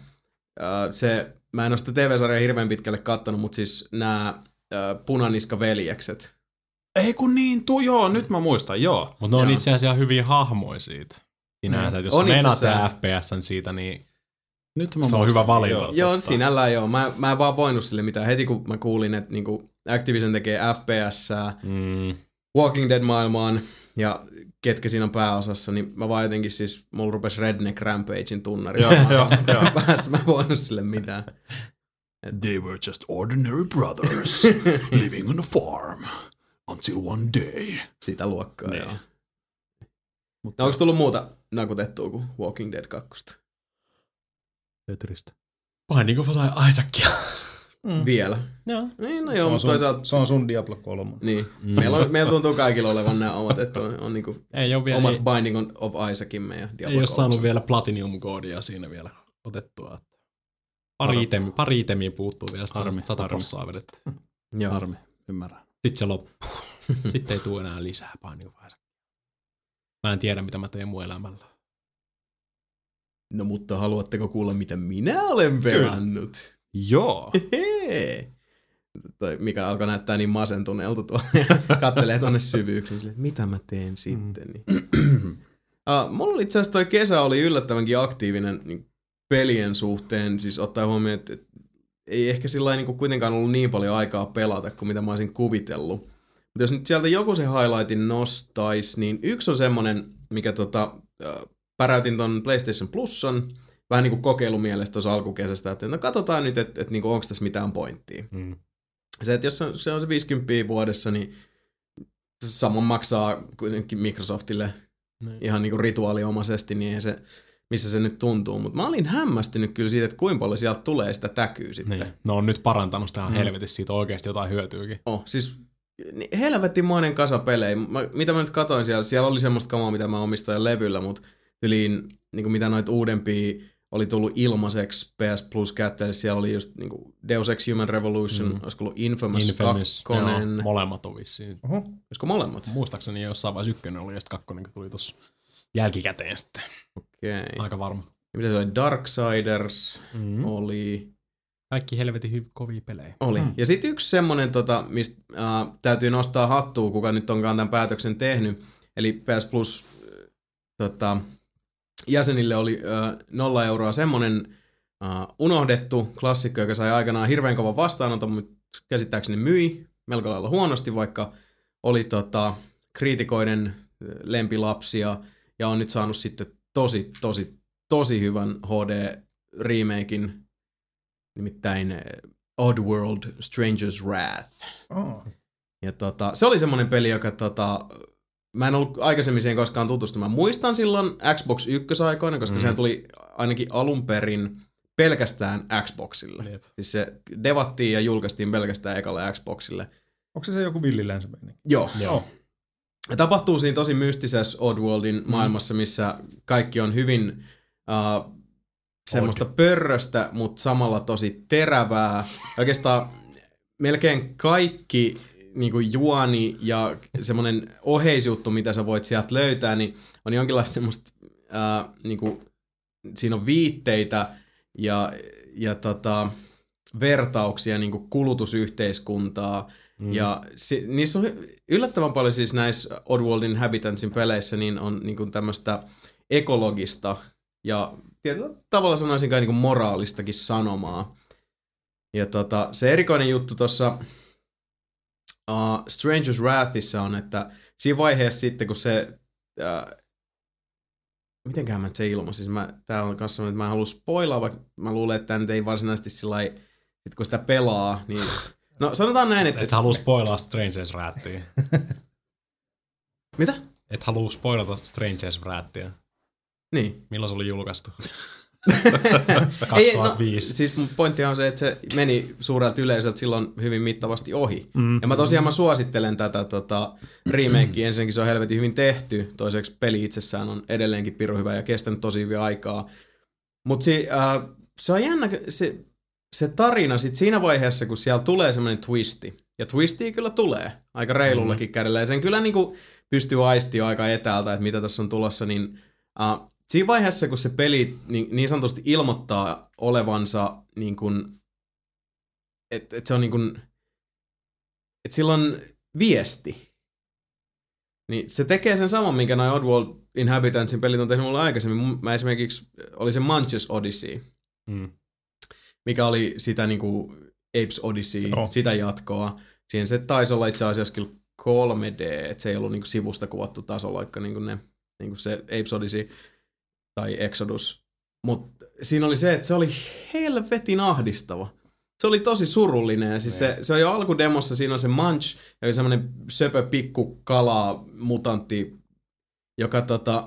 mä en ole sitä TV-sarjaa hirveän pitkälle kattonut, mutta siis nämä Punaniska-veljekset. Ei kun niin, joo, nyt mä muistan, joo. Mutta ne on itse asiassa hyvin hahmoja siitä. Sinänsä, että jos meinaat FPSn siitä, niin nyt se on hyvä valinta. Joo, sinällään joo. Mä en vaan voinut sille mitään. Heti kun mä kuulin, että niinku Activision tekee FPSää Walking Dead-maailmaan ja ketkä siinä on pääosassa, niin mä vaan jotenkin siis, mulla rupesi Redneck Rampagein tunnari. Mä en voinut sille mitään. They were just ordinary brothers living on a farm until one day. Sitä luokkaa, joo. Mutta onko tullut muuta nakutettua kuin Walking Dead 2? Tetristä. Binding of Isaacia. Vielä. Joo. Niin, no joo, mutta toisaalta... Se on sun Diablo 3. Niin. Meillä tuntuu kaikilla olevan nämä omat, että on niinku omat Binding of Isaacimme ja Diablo 3. Ei ole saanut vielä Platinum-koodia siinä vielä otettua. Pari itemiä puuttuu vielä, 100 prossaa vedetty. Joo. Harmi, ymmärrän. Sitten se loppuu. Sitten ei tule enää lisää Binding of Isaacia. Mä en tiedä, mitä mä teen mun elämällä. No mutta haluatteko kuulla, mitä minä olen pelannut? Joo. Mikä alkoi näyttää niin masentuneelta tuolla ja kattelee tuonne syvyyksiin silleen, että mitä mä teen sitten. Mulla oli itse asiassa toi kesä oli yllättävänkin aktiivinen niin pelien suhteen, siis ottaa huomioon, että ei ehkä sillä niin kuitenkaan ollut niin paljon aikaa pelata kuin mitä mä olisin kuvitellut. Mutta jos nyt sieltä joku se highlightin nostaisi, niin yksi on semmonen, mikä päräytin ton PlayStation Plusan, vähän niin kuin kokeilumielestä tuossa alkukesästä, että no katsotaan nyt, että niin onko tässä mitään pointtia. Se, että jos se on se 50 vuodessa, niin se sama maksaa kuitenkin Microsoftille ihan niin kuin rituaaliomaisesti, niin ei se, missä se nyt tuntuu. Mutta mä olin hämmästynyt kyllä siitä, että kuinka paljon sieltä tulee sitä täkyy sitten. Niin. No on nyt parantanut sitä helvetissä, siitä oikeasti jotain hyötyykin. Siis helvetimoinen kasa pelejä. Mitä mä nyt katoin siellä oli semmoista kamaa, mitä mä omistan jo levyllä, mutta yliin, niin kuin mitä noita uudempia oli tullut ilmaiseksi PS Plus käyttäjille. Siellä oli just niinku Deus Ex Human Revolution, olisiko ollut Infamous 2. Joo, molemmat on vissiin. Olisiko molemmat? Muistaakseni jossain vaiheessa 1 oli ja sitten 2 tuli tuossa jälkikäteen sitten. Okei. Aika varma. Ja mitä se oli? Darksiders oli... Kaikki helvetin kovia pelejä. Oli. Ja sitten yksi semmonen, mistä täytyy nostaa hattua, kuka nyt onkaan tämän päätöksen tehnyt. Eli PS Plus jäsenille oli 0 euroa semmonen unohdettu klassikko, joka sai aikanaan hirveän kovan vastaanoton, mutta käsittääkseni myi melko lailla huonosti, vaikka oli kriitikoiden lempilapsia ja on nyt saanut sitten tosi hyvän HD-remakein, nimittäin Oddworld Stranger's Wrath. Ja se oli semmonen peli, joka mä en ollut aikaisemmin siihen koskaan tutustunut. Mä muistan silloin Xbox 1-aikoina, koska sehän tuli ainakin alun perin pelkästään Xboxille. Jep. Siis se devattiin ja julkaistiin pelkästään ekalle Xboxille. Onko se joku villilänsimeini? Joo. Ja tapahtuu siinä tosi mystisessä Oddworldin maailmassa, missä kaikki on hyvin semmoista pörröstä, mutta samalla tosi terävää. Oikeastaan melkein kaikki niinku juoni ja semmoinen oheisjuttu, mitä sä voit sieltä löytää, niin on jonkinlaista semmoista, niinku, siinä on viitteitä ja vertauksia niinku kulutusyhteiskuntaa. Ja niissä on yllättävän paljon siis näissä Oddworld Inhabitantsin peleissä niin on niinku tämmöistä ekologista ja tietyllä tavalla sanoisinkaan niinku moraalistakin sanomaa. Ja se erikoinen juttu tuossa Stranger's Wrathissa on, että siinä vaiheessa sitten, kun se mitenkään mä se ilmaisin, tää on kanssa että mä en halua spoilaa, vaikka mä luulen, että tää nyt ei varsinaisesti sillai, sit kun sitä pelaa, niin no sanotaan näin, että... Et halua spoilaa Stranger's Wrathia. Mitä? Et halua spoilata Stranger's Wrathia. Niin. Milloin se oli julkaistu? 2005. Siis mun pointti on se, että se meni suurelta yleisöltä silloin hyvin mittavasti ohi. Ja mä suosittelen tätä remakea. Ensinnäkin se on helvetin hyvin tehty. Toiseksi peli itsessään on edelleenkin pirun hyvä ja kestänyt tosi hyvin aikaa. Mutta se on jännä, se tarina sit siinä vaiheessa, kun siellä tulee semmoinen twisti. Ja twistia kyllä tulee aika reilullakin kädellä. Ja sen kyllä niinku pystyy aistimaan aika etäältä, että mitä tässä on tulossa, niin... Siinä vaiheessa, kun se peli niin sanotusti ilmoittaa olevansa niin kuin, että se on niin kuin, että sillä on viesti, niin se tekee sen saman, minkä noi Oddworld Inhabitantsin pelit on tehnyt mulle aikaisemmin. Mä esimerkiksi oli se Munch's Odyssey, mikä oli sitä niin kuin Apes Odyssey, sitä jatkoa. Siinä se taisi olla itse asiassa kyllä 3D, että se ei ollut niin kuin sivusta kuvattu tasolla, vaikka niin kuin niin kuin se Apes Odyssey tai Exodus. Mutta siinä oli se, että se oli helvetin ahdistava. Se oli tosi surullinen. Siis se on jo alkudemossa, siinä on se Munch, joka on semmoinen söpö pikku kala mutantti, joka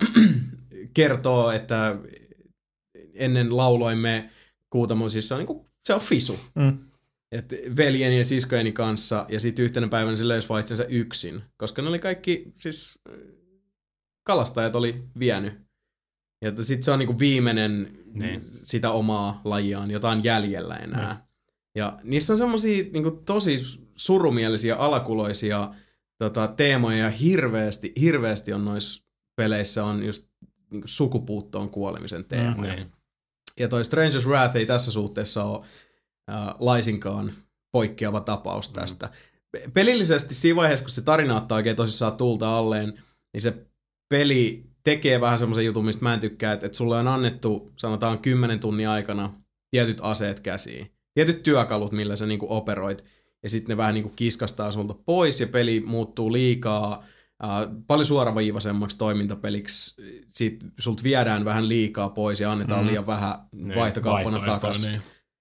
kertoo, että ennen lauloimme Kuutamo, siis se on, niinku, se on fisu. Et veljeni ja siskojeni kanssa, ja sitten yhtenä päivänä se löysi vaan itsensä yksin, koska ne oli kaikki, siis kalastajat oli vienyt. Ja sitten se on niinku viimeinen sitä omaa lajiaan, jota on jäljellä enää. Ja niissä on semmosia niinku tosi surumielisiä, alakuloisia teemoja, ja hirveästi on noissa peleissä on just niinku sukupuuttoon kuolemisen teemoja. Ja toi Stranger's Wrath ei tässä suhteessa ole laisinkaan poikkeava tapaus tästä. Pelillisesti siinä vaiheessa, kun se tarina ottaa oikein tosissaan tulta alleen, niin se peli tekee vähän semmoisen jutun, mistä mä en tykkää, että sulle on annettu, sanotaan 10 tunnin aikana tietyt aseet käsiin, tietyt työkalut, millä sä niinku operoit, ja sitten ne vähän niinku kiskastaa sulta pois, ja peli muuttuu liikaa, paljon suoraviivaisemmaksi toimintapeliksi, sit sulta viedään vähän liikaa pois, ja annetaan liian vähän vaihtokauppana takaisin.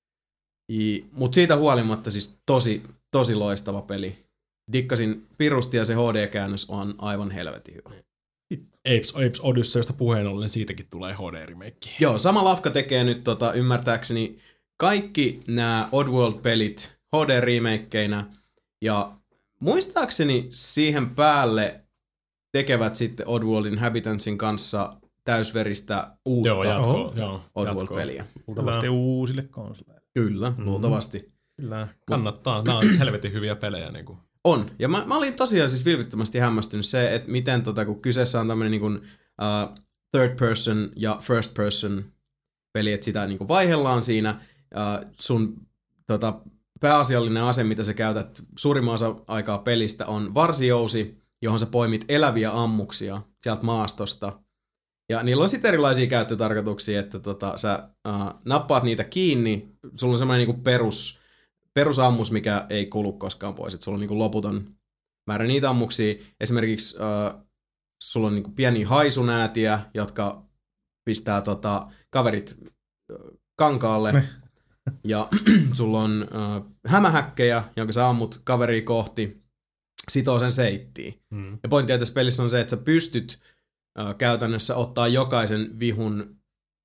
Mutta siitä huolimatta siis tosi loistava peli. Dikkasin pirusti, ja se HD-käännös on aivan helvetin hyvä. Apes Odysseysta puheen ollen siitäkin tulee HD-remake. Joo, sama lafka tekee nyt ymmärtääkseni kaikki nämä Oddworld-pelit HD-remakeinä, ja muistaakseni siihen päälle tekevät sitten Oddworld Inhabitantsin kanssa täysveristä uutta Oddworld-peliä. Luultavasti uusille konsoleille. Kyllä, luultavasti. Kyllä, kannattaa. Nämä on helvetin hyviä pelejä. Niin kuin. On, ja mä olin tosiaan siis vilpittömästi hämmästynyt se, että miten kun kyseessä on tämmöinen niin kuin, third person ja first person peli, että sitä niin kuin vaihdellaan siinä. Sun pääasiallinen ase, mitä sä käytät suurimman osa aikaa pelistä, on varsijousi, johon sä poimit eläviä ammuksia sieltä maastosta. Ja niillä on sitten erilaisia käyttötarkoituksia, että sä nappaat niitä kiinni. Sulla on semmoinen niinku perusammus, mikä ei kulu koskaan pois. Että sulla on niinku loputon määrä niitä ammuksia. Esimerkiksi sulla on niinku pieniä haisunäätiä, jotka pistää kaverit kankaalle. Ja sulla on hämähäkkejä, jonka sä ammut kaveria kohti, sitoo sen seittiin. Ja pointti tässä pelissä on se, että sä pystyt käytännössä ottaa jokaisen vihun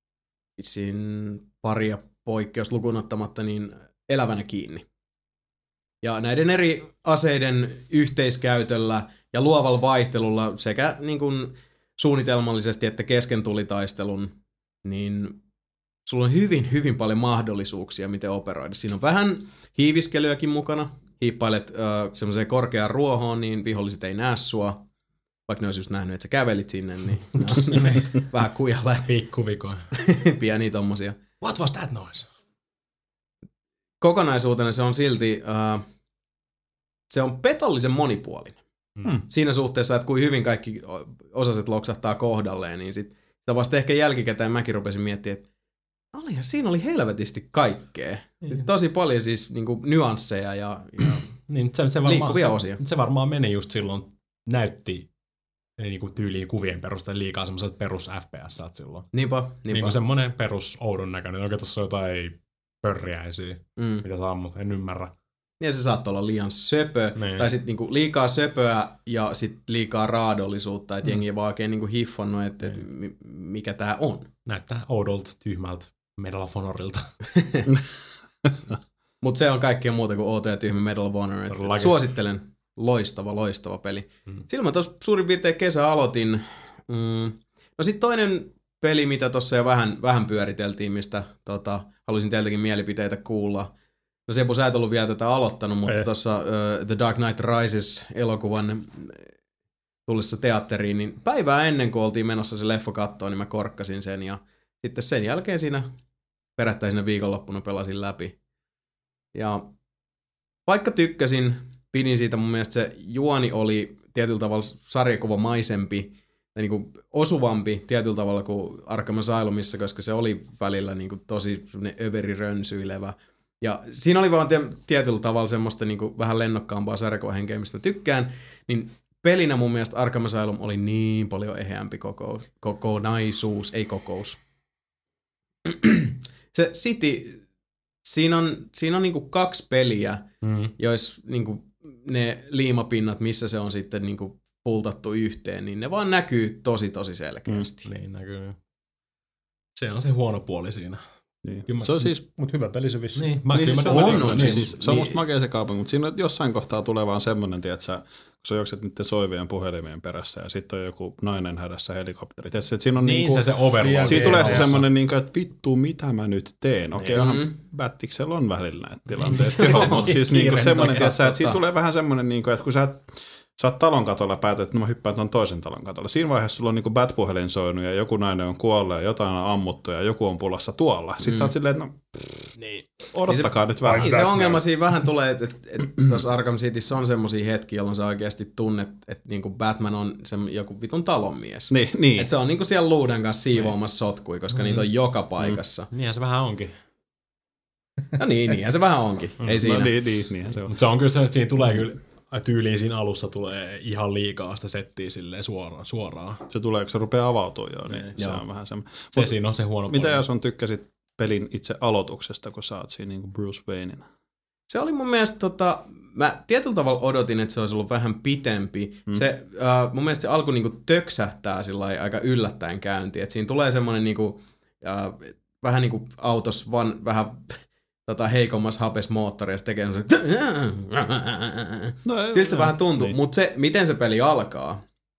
paria poikkeus lukuun ottamatta niin elävänä kiinni. Ja näiden eri aseiden yhteiskäytöllä ja luovalla vaihtelulla sekä niin kuin suunnitelmallisesti että kesken tulitaistelun, niin sulla on hyvin, hyvin paljon mahdollisuuksia, miten operoida. Siinä on vähän hiiviskelyäkin mukana. Hiippailet semmoiseen korkeaan ruohoon, niin viholliset ei näe sua. Vaikka ne olisi just nähnyt, että sä kävelit sinne, niin vähän kujalla. Pikkuvikoja. Pieniä tommosia. What was that noise? Kokonaisuutena se on silti, se on petollisen monipuolinen. Siinä suhteessa, että kuin hyvin kaikki osaset loksahtaa kohdalleen, niin sitä vasta ehkä jälkikäteen mäkin rupesin miettimään, että siinä oli helvetisti kaikkea. Tosi paljon siis niinku nyansseja ja niin, se liikkuvia osia. Se varmaan meni just silloin, näytti niinku tyyliin kuvien perusteella liikaa semmoiselta perus FPS silloin. Niinpä. Niinku semmoinen perus oudon näköinen. Oikein tuossa on jotain pörriäisiä, mitä sä ammut, en ymmärrä. Ja se saattaa olla liian söpö, tai sitten niinku liikaa söpöä ja sitten liikaa raadollisuutta, että jengi vaan oikein niinku hiffannut, että mikä tää on. Näyttää oudolta, tyhmältä Medal of Honorilta. Mutta se on kaikkea muuta kuin OT ja tyhmä Medal of Honor. Suosittelen. Loistava peli. Silloin mä tuossa suurin piirtein kesä aloitin. No sit toinen peli, mitä tuossa jo vähän pyöriteltiin, mistä haluaisin teiltäkin mielipiteitä kuulla. No Sepu, sä et ollut vielä tätä aloittanut, mutta tuossa The Dark Knight Rises-elokuvan tullessa teatteriin, niin päivää ennen kuin oltiin menossa se leffa kattoon, niin mä korkkasin sen ja sitten sen jälkeen siinä perättäisenä viikonloppuna pelasin läpi. Ja vaikka tykkäsin, pidin siitä, mun mielestä se juoni oli tietyllä tavalla sarjakuvamaisempi ja niin kuin osuvampi tietyllä tavalla kuin Arkham Asylumissa, koska se oli välillä niin kuin tosi överirönsyilevä. Ja siinä oli vaan tietyllä tavalla semmoista niin kuin vähän lennokkaampaa sarjakuvahenkeä, mistä mä tykkään, niin pelinä mun mielestä Arkham Asylum oli niin paljon eheämpi kokonaisuus, ei kokous. Se City, siinä on niinku 2 peliä, joissa niinku ne liimapinnat, missä se on sitten niinku pultattu yhteen, niin ne vaan näkyy tosi selkeästi. Niin näkyy. Se on se huono puoli siinä. Niin. Se on siis, mutta hyvä peli se vissiin. Niin, se on musta makea se kaupunki, mutta siinä jossain kohtaa tulee vaan semmoinen, tietsä, kun sä juokset niiden soivien puhelimien perässä ja sitten on joku nainen hädässä helikopteri. Tiedätkö, että siinä on niin se overlord. Siinä tulee se semmoinen, että vittu, mitä mä nyt teen. Okei, onhan Battiksella on välillä näitä tilanteita. Mutta siis semmoinen, että siitä tulee vähän semmoinen, että kun sä oot talon katolla päätät, että mä hyppään ton toisen talon katolla. Siinä vaiheessa sulla on niinku Bat-puhelin soinut ja joku nainen on kuollut ja jotain on ammuttu ja joku on pulassa tuolla. Sitten sä oot silleen, että odottakaa nyt vähän. Niin se ongelma siinä vähän tulee, että tuossa Arkham Cityssä on semmosia hetkiä, jolloin sä oikeasti tunnet, että niinku Batman on joku vitun talonmies. Niin. Että se on niinku siellä luuden kanssa siivoamassa sotkui, koska niitä on joka paikassa. Niinhän se vähän onkin. No niinhän se vähän onkin. Ei siinä. No niinhän se on. Se on kyllä se, että siinä tulee kyllä tyyliin siinä alussa tulee ihan liikaa sitä settiä silleen suoraan. Se tulee, kun se rupeaa avautumaan jo, niin se on vähän semmoinen. Siinä on se huono mitä puoli. Jos on tykkäsit pelin itse aloituksesta, kun sä oot siinä niin kuin Bruce Wayneina? Se oli mun mielestä, mä tietyllä tavalla odotin, että se olisi ollut vähän pitempi. Se, mun mielestä se alkoi niinku töksähtää sillai aika yllättäen käyntiin. Et siinä tulee semmoinen niinku, vähän niinku autos vähän heikommassa hapes moottori ja se tekee siltä se vähän tuntuu. Niin. Mutta se, miten se peli alkaa,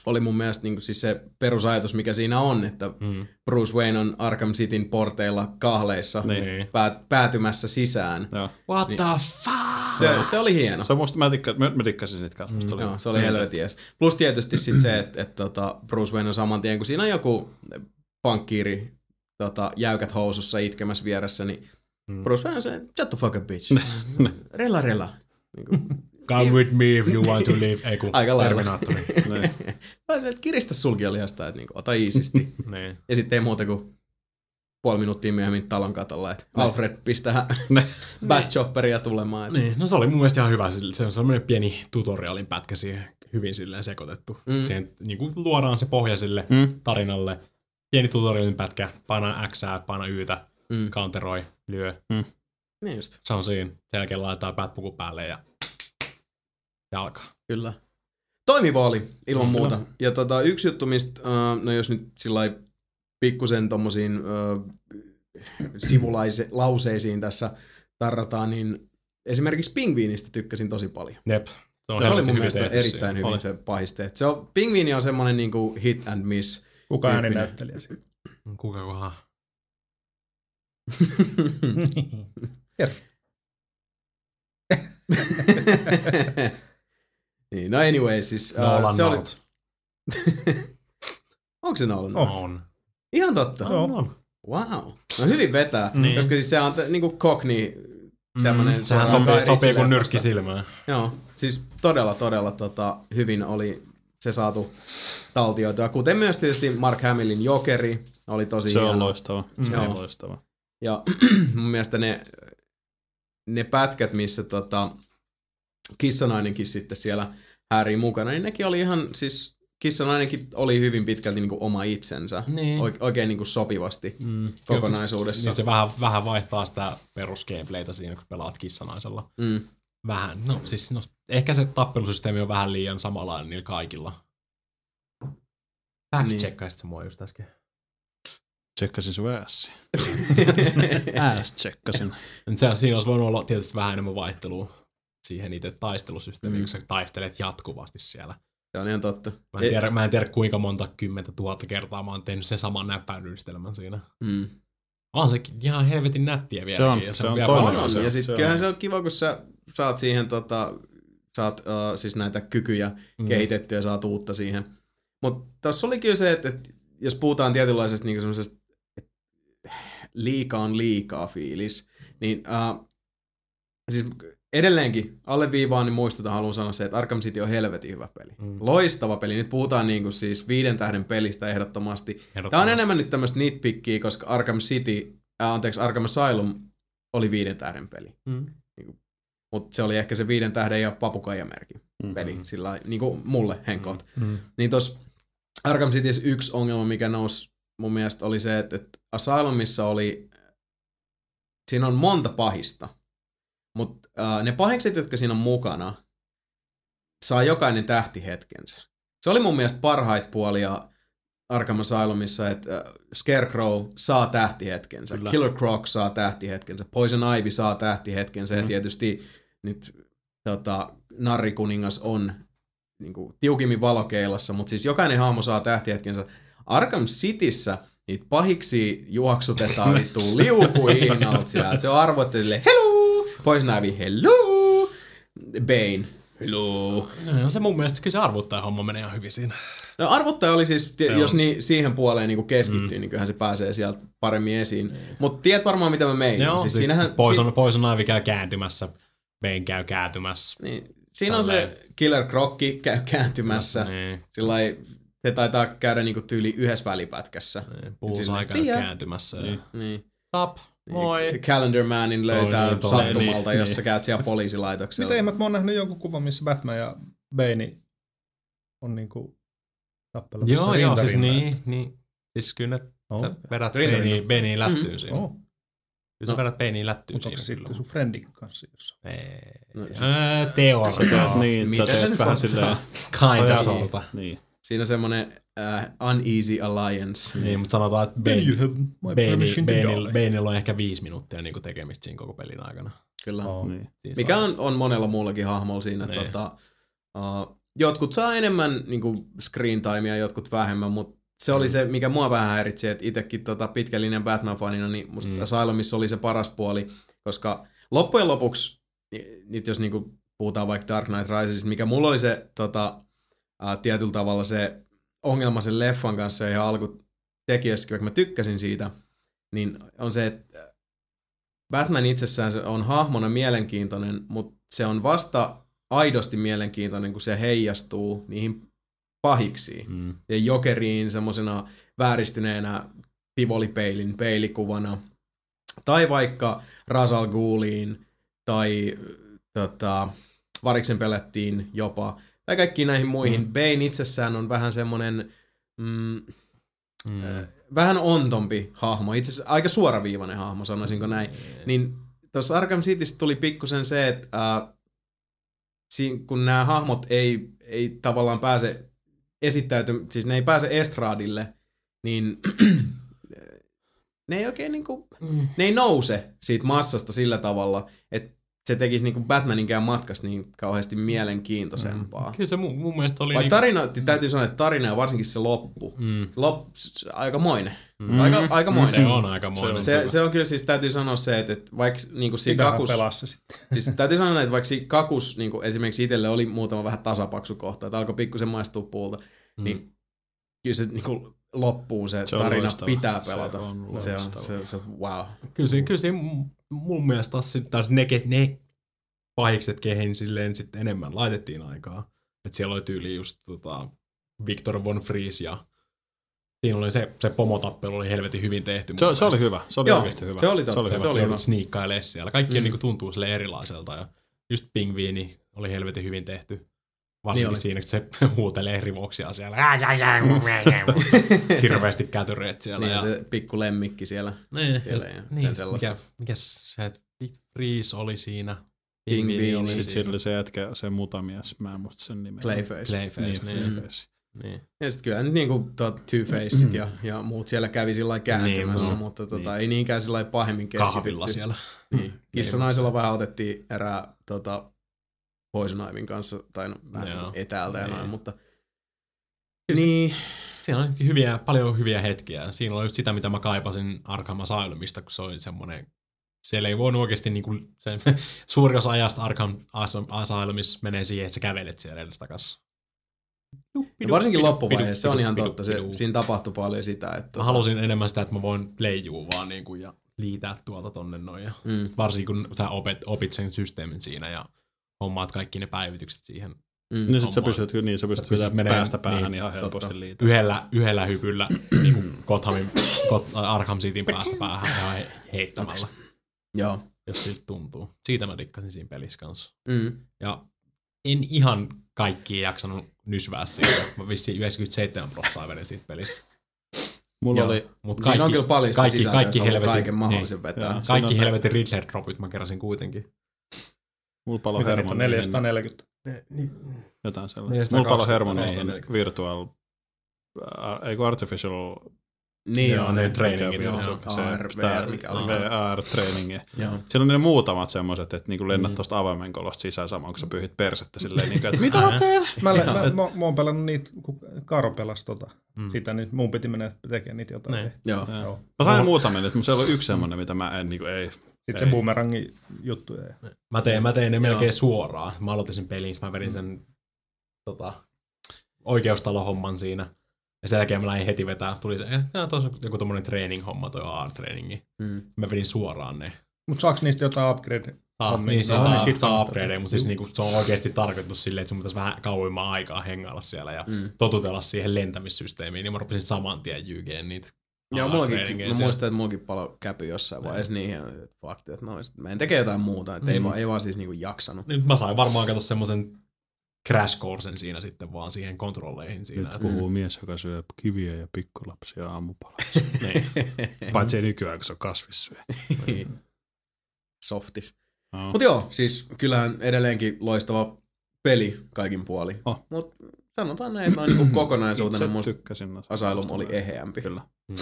oli mun mielestä niin kuin siis se perusajatus, mikä siinä on, että Bruce Wayne on Arkham Cityn porteilla kahleissa päätymässä sisään. What the fuck? Se oli hieno. Se musta mä tikkasin siitä kanssa. Joo, se oli helvetin jees. Plus tietysti sit se, että Bruce Wayne on saman tien, kun siinä on joku pankkiiri jäykät housussa itkemässä vieressä, niin Bruce Wayne on se, shut the fuck up, bitch. Rela. Come with me if you want to live. Ei kun Terminaattori. Vai se, että kiristä sulkiolihasta, että ota iisisti. Ja sitten ei muuta kuin puoli minuuttia myöhemmin talon katolla, että Alfred pistää Batchopperia tulemaan. Niin, no se oli mun mielestä ihan hyvä. Se on sellainen pieni tutorialin pätkä siihen hyvin silleen sekoitettu. Siihen niin kuin luodaan se pohja sille tarinalle. Pieni tutorialin pätkä, paina Xää, paina Ytä, counteroi, lyö. Niin just. Se on siinä. Sen jälkeen laitetaan Batpuku päälle ja alkaa. Kyllä. Toimiva oli, ilman muuta. Ja yksi juttu, mistä, no jos nyt sillai pikkusen tommosiin sivulauseisiin tässä tarrataan, niin esimerkiksi Pingviinistä tykkäsin tosi paljon. Jep. Se oli mun mielestä erittäin hyvin se pahiste. Pingviini on semmonen niinku hit and miss. Kuka ääninäyttelijä? Kuka kohan? Niin, no anyway, siis se oli... Onko se Nolan? On. Ihan totta. On. Wow. No hyvin vetää, koska siis se on niinku Cockney tämmönen... Sehän sopii kuin nyrkki silmään. Joo, siis todella hyvin oli se saatu taltioitua. Kuten myös tietysti Mark Hamillin Jokeri oli tosi hieno. Se on loistava. Se on loistava. Ja mun mielestä ne pätkät, missä Kissanainenkin sitten siellä häärii mukana, niin nekin oli ihan, siis Kissanainenkin oli hyvin pitkälti niinku oma itsensä. Niin. Oikein niinku sopivasti kokonaisuudessa. Niin se vähän vaihtaa sitä perusgameplaytä siinä, kun pelaat Kissanaisella. Vähän. No siis ehkä se tappelusysteemi on vähän liian samanlainen niillä kaikilla. Fact-checkaisit sä mua just äsken? Tsekkasin sun ässiä. Tsekkasin. Siinä olisi voinut olla tietysti vähän enemmän vaihtelua siihen itse taistelusysteemiin, kun sä taistelet jatkuvasti siellä. Se on ihan totta. Mä en tiedä kuinka monta 10 000 kertaa mä oon tehnyt sen saman näppäilyhdistelmän siinä. On se ihan helvetin nättiä vieläkin. Se on toinen. Ja sit kyllähän se on kiva, kun sä saat siihen saat siis näitä kykyjä kehitetty ja saat uutta siihen. Mutta tässä oli kyllä se, että jos puhutaan tietynlaisesta niinku semmoisesta liikaa on liikaa fiilis, niin siis edelleenkin alleviivaan, niin haluan sanoa se, että Arkham City on helvetin hyvä peli. Loistava peli. Nyt puhutaan niinku siis 5 tähden pelistä ehdottomasti. Tämä on enemmän nyt tämmöistä nitpickiä, koska Arkham Asylum oli 5 tähden peli. Mutta se oli ehkä se 5 tähden ja papukaijamerkin peli, sillä niinku mulle henkot. Niin tossa Arkham Cityssä yksi ongelma, mikä nousi mun mielestä oli se, että Asylumissa siinä on monta pahista, mutta ne pahikset, jotka siinä on mukana, saa jokainen tähtihetkensä. Se oli mun mielestä parhaita puolia Arkham Asylumissa, että Scarecrow saa tähtihetkensä, kyllä. Killer Croc saa tähtihetkensä, Poison Ivy saa tähtihetkensä ja tietysti nyt Narrikuningas on niinku tiukimmin valokeilassa, mutta siis jokainen hahmo saa tähtihetkensä. Arkham Cityssä niitä pahiksi juoksutetaan vittuun liukuihin alta sieltä. Se on arvoittu silleen, hello! Poison Ivy, hello! Bane, hello! No, se mun mielestä kyllä se arvottaja homma menee ihan hyvin siinä. No arvottaja oli siis, jos siihen puoleen niinku keskittyy, niin kyllähän se pääsee sieltä paremmin esiin. Mutta tiedät varmaan mitä mä meinaan. Siis siinähän, Poison Ivy käy kääntymässä, Bane käy kääntymässä. Niin, siinä on se Killer Crocki käy kääntymässä. Sillai, se taitaa käydä niinku tyyli yhdessä välipätkässä. Bullseye käy kääntymässä. Niin. Tap, moi. Calendar Manin löytää sattumalta, jos sä käyt siellä poliisilaitoksella. Miten mä oon nähnyt jonkun kuvan, missä Batman ja Bane on niinku tappelussa rintarintaan. Joo, siis niin. Siis kyllä sä vedät Baneen lättyyn siinä. Kyllä sä vedät Baneen lättyyn siinä. Mutta onko se sitten sun friendin kanssa jossain? Teoriassa. Niin, mitä teet vähän silleen. Kinda sorta. Niin. Siinä on semmonen uneasy alliance. Niin, mutta sanotaan, että Baneilla on ehkä 5 minuuttia niinku tekemistä siinä koko pelin aikana. Kyllä. Niin. Mikä on monella muullakin hahmolla siinä. Niin. jotkut saa enemmän niinku screen timea, jotkut vähemmän, mutta se oli se, mikä mua vähän häiritsi, että itsekin pitkällinen Batman-fanina, niin musta Asylumissa oli se paras puoli, koska loppujen lopuksi, nyt jos niinku puhutaan vaikka Dark Knight Risesista, mikä mulla oli se tietyllä tavalla se ongelma sen leffan kanssa ja ihan alkutekijössäkin, vaikka mä tykkäsin siitä, niin on se, että Batman itsessään se on hahmona mielenkiintoinen, mutta se on vasta aidosti mielenkiintoinen, kun se heijastuu niihin pahiksiin. Ja Jokeriin semmosena vääristyneenä tivolipeilin peilikuvana. Tai vaikka Ra's al Ghuliin tai Variksen pelättiin jopa. Tai kaikkiin näihin muihin. Bane itsessään on vähän semmonen vähän ontompi hahmo. Itse asiassa aika suoraviivainen hahmo, sanoisinko näin. Niin tuossa Arkham Cityssä tuli pikkusen se, että kun nämä hahmot ei tavallaan pääse siis ne ei pääse estraadille, niin ne ei oikein niinku, ne ei nouse siitä massasta sillä tavalla, että se tekisi niinku Batmaninkään matkasta niin kauheasti mielenkiintoisempaa. Kyllä se mun mielestä oli... Vaikka tarina, täytyy sanoa, että tarina ja varsinkin se loppu. Aikamoinen. Aikamoinen. Se on aikamoinen. Se on kyllä siis, täytyy sanoa se, että vaikka niinku siinä kakus... Siis täytyy sanoa, että vaikka siinä kakus niinku esimerkiksi itselle oli muutama vähän tasapaksu kohta, että alkoi pikkusen maistua puulta, niin kyllä se niinku loppuun se tarina loistava. Pitää pelata. Se wow. Kyllä se mun mielestä taas ne pahikset, kehen silleen sitten enemmän laitettiin aikaa. Että siellä oli tyyli just Victor Von Fries ja siinä oli se pomotappelu oli helvetin hyvin tehty. Se oli hyvä. Se oli oikeasti hyvä. Se oli totta. Se oli hyvä. Sniikkailee siellä. Kaikki niinku tuntuu sille erilaiselta ja just Pingviini oli helvetin hyvin tehty. Varsinkin niin siinä, että se huutelee rivoksia siellä. Hirveästi kätyreet siellä. Niin ja se pikku lemmikki siellä. Niin, mikä se Freeze oli siinä? Pingviini oli siinä. Sitten oli se jätkä, se mutamies, mä en muista sen nimeä. Clayface. Niin. Ja sitten kyllä nyt niinku Two-Faceit ja muut siellä kävi sillä kääntymässä, mutta ei niinkään sillä pahemmin keskitytty. Kahvilla siellä. Niin. Kissanaisella vähän otettiin erää Poison Ivyn kanssa, tai etäältä ja noin, mutta niin. Siinä oli paljon hyviä hetkiä. Siinä oli just sitä, mitä mä kaipasin Arkham Asylumista, kun se oli semmoinen, siellä ei voinut oikeasti niinku, suuri osa ajasta Arkham Asylumissa menee siihen, että sä kävelet siellä edes takaisin. Varsinkin loppuvaiheessa, se on ihan totta, siinä tapahtui paljon sitä. Että mä halusin enemmän sitä, että mä voin leijua vaan niinku ja liitää tuolta tonne noin. Ja varsinkin kun sä opit sen systeemin siinä ja hommaat kaikki ne päivitykset siihen. Niin sit sä pystyt päästä päähän ihan helposti liittää. Yhdellä hypyllä niinku Arkham Cityn päästä päähän ihan heittämällä. Joo. Jos siltä tuntuu. Siitä mä dikkasin siinä pelissä kanssa. Ja en ihan kaikkia jaksanut nysvää siitä. Mä vissiin 97% vedin siitä pelistä. Mulla oli... Mut siinä on kyllä paljon sitä sisältöä, jos on kaiken mahdollisen vetää. Kaikki helvetin Riddler-dropit mä keräsin kuitenkin. Mulla palo hermo. 440. Jotain sellaista. Mulla palo hermo niihin virtual... Artificial... Niin joo, ne trainingit. VR-trainingi. Siellä on ne muutamat semmoiset, että niinku lennät tosta avaimenkolosta sisään samaan, kun sä pyyhit persettä silleen, että mitä mä teen? Mä oon pelannut niitä, kun Karo pelasi sitä, niin mun piti mennä tekemään niitä jotain. Joo. Mä sain muutamia, että siellä on yksi semmoinen, mitä mä en, ei. Sitten se boomerangin juttu ei. Mä tein ne melkein suoraan. Mä aloitin sen pelin, mä vedin sen oikeustalohomman siinä. Ja sen jälkeen mä lähdin heti vetää. Tuli se, tuossa on joku tommonen training-homma, toi AR-trainingi. Mä vedin suoraan ne. Mut saaks niistä jotain upgrade? Niin, saa upgradeja, mutta siis niinku, se on oikeesti tarkoitus silleen, että sun pitäisi vähän kauemman aikaa hengailla siellä ja totutella siihen lentämissysteemiin. Niin mä rupesin saman tien jygeen niitä. Joo, mä muistan, että mullakin palo käpy jossain vaiheessa niihin, että fakti, että mä en tekee jotain muuta, että ei vaan siis niinku jaksanut. Nyt mä sain varmaan katsoa semmosen crash coursen siinä sitten vaan siihen kontrolleihin siinä. Nyt puhuu mies, joka syö kiviä ja pikkulapsia aamupalaksi. Paitsi ei nykyään, kun se on kasvissyöjä. Softis. Mut joo, siis kyllähän edelleenkin loistava peli kaikin puoli. Mut sanotaan näin, että noin niinku kokonaisuutena musta Asylum oli eheämpi. Kyllä.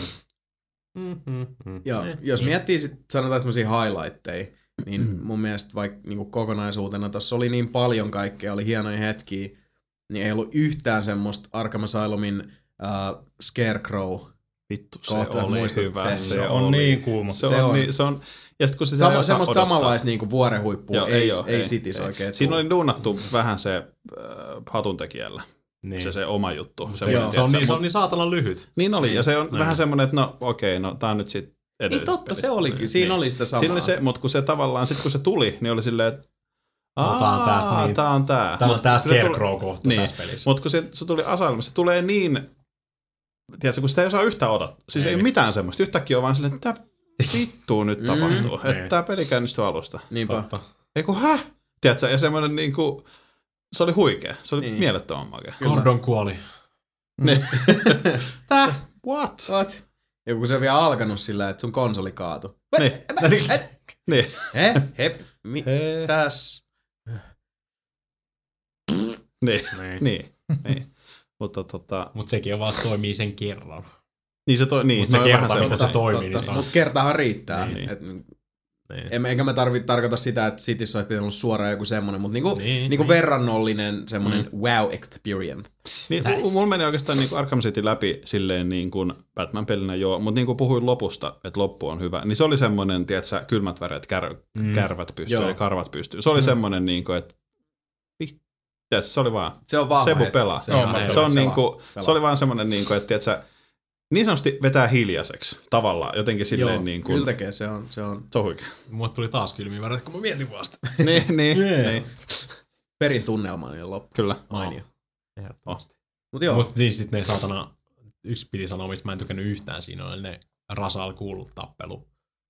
Ja jos miettii sit sanotaan semmosia highlightteja, niin mun mielestä vaikka niinku kokonaisuutena tossa oli niin paljon kaikkea, oli hienoja hetkiä, niin ei ollut yhtään semmoista Arkham Asylumin Scarecrow. Vittu, se Kohta, oli muistat hyvä. sen. Se on niin kuuma. Se on. Ja sit kun se semmoista samanlaista niinku vuorenhuippua Joo, ei Cities oikein. Siinä oli duunattu vähän se hatuntekijällä. Niin. Se oma juttu. Se on niin saatanan lyhyt. Niin oli, ja se on vähän semmoinen, että no okei, no tää on nyt sit edellisestä Niin totta, pelistä. se olikin. Siinä oli sitä samaa. Siinä oli se, mutta kun se tavallaan, sit kun se tuli, niin oli silleen, että Tää on tää Scarecrow-kohta tässä pelissä. Mutta kun se tuli Asylum, se tulee niin, tiedätkö, kun sitä ei osaa yhtään odottaa. Siis ei mitään semmoista. Yhtäkkiä on vaan silleen, että mitä vittua nyt tapahtuu. Että tää peli käynnistyy alusta. Niinpä. Eiku tiedätkö, ja semmoinen niinku, se oli huikea. Se oli mielettömän makea. Gordon kuoli. Niin. What? Ja kun se on vielä alkanut sillä, että sun konsoli kaatu. Niin. Mitäs? Niin. Mutta Mut sekin vaan toimii sen kerran. Niin se Mut se kerta, mitä se toimii, niin Mutta kertahan riittää. Niin. Eikä me tarkoita sitä, että Cities olisi pitänyt olla suoraan joku semmonen, mutta niinku verrannollinen semmonen wow experience. Niin, mulla meni oikeastaan niin Arkham City läpi silleen niin kuin Batman-pelinä joo, mutta niin kuin puhuin lopusta, että loppu on hyvä, niin se oli semmoinen, tiedätkö, kylmät väreet, kärvät pystyy, eli karvat pystyy. Se oli semmoinen, niin kuin, että tiedätkö, se oli vaan, se on vahva Sebu pelaa. Se oli vaan semmoinen, niin kuin, että tiedätkö, niin sanotusti vetää hiljaiseksi tavallaan, jotenkin silleen joo, niin kuin. kyllä tekee, se on. Se on huikea. Mulle tuli taas kylmiä väreet, kun mä mietin vasta. niin. Perin tunnelmallinen loppu. Kyllä. Mainio. Ehdottomasti. Mut niin sit ne saatana, yksi piti sanoa, mistä mä en tykännyt yhtään siinä, oli ne Ra's al Ghul-tappelu.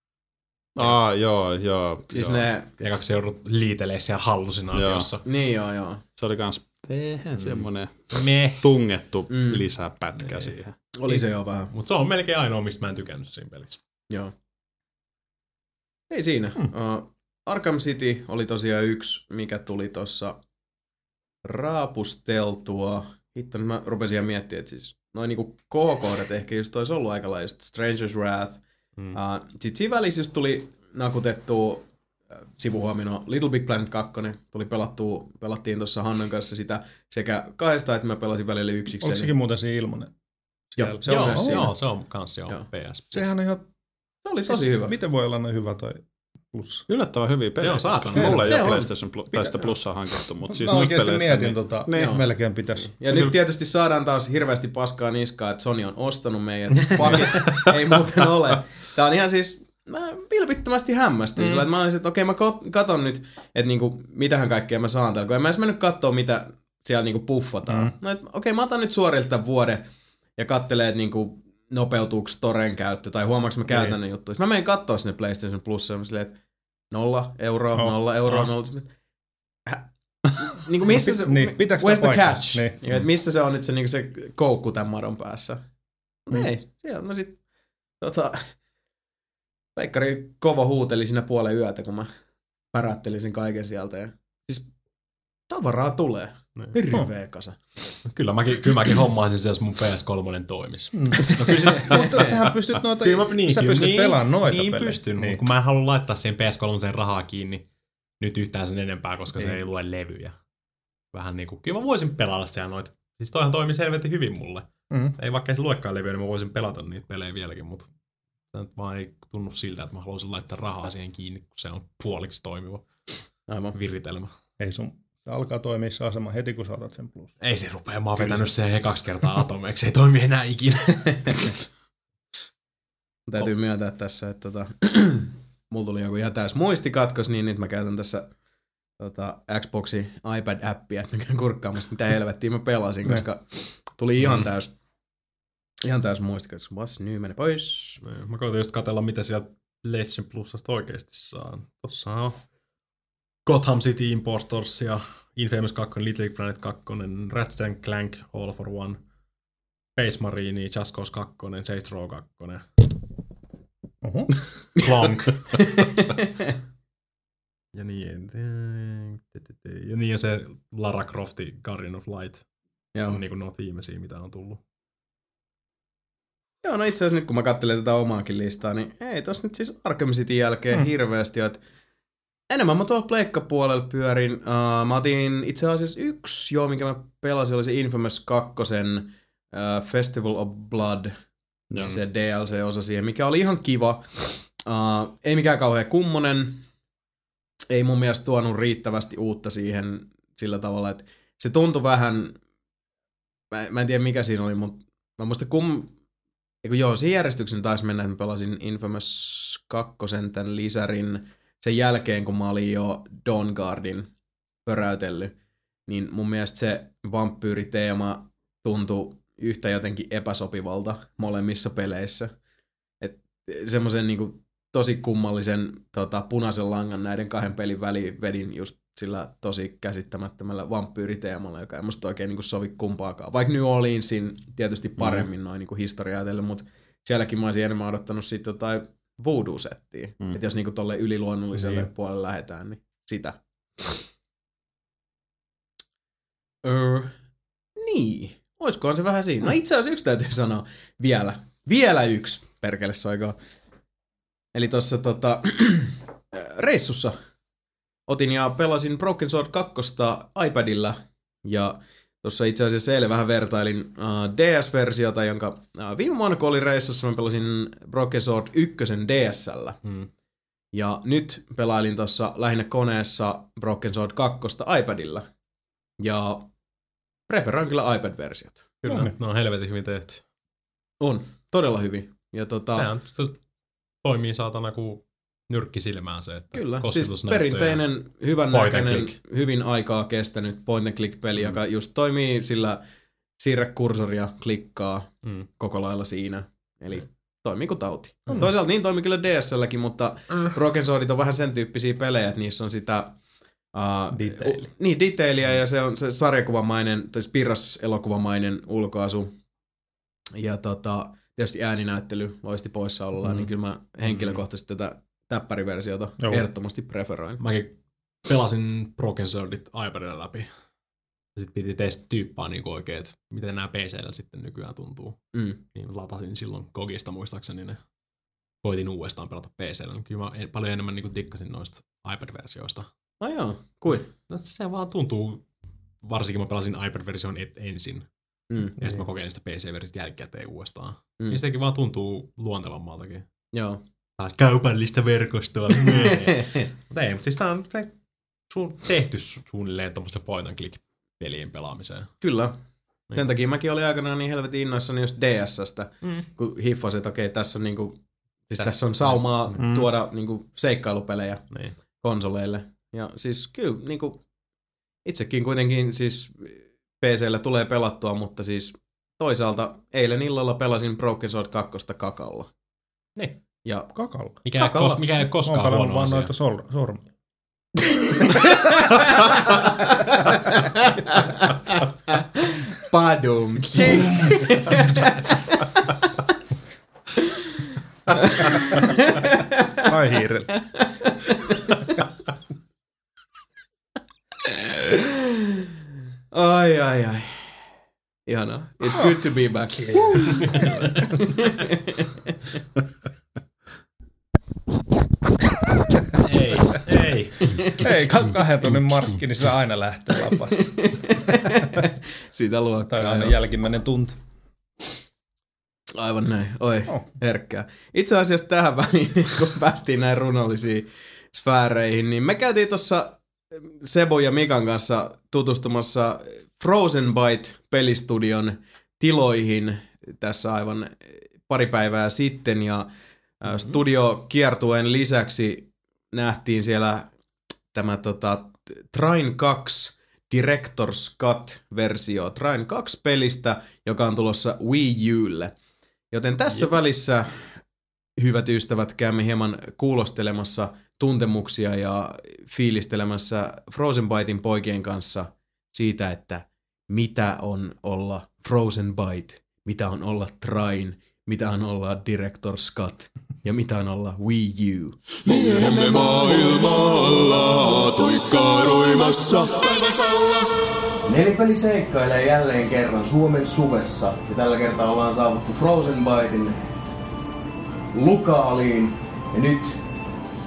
Joo. Siis ne. Ja kaksi joudut liitelee siellä hallusinaatiossa. Niin joo. Se oli kans semmonen tungettu lisäpätkä siihen. Oli se jo vähän. Mut se on melkein ainoa, mistä mä en tykännyt siinä pelissä. Joo. Ei siinä. Arkham City oli tosiaan yksi, mikä tuli tossa raapusteltua. Hitto, nyt mä rupesin miettimään, että siis noin niinku K-kohdat ehkä just olisi ollut aikalaista. Stranger's Wrath. Sitten siinä välissä just tuli nakutettua sivuhuomioon Little Big Planet 2. Pelattiin tuossa Hannan kanssa sitä sekä kahdesta, että mä pelasin välillä yksikseen. Onko sekin muuten siinä ilmanen? Joo, se on myös siinä. Joo, se on kans PS. Sehän on ihan. Se oli tosi hyvä. Miten voi olla noin hyvä tai plus? Yllättävän hyviä pelejä. Mulla ei ole PlayStation tai sitä plussaa hankittu, mutta siis noista peleistä. Mietin melkein pitäisi. Ja nyt tietysti saadaan taas hirveästi paskaa niskaa, että Sony on ostanut meidät. Pakit ei muuten ole. Tää on ihan siis, mä vilpittömästi hämmästyin. Sillä, että mä olisin, että okei, mä katon nyt, että niinku, mitähän kaikkea mä saan täällä. Kun en mä edes mennyt kattoo, mitä siellä niinku puffataan. No, okei, mä otan nyt suorilta tämän vuoden ja kattelee, että niinku, nopeutuuko toren käyttö tai huomaanko mä käytän ne juttuja. Mä menen kattoo sinne PlayStation Plussa ja silleen, että 0 euroa. Niinku missä se, niin, where's the catch? Niin. Missä se on nyt se, niinku se koukku tämän madon päässä? Ei, siellä mä sit Pleikkari kova huuteli siinä puolen yötä, kun mä pärättelin kaiken sieltä. Ja, siis tavaraa tulee. Hirveä kasa. Kyllä mäkin hommaisin se, jos mun PS3 toimisi. No kyllä siis, mutta sähän pystyt noita, sä pystyt pelaamaan noita pelejä. Pystyn, mutta kun mä en halua laittaa siihen PS3 rahaa kiinni nyt yhtään sen enempää, koska se ei lue levyjä. Vähän niinku, kyllä mä voisin pelata siellä noita. Siis toihan toimii selvästi hyvin mulle. Ei vaikka ei se luekaan levyä, niin mä voisin pelata niitä pelejä vieläkin, mutta nyt vaan ei tunnu siltä, että mä haluaisin laittaa rahaa siihen kiinni, kun se on puoliksi toimiva viritelmä. Ei sun. Se alkaa toimia se asema heti, kun sä otat sen plus. Ei se rupea, mä oon vetänyt sen 2 kertaa atomeiksi, ei toimi enää ikinä. Täytyy myöntää tässä, että mulla tuli joku ihan täys muistikatkos, niin nyt mä käytän tässä Xboxin iPad-appia, että mä käyn kurkkaamassa, mitä helvettiä mä pelasin, koska tuli ihan täys muistikatkos. What's new, mene pois. Mä koitin just katsella, mitä sieltä PlayStation Plusasta oikeesti saa. Tossa on Gotham City Impostors ja Infamous 2, Little Big Planet 2, Ratchet & Clank, All for One, Space Marine, Just Cause 2, Saints Row 2. Clonk. ja niin ja se Lara Croftin Guardian of Light. Joo. On niinku noita viimeisiä, mitä on tullut. Joo, no itse asiassa nyt kun mä katselen tätä omaakin listaa, niin ei tossa nyt siis Arkham Cityn jälkeen hirveästi, että Enemmän mä tuolla pleikkapuolella pyörin. Mä otin itse asiassa yksi, minkä mä pelasin, oli se Infamous 2 Festival of Blood, se DLC-osa siihen, mikä oli ihan kiva. Ei mikään kauhean kummonen. Ei mun mielestä tuonut riittävästi uutta siihen sillä tavalla, että se tuntui vähän, mä en tiedä mikä siinä oli, mutta mä muistan siinä järjestyksen taisi mennä, että mä pelasin Infamous 2 tämän lisärin sen jälkeen, kun mä olin jo Dawnguardin pöräytellyt, niin mun mielestä se vampyyriteema tuntui yhtä jotenkin epäsopivalta molemmissa peleissä. Et semmoisen niinku tosi kummallisen punaisen langan näiden kahden pelin väliin vedin just sillä tosi käsittämättömällä vampyyriteemalla, joka ei musta oikein niinku sovi kumpaakaan. Vaikka New Orleansin tietysti paremmin noin niinku historiaa ajatellen, mutta sielläkin mä olisin enemmän odottanut sitten jotain voodoo-settiä. Että jos niinku tolle yliluonnolliselle puolelle lähdetään, niin sitä. Niin. Oiskohan se vähän siinä? No itse asiassa yksi täytyy sanoa vielä. Vielä yksi, perkele soikaa. Eli tossa reissussa otin ja pelasin Broken Sword 2 iPadilla. Ja tossa itse asiassa eilen vähän vertailin DS-versiota, jonka viime vuonna kun olin reissussa, mä pelasin Broken Sword 1 DS:llä. Ja nyt pelailin tossa lähinnä koneessa Broken Sword 2 iPadilla. Ja preferoin kyllä iPad-versiot. Kyllä, ne on helvetin hyvin tehty. On, todella hyvin. Ja se toimii saatana kuin nyrkki silmään se, että kyllä, siis perinteinen, hyvän näköinen, hyvin aikaa kestänyt point and click peli, joka just toimii sillä siirrä kursoria, klikkaa koko lailla siinä. Eli toimii kuin tauti. Toisaalta niin toimii kyllä DS:lläkin, mutta Broken Swordit on vähän sen tyyppisiä pelejä, että niissä on sitä detailia ja se on se sarjakuvamainen, tai Spiras-elokuvamainen ulkoasu. Ja tietysti ääninäyttely loisti poissaolollaan, niin kyllä mä henkilökohtaisesti tätä täppäriversiota ehdottomasti preferoin. Mäkin pelasin Broken Swordit iPadilla läpi. Sitten piti tyyppaa niin oikein, että miten nämä PC:llä sitten nykyään tuntuu. Niin latasin silloin GOGista muistaakseni ne. Koitin uudestaan pelata PC:llä. Kyllä mä paljon enemmän niin tikkasin noista iPad-versioista. Joo, kui? No se vaan tuntuu, varsinkin mä pelasin iPad-version ensin. Ja sitten mä kokeilin sitä PC-versiota jälkikäteen uudestaan. Ja sitäkin vaan tuntuu luontevammaltakin. Joo. Kaupallista verkostoa. Mutta ei, mutta siis tää on tehty suunnilleen tommoista point and click pelien pelaamiseen. Kyllä. Sen takia mäkin olin aikanaan niin helvetin innoissani just DS:stä, kun hiffasin, että okei, tässä on niinku, siis tässä on saumaa tuoda niinku seikkailupelejä konsoleille. Ja siis kyllä niinku itsekin kuitenkin siis PC:llä tulee pelattua, mutta siis toisaalta eilen illalla pelasin Broken Sword 2 kakalla. Niin. Ja kakalla? Mikä ei koskaan huono vaan asia. noita sormia. Padum. Ai hiirellä. Ai. Ihanaa. It's good to be back. Ei. Ei, 2 tunnin markki, niin se aina lähtee lapasta. Sitä luokkaa. Tai aina jälkimmäinen tunti. Aivan näin. Herkkää. Itse asiassa tähän väliin, kun päästiin näin runollisiin sfääreihin, niin me käytiin tuossa Sebo ja Mikan kanssa tutustumassa Frozen Byte-pelistudion tiloihin tässä aivan pari päivää sitten, ja studiokiertueen lisäksi nähtiin siellä tämä Trine 2 Director's Cut-versio Trine 2 pelistä, joka on tulossa Wii Ulle. Joten tässä välissä, hyvät ystävät, käymme hieman kuulostelemassa tuntemuksia ja fiilistelemässä Frozen Bytein poikien kanssa siitä, että mitä on olla Frozen Byte, mitä on olla Trine, mitä on olla Director's Cut ja mitä on olla Wii U. Miehemme maailmalla tuikkaaroimassa taivasalla. Nelipeli seikkailee jälleen kerran Suomen suvessa ja tällä kertaa ollaan saavuttu Frozen Bytein Lukaaliin ja nyt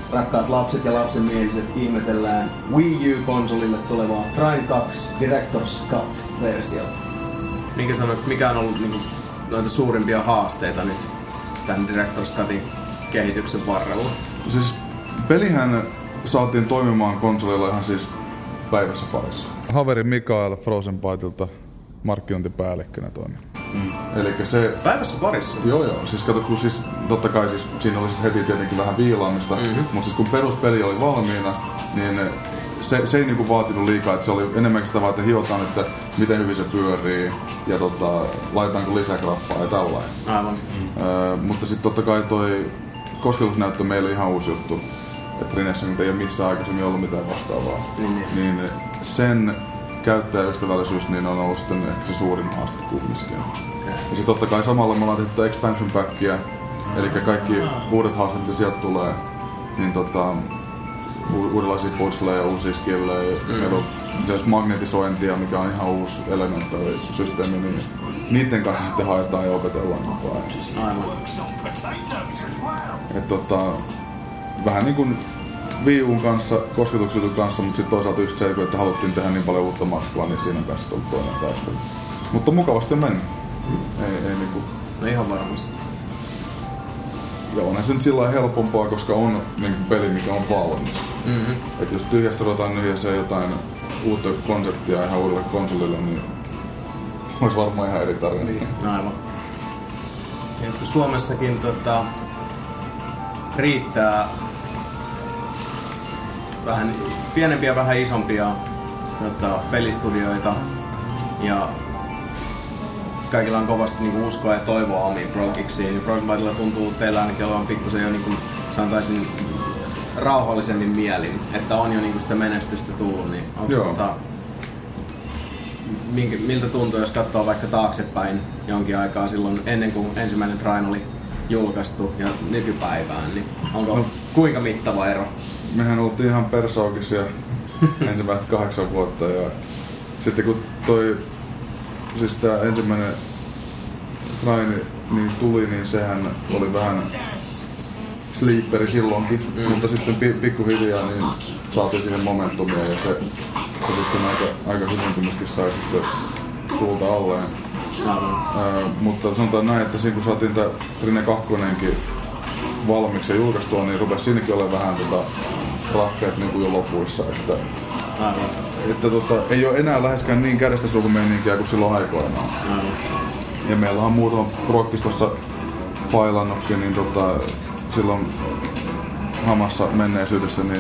rakkaat lapset ja lapsenmieliset, ihmetellään Wii U-konsolille tulevaa Trine 2 Director's Cut-versiota. Minkä sanoisit, mikä on ollut niinku noita suurimpia haasteita nyt tämän Director's Cutin kehityksen varrella? Siis pelihän saatiin toimimaan konsolilla ihan siis päivässä parissa. Haveri Mikael Frozen Bytelta markkinointipäällikkönä toimi. Elikkä se... Päivässä parissa? Joo. Siis kato, kun siis totta kai siis siinä oli heti tietenkin vähän viilaamista, mutta siis kun peruspeli oli valmiina, niin se ei niinku vaatinut liikaa, että se oli enemmänkin sitä vaan, että hiotaan, että miten hyvin se pyörii ja laitetaanko lisää graffaa ja tällainen. Aivan. Mutta sitten totta kai toi kosketusnäyttö meille ihan uusi juttu. Että Trinessä ei ole missään aikaisemmin ollut mitään vastaavaa. Niin sen käyttäjäystävällisyys niin on ollut sitten ehkä se suurin haaste kumminkin. Okay. Ja sitten totta kai samalla me ollaan tehty expansion packia, eli kaikki uudet haasteet, mitä sieltä tulee, niin uudenlaisia puzzleja, uusia skillejä, meillä on magnetisointia, mikä on ihan uusi elementari-systeemi, niin niiden kanssa sitten haetaan ja opetellaan koko ajan. Aivan. Vähän niin kuin Wii U:n kanssa, kosketuksetun kanssa, mutta sitten toisaalta just se, että haluttiin tehdä niin paljon uutta matskua, niin siinä kanssa on toinen taistelu. Mutta mukavasti on mennyt. Ei niinku... No ihan varmasti. Ja onhan se nyt sillä lailla helpompaa, koska on niinku peli, mikä on valmis. Et jos tyhjästä ruvetaan nyhjäseen jotain uutta konseptia ihan uudelle konsolille, niin olisi varmaan ihan eri tarina. Niin, aivan. Ja Suomessakin riittää vähän pienempiä, vähän isompia pelistudioita ja kaikilla on kovasti niinku uskoa ja toivoa omiin progiksiin. Frostbitella tuntuu teillä ainakin olevan pikkusen jo niinku sanoisin rauhallisemmin mielin, että on jo niinku sitä menestystä tullut, niin onko miltä tuntuu, jos katsoo vaikka taaksepäin jonkin aikaa silloin ennen kuin ensimmäinen Trine oli julkaistu ja nykypäivään, niin onko kuinka mittava ero? Mehän oltiin ihan persaukisia ensimmäistä 8 vuotta ja sitten kun siis tää ensimmäinen Trine niin tuli, niin sehän oli vähän sleeperi silloinkin, mutta sitten pikkuhiljaa niin saatiin siihen momentumia ja se sitten aika hyvin kumminkin sai sitten tulta alleen. Mutta sanotaan näin, että siinä kun saatiin tää Trine 2:nenkin valmiiksi ja julkaistua, niin rupesi siinäkin olemaan vähän rahkeet niin kuin jo lopuissa. Että ei ole enää läheskään niin kädestä suuhun meininkiä kuin silloin aikoinaan. Ja meillä on muutama prokkis tuossa failannutkin, niin silloin hamassa menneisyydessä, niin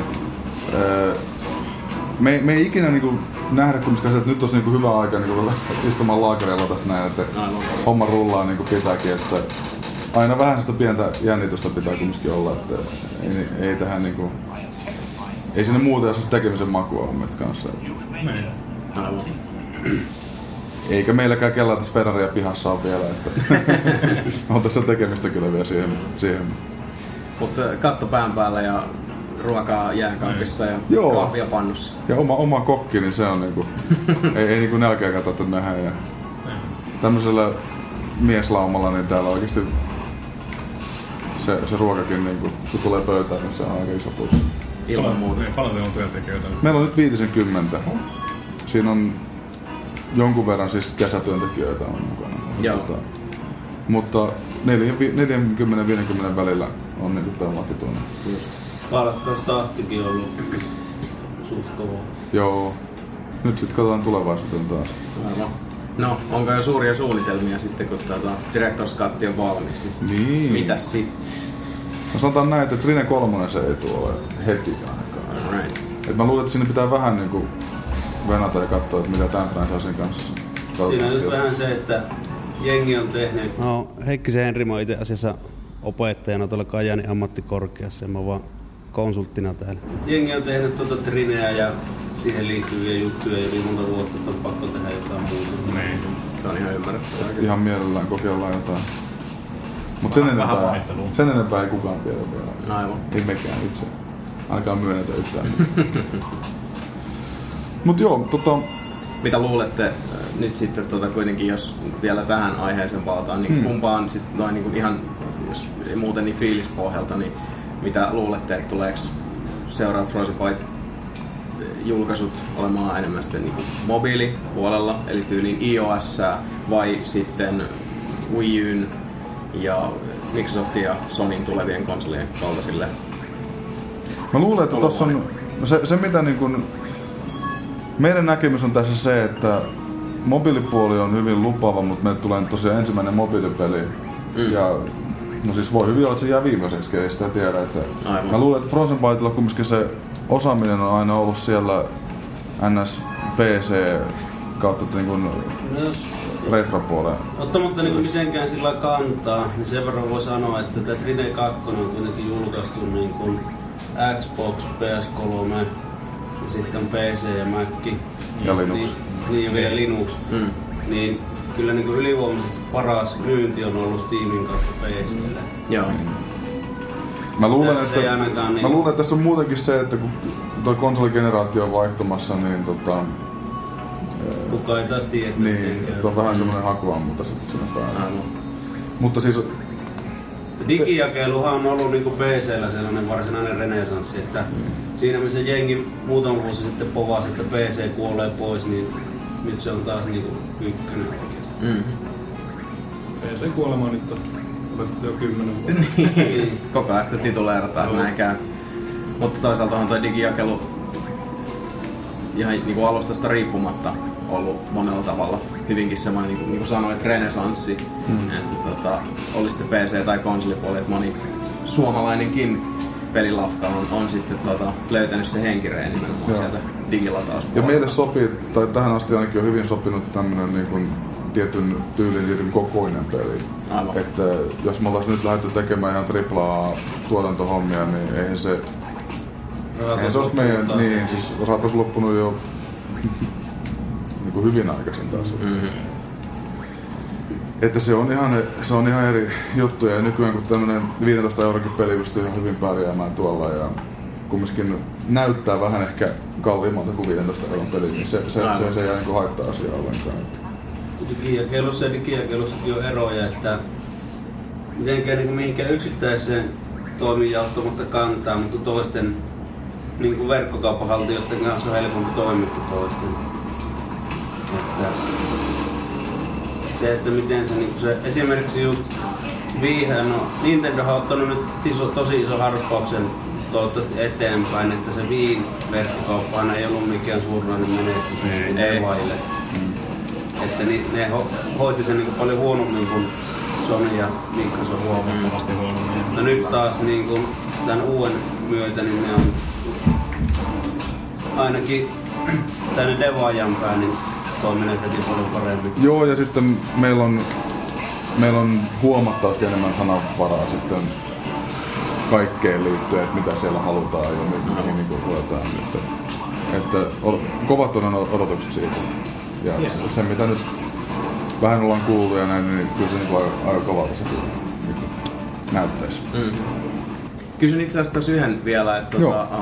me ei ikinä niinku nähdä kumminkaan se, että nyt olisi niinku hyvä aika niinku istumaan laakereilla tässä näin, että homma rullaa niinku pitääkin, että aina vähän sitä pientä jännitystä pitää kumminkin olla, että ei tähän niinku, ei sinne muuta jos tekemisen makua ole meistä kanssa. Eikä meilläkään kellään tässä Ferraria pihassa ole vielä, että on tässä tekemistä kyllä vielä siihen. Mutta katto pään päällä ja ruokaa jääkaapissa ja kahvia pannussa. Ja oma kokki, niin se on niinku, ei niinku nälkeä katsota nähdä. Ja tämmöisellä mieslaumalla, niin täällä oikeesti se ruokakin niinku, kun tulee pöytään, niin se on aika iso plus. Ilman muuta. Paljon on työntekijöitä? Meillä on nyt 50. Siinä on jonkun verran siis kesätyöntekijöitä on mukana. Mutta 40-50 välillä on niinku tää vakituinen. Palkkaustahtikin on ollut suht kovaa. Joo. Nyt sit katsotaan tulevaisuuteen taas. Aivan. No, onko jo suuria suunnitelmia sitten, kun Director's Cut on valmis? Niin. Mitäs sitten? No sanotaan näin, että Trine 3 se ei tule heti ainakaan. Right. Et mä luulen, että sinne pitää vähän niinku venata ja katsoa, että mitä tämän franchisen kanssa. Siinä on just vähän se, että jengi on tehnyt. No, Heikkisen Henri, mä oon itse asiassa opettajana tuolla Kajaanin ammattikorkeassa ja mä oon vaan konsulttina täällä. Jengi on tehnyt Trineä ja siihen liittyviä juttuja ja monta vuotta, että on pakko tehdä jotain muuta. Niin. Se on ihan ymmärrettävää. Ihan mielellään kokeillaan jotain. Mut sen enempää ei kukaan tiedä vielä. Aivan. Ei mekään itse. Ainakaan myönnetä yhtään. Mut joo, Mitä luulette nyt sitten kuitenkin, jos vielä tähän aiheeseen palataan, niin kumpaan sit noin niin ihan, jos ei muuten niin fiilispohjalta, niin mitä luulette, että tuleeko seuraavat Frostbite-julkaisut olemaan enemmän sitten niin mobiilipuolella, eli tyyliin iOS vai sitten Wii U:n ja Microsoftin ja Sonyn tulevien konsolien kaltaisille? Mä luulen, että tossa on se mitä niin kun, meidän näkemys on tässä se, että mobiilipuoli on hyvin lupaava, mutta meille tulee tosiaan ensimmäinen mobiilipeli. Ja no siis voi hyvin olla, että se jää viimeiseksi, ei sitä tiedä. Että mä luulen, että Frostbitella kumminkin se osaaminen on aina ollut siellä NS PC kautta niin kuin retropuoleen. Ottamatta niin mitenkään sillä kantaa, niin sen verran voi sanoa, että tämä Trine 2 on kuitenkin julkaistu niin kuin Xbox, PS3 ja sitten PC ja Mac. Ja Linux. Niin ja vielä Linux. Niin kyllä niin kuin ylivoimaisesti paras myynti on ollut Steamin kautta PC:lle. Joo. Mä luulen, että tässä on muutenkin se, että kun tuo konsoligeneraatio on vaihtumassa, niin kukaan ei taas tiedä. Niin, on vähän semmoinen hakuammunta sitten sinne päälle. Mutta siis digijakeluhan on ollut niinku PC:llä sellainen varsinainen renesanssi, että siinä missä jengi muutama vuosi sitten povasi, että PC kuolee pois, niin nyt se on taas niinku ykkönen oikeastaan. PC kuolema nyt on jo 10 vuotta. Niin, koko ajan sitä tituleerataan, että näin käy. Mutta toisaalta on toi digijakelu ihan niinku alustasta riippumatta ollut monella tavalla hyvinkin semmoinen, niin kuin sanoit, renesanssi. Että oli sitten PC- tai konsolipuoli, että moni suomalainenkin pelilafka on sitten löytänyt sen henkireen nimenomaan sieltä digilatauspuolelta. Ja meille sopii, tai tähän asti ainakin on hyvin sopinut tämmönen niin kuin tietyn kokoinen peli. Aivan. Että jos me oltais nyt lähdetty tekemään ihan AAA-tuotantohommia, niin eihän se olisi meidän, niin siis rahat olisi loppunut jo niin hyvin aikaisin taas. Että se on ihan eri juttu, ja nykyään kun tämmönen 15 eurokin peli pystyy ihan hyvin pärjäämään tuolla ja kumminkin näyttää vähän ehkä kalliimmalta kuin 15 euron peli, niin se ei jää niin haittaa asiaa ollenkaan. Digijakelussa ja digijakelussakin on eroja, että mitenkään niin mihinkään yksittäiseen toimijaan ottamatta kantaa, mutta toisten niin verkkokauppahaltijoiden kanssa on helpompi toimittu toisten. Että se, että miten se, niin se esimerkiksi just Wiihän, no Nintendo on ottanut nyt tosi iso harppauksen toivottavasti eteenpäin, että se Wiin verkkokauppaan ei ollut mikään suurnainen menestys pelaajille. Että ne hoiti sen niin paljon huonommin kuin Sony ja Microsoft huomattavasti huonommin. No nyt taas niin kuin tämän uuden myötä, niin ne on ainakin tänne devaajan päin, niin toimineet heti paljon paremmin. Joo, ja sitten meillä on huomattavasti enemmän sananvaraa sitten kaikkeen liittyen, että mitä siellä halutaan ja mihin niin ruvetaan. Että kovat on odotukset siitä. Ja se mitä nyt vähän ollaan kuullut ja näin, niin kyllä se niin aika kovalta se näyttäisi. Kysyn itse asiassa tässä yhden vielä, että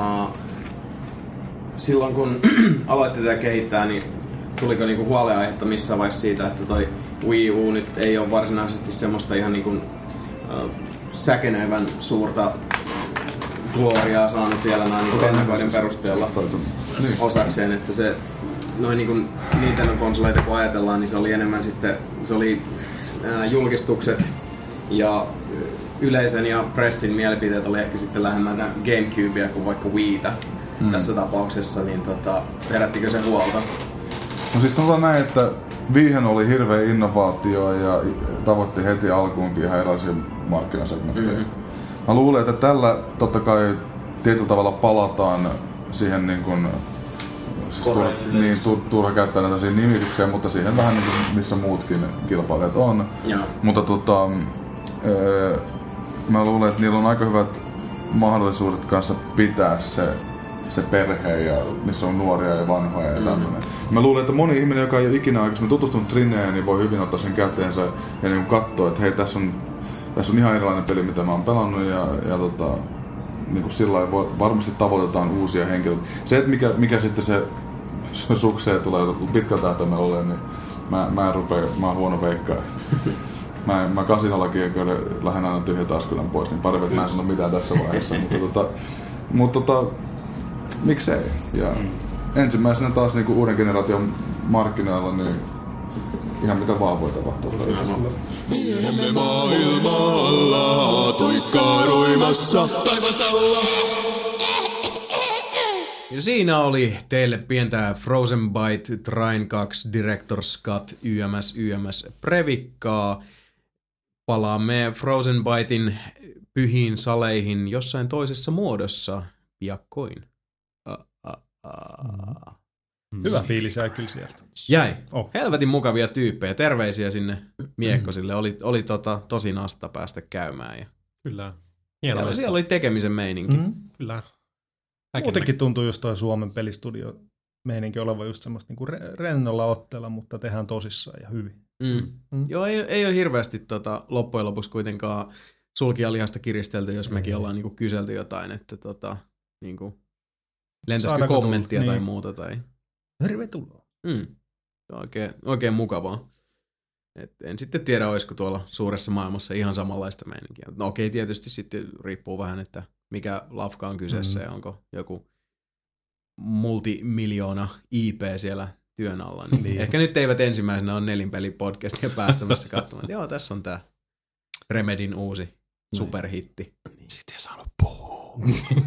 silloin kun aloitte tätä kehittää, niin tuliko niinku huoleaihetta missään vaiheessa siitä, että toi Wii U nyt ei ole varsinaisesti semmoista ihan niinku säkenöivän suurta gloriaa saanut vielä näin niinku ennakoiden perusteella osakseen, että se noin niinku Nintendo-konsoleita kun ajatellaan, niin se oli enemmän sitten julkistukset ja yleisön ja pressin mielipiteet oli ehkä sitten lähemmänä GameCubea kuin vaikka Wiitä tässä tapauksessa, niin herättikö se huolta? No siis sanotaan näin, että Wiihän oli hirveä innovaatio ja tavoitti heti alkuunkin ihan erilaisia markkinasegmenttejä. Mä luulen, että tällä totta kai tietyllä tavalla palataan siihen niin kuin turha käyttää näitä nimityksiä, mutta siihen vähän niin kuin missä muutkin kilpailijat on. Mutta mä luulen, että niillä on aika hyvät mahdollisuudet kanssa pitää se perhe ja missä on nuoria ja vanhoja ja tämmöinen. Mä luulen, että moni ihminen, joka ei ole ikinä aikaisemmin tutustunut Trineen, niin voi hyvin ottaa sen käteensä ja niin katsoa, että hei, tässä on ihan erilainen peli, mitä mä oon pelannut ja niin kuin sillä lailla varmasti tavoitetaan uusia henkilöitä. Se, että mikä sitten se sukseen tulee pitkältä tähtäimellä olemaan, niin mä oon huono veikkaa. Mä kasinolla kiekkoille lähden aina tyhjätaskulan pois, niin paremmin, että mä en sano mitään tässä vaiheessa. mutta miksei? Ja ensimmäisenä taas niinku uuden generaation markkinoilla, niin ihan mitä vaan voi tapahtua. Miehemme maailmalla tuikkaaroimassa taivasalla. Ja siinä oli teille pientä Frozen Byte Trine 2 Director's Cut YMS previkkaa. Palaamme Frozen Bytein pyhiin saleihin jossain toisessa muodossa piakkoin. Hyvä fiilis jäi kyllä sieltä. Jäi. Helvetin mukavia tyyppejä. Terveisiä sinne Miekkosille. Oli tosi nasta päästä käymään. Ja Kyllä. Siellä oli tekemisen meininki. Kyllä. Muutenkin tuntuu just toi Suomen pelistudio meininki olevan just semmoista niinku rennolla otteella, mutta tehdään tosissaan ja hyvin. Joo, ei ole hirveästi loppujen lopuksi kuitenkaan sulkijalihasta kiristelty, jos mekin ollaan niinku kyselty jotain, että niinku, lentäisikö kommenttia tai muuta. Tai... Tervetuloa. Oikein mukavaa. En sitten tiedä, olisiko tuolla suuressa maailmassa ihan samanlaista meininkiä. No okei, tietysti sitten riippuu vähän, että mikä lafka on kyseessä ja onko joku multimiljoona IP siellä työn alla. Niin ehkä nyt eivät ensimmäisenä ole Nelinpeli-podcastia päästämässä katsomaan. Joo, tässä on tää Remedin uusi superhitti. Siitä ei saanut puhua.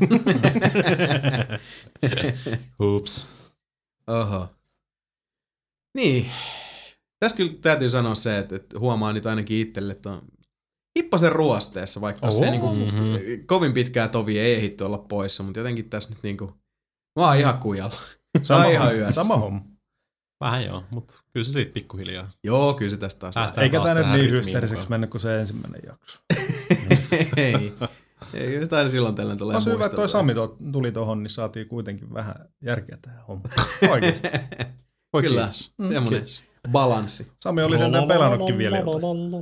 Hups. Oho. Niin. Tässä kyllä täytyy sanoa se, että huomaa nyt ainakin itselle, että on hippasen ruosteessa, vaikka tässä ei niinku, kovin pitkää tovi ei ehditty olla poissa, mutta jotenkin tässä nyt niinku, mä oon ihan kujalla. Sama homma. Vähän joo, mutta kyllä se siitä pikkuhiljaa. Joo, kyllä se tästä taas. Eikä tää nyt niin hysteriseksi mennyt kuin se ensimmäinen jakso. Ei sitä aina silloin tällöin tulee muistella. Hyvä, että toi Sami tuli tohon, niin saatiin kuitenkin vähän järkeä tähän hommaan. Oikeesti. Kyllä, semmonen balanssi. Sami oli sentään pelannutkin vielä jotain.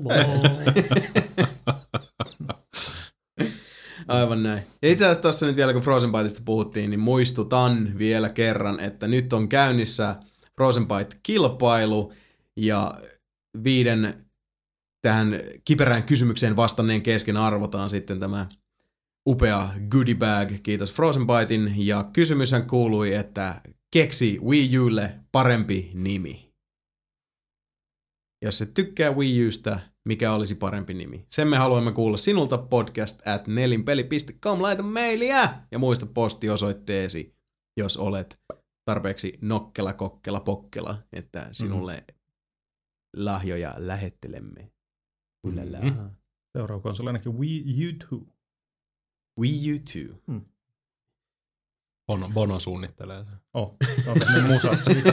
Aivan näin. Ja itse asiassa tuossa nyt vielä, kun Frozen Byteista puhuttiin, niin muistutan vielä kerran, että nyt on käynnissä Frozen Byte-kilpailu ja 5 tähän kiperään kysymykseen vastanneen kesken arvotaan sitten tämä upea goodie bag. Kiitos Frozen Bytein. Ja kysymyshän kuului, että keksi Wii Ulle parempi nimi. Jos et tykkää Wii Usta, mikä olisi parempi nimi? Sen me haluamme kuulla sinulta podcast@nelinpeli.com. Laita mailia ja muista postiosoitteesi, jos olet tarpeeksi nokkela, kokkela, pokkela, että sinulle lahjoja lähettelemme. Seuraava konsoli ainakin Wii U 2. Wii U 2. Bono suunnittelee sen. On ne musat siitä.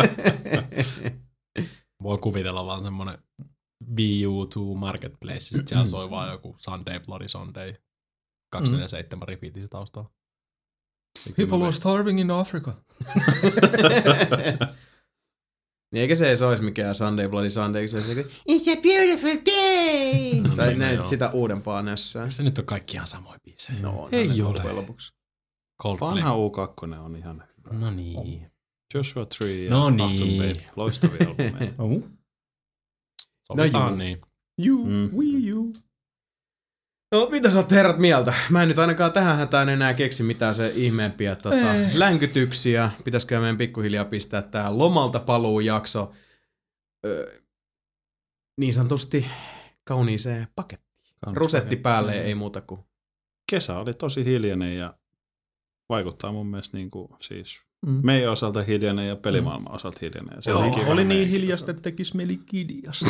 Voi kuvitella vaan semmonen Wii U 2 Marketplace, sit siellä soi vaan joku Sunday Bloody Sunday 247 repeatisi taustalla. People are starving in Africa. Niin eikä se olisi mikään Sunday Bloody Sunday, se olisi It's a beautiful day! Tai näin sitä uudempaa nössää. Se nyt on kaikki ihan samoja biisejä. No, ei ole. Lopuksi. Vanha U2 on ihan hyvä. No niin. Joshua Tree ja no niin. Bay. Loistavia albumeja. Sovitaan niin. Wii U. No, mitä sä oot herrat mieltä? Mä en nyt ainakaan tähän hätään enää keksi mitään se ihmeempiä länkytyksiä. Pitäisikö meidän pikkuhiljaa pistää tää lomalta paluujakso niin sanotusti kauniiseen pakettiin. Rusetti päälle ei muuta kuin. Kesä oli tosi hiljainen ja vaikuttaa mun mielestä niinku siis meidän osalta hiljainen ja pelimaailman osalta hiljainen. Ja se oli niin hiljasta, että tekis mieli kidiasta.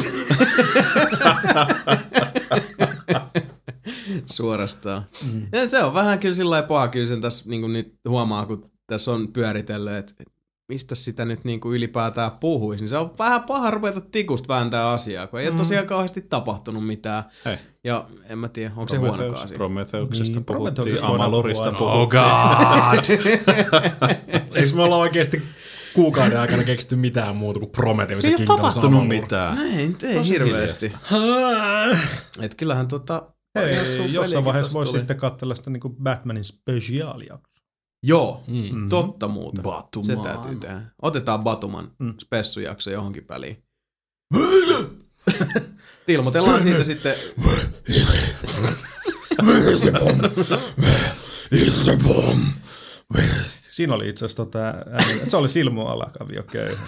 Suorastaan. Ja se on vähän kyllä sillä lailla paha, kyllä sen tässä niin nyt huomaa, kun tässä on pyöritellyt, että mistä sitä nyt niin kuin ylipäätään puhuisi, niin se on vähän paha ruveta tikusta vääntää asiaa, kun ei ole tosiaan kauheasti tapahtunut mitään. Hei. Ja en mä tiedä, onko se huono asia. Prometheuksesta niin, puhuttiin, Amalurista puhuttiin. Oh god! Eikö me olla oikeesti kuukauden aikana keksitty mitään muuta kuin Prometheus ja Kingdoms of Amalur? Ei ole tapahtunut mitään. Ei hirveästi. Et kyllähän Hei, jossain vaiheessa voisi sitten katsella sitä niin kuin Batmanin spesiaalijaksoa. Joo, totta muuten. Batuman. Se täytyy tehdä. Otetaan Batuman spessujakso johonkin väliin. Ilmoitellaan siitä sitten. Siinä oli itse asiassa se oli silmualakavio köyhä.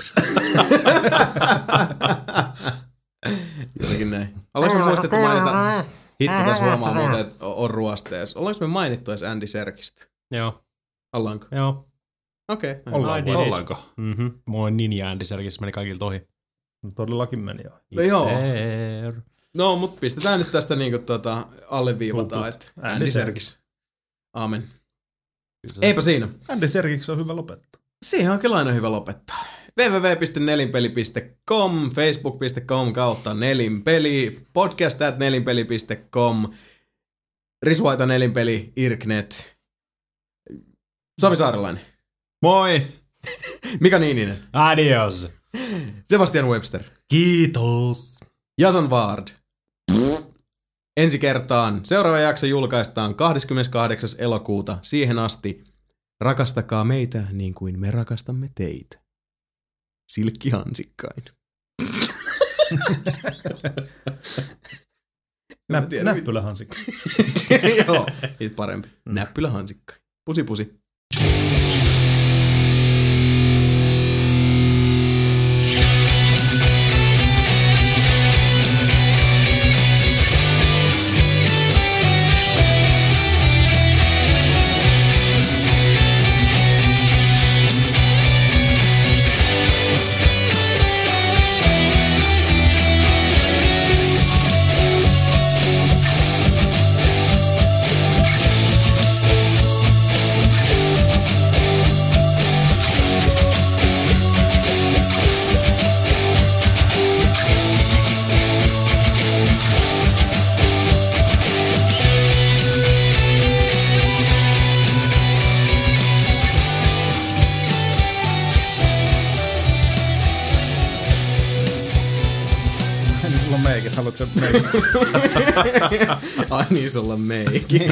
Jotenkin näin. Ollaanko me muistettu mainita? Hitto tässä huomaa muuten, että on ruosteessa. Ollaanko me mainittu edes Andy Serkistä? Joo. Ollaanko? Joo. Okei. Ollaanko? Mulla on Ninja Andy Serkis, meni kaikilta ohi. Todellakin meni jo. No joo. No, mutta pistetään nyt tästä niinku alleviivataan, että Andy Serkis. Aamen. Eipä siinä. Andy Serkis on hyvä lopettaa. Siihen on kyllä aina hyvä lopettaa. www.nelinpeli.com, facebook.com/nelinpeli, podcast@nelinpeli.com, Risuaita Nelinpeli, Irknet, Sami Saarelainen. Moi! Mika Niininen. Adios. Sebastian Webster. Kiitos. Jason Ward. Ensi kertaan. Seuraava jakso julkaistaan 28. elokuuta. Siihen asti rakastakaa meitä niin kuin me rakastamme teitä. Silkkihansikkain. Näppylähansikkain. Joo, parempi. Näppylähansikkain. Pusi pusi. Haluatko sä meikin? Ai niin, sulla on meikin.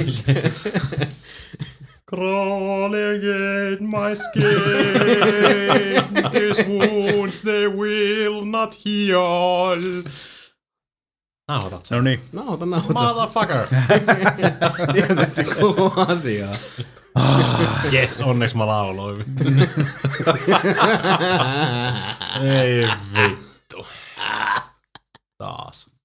Crawling in my skin, these wounds they will not heal. Nauhoitat sen. No niin. Nauhoita. Motherfucker. Tietysti kuuluu asiaa. Yes, onneksi mä lauloin. Ei vittu. Taas.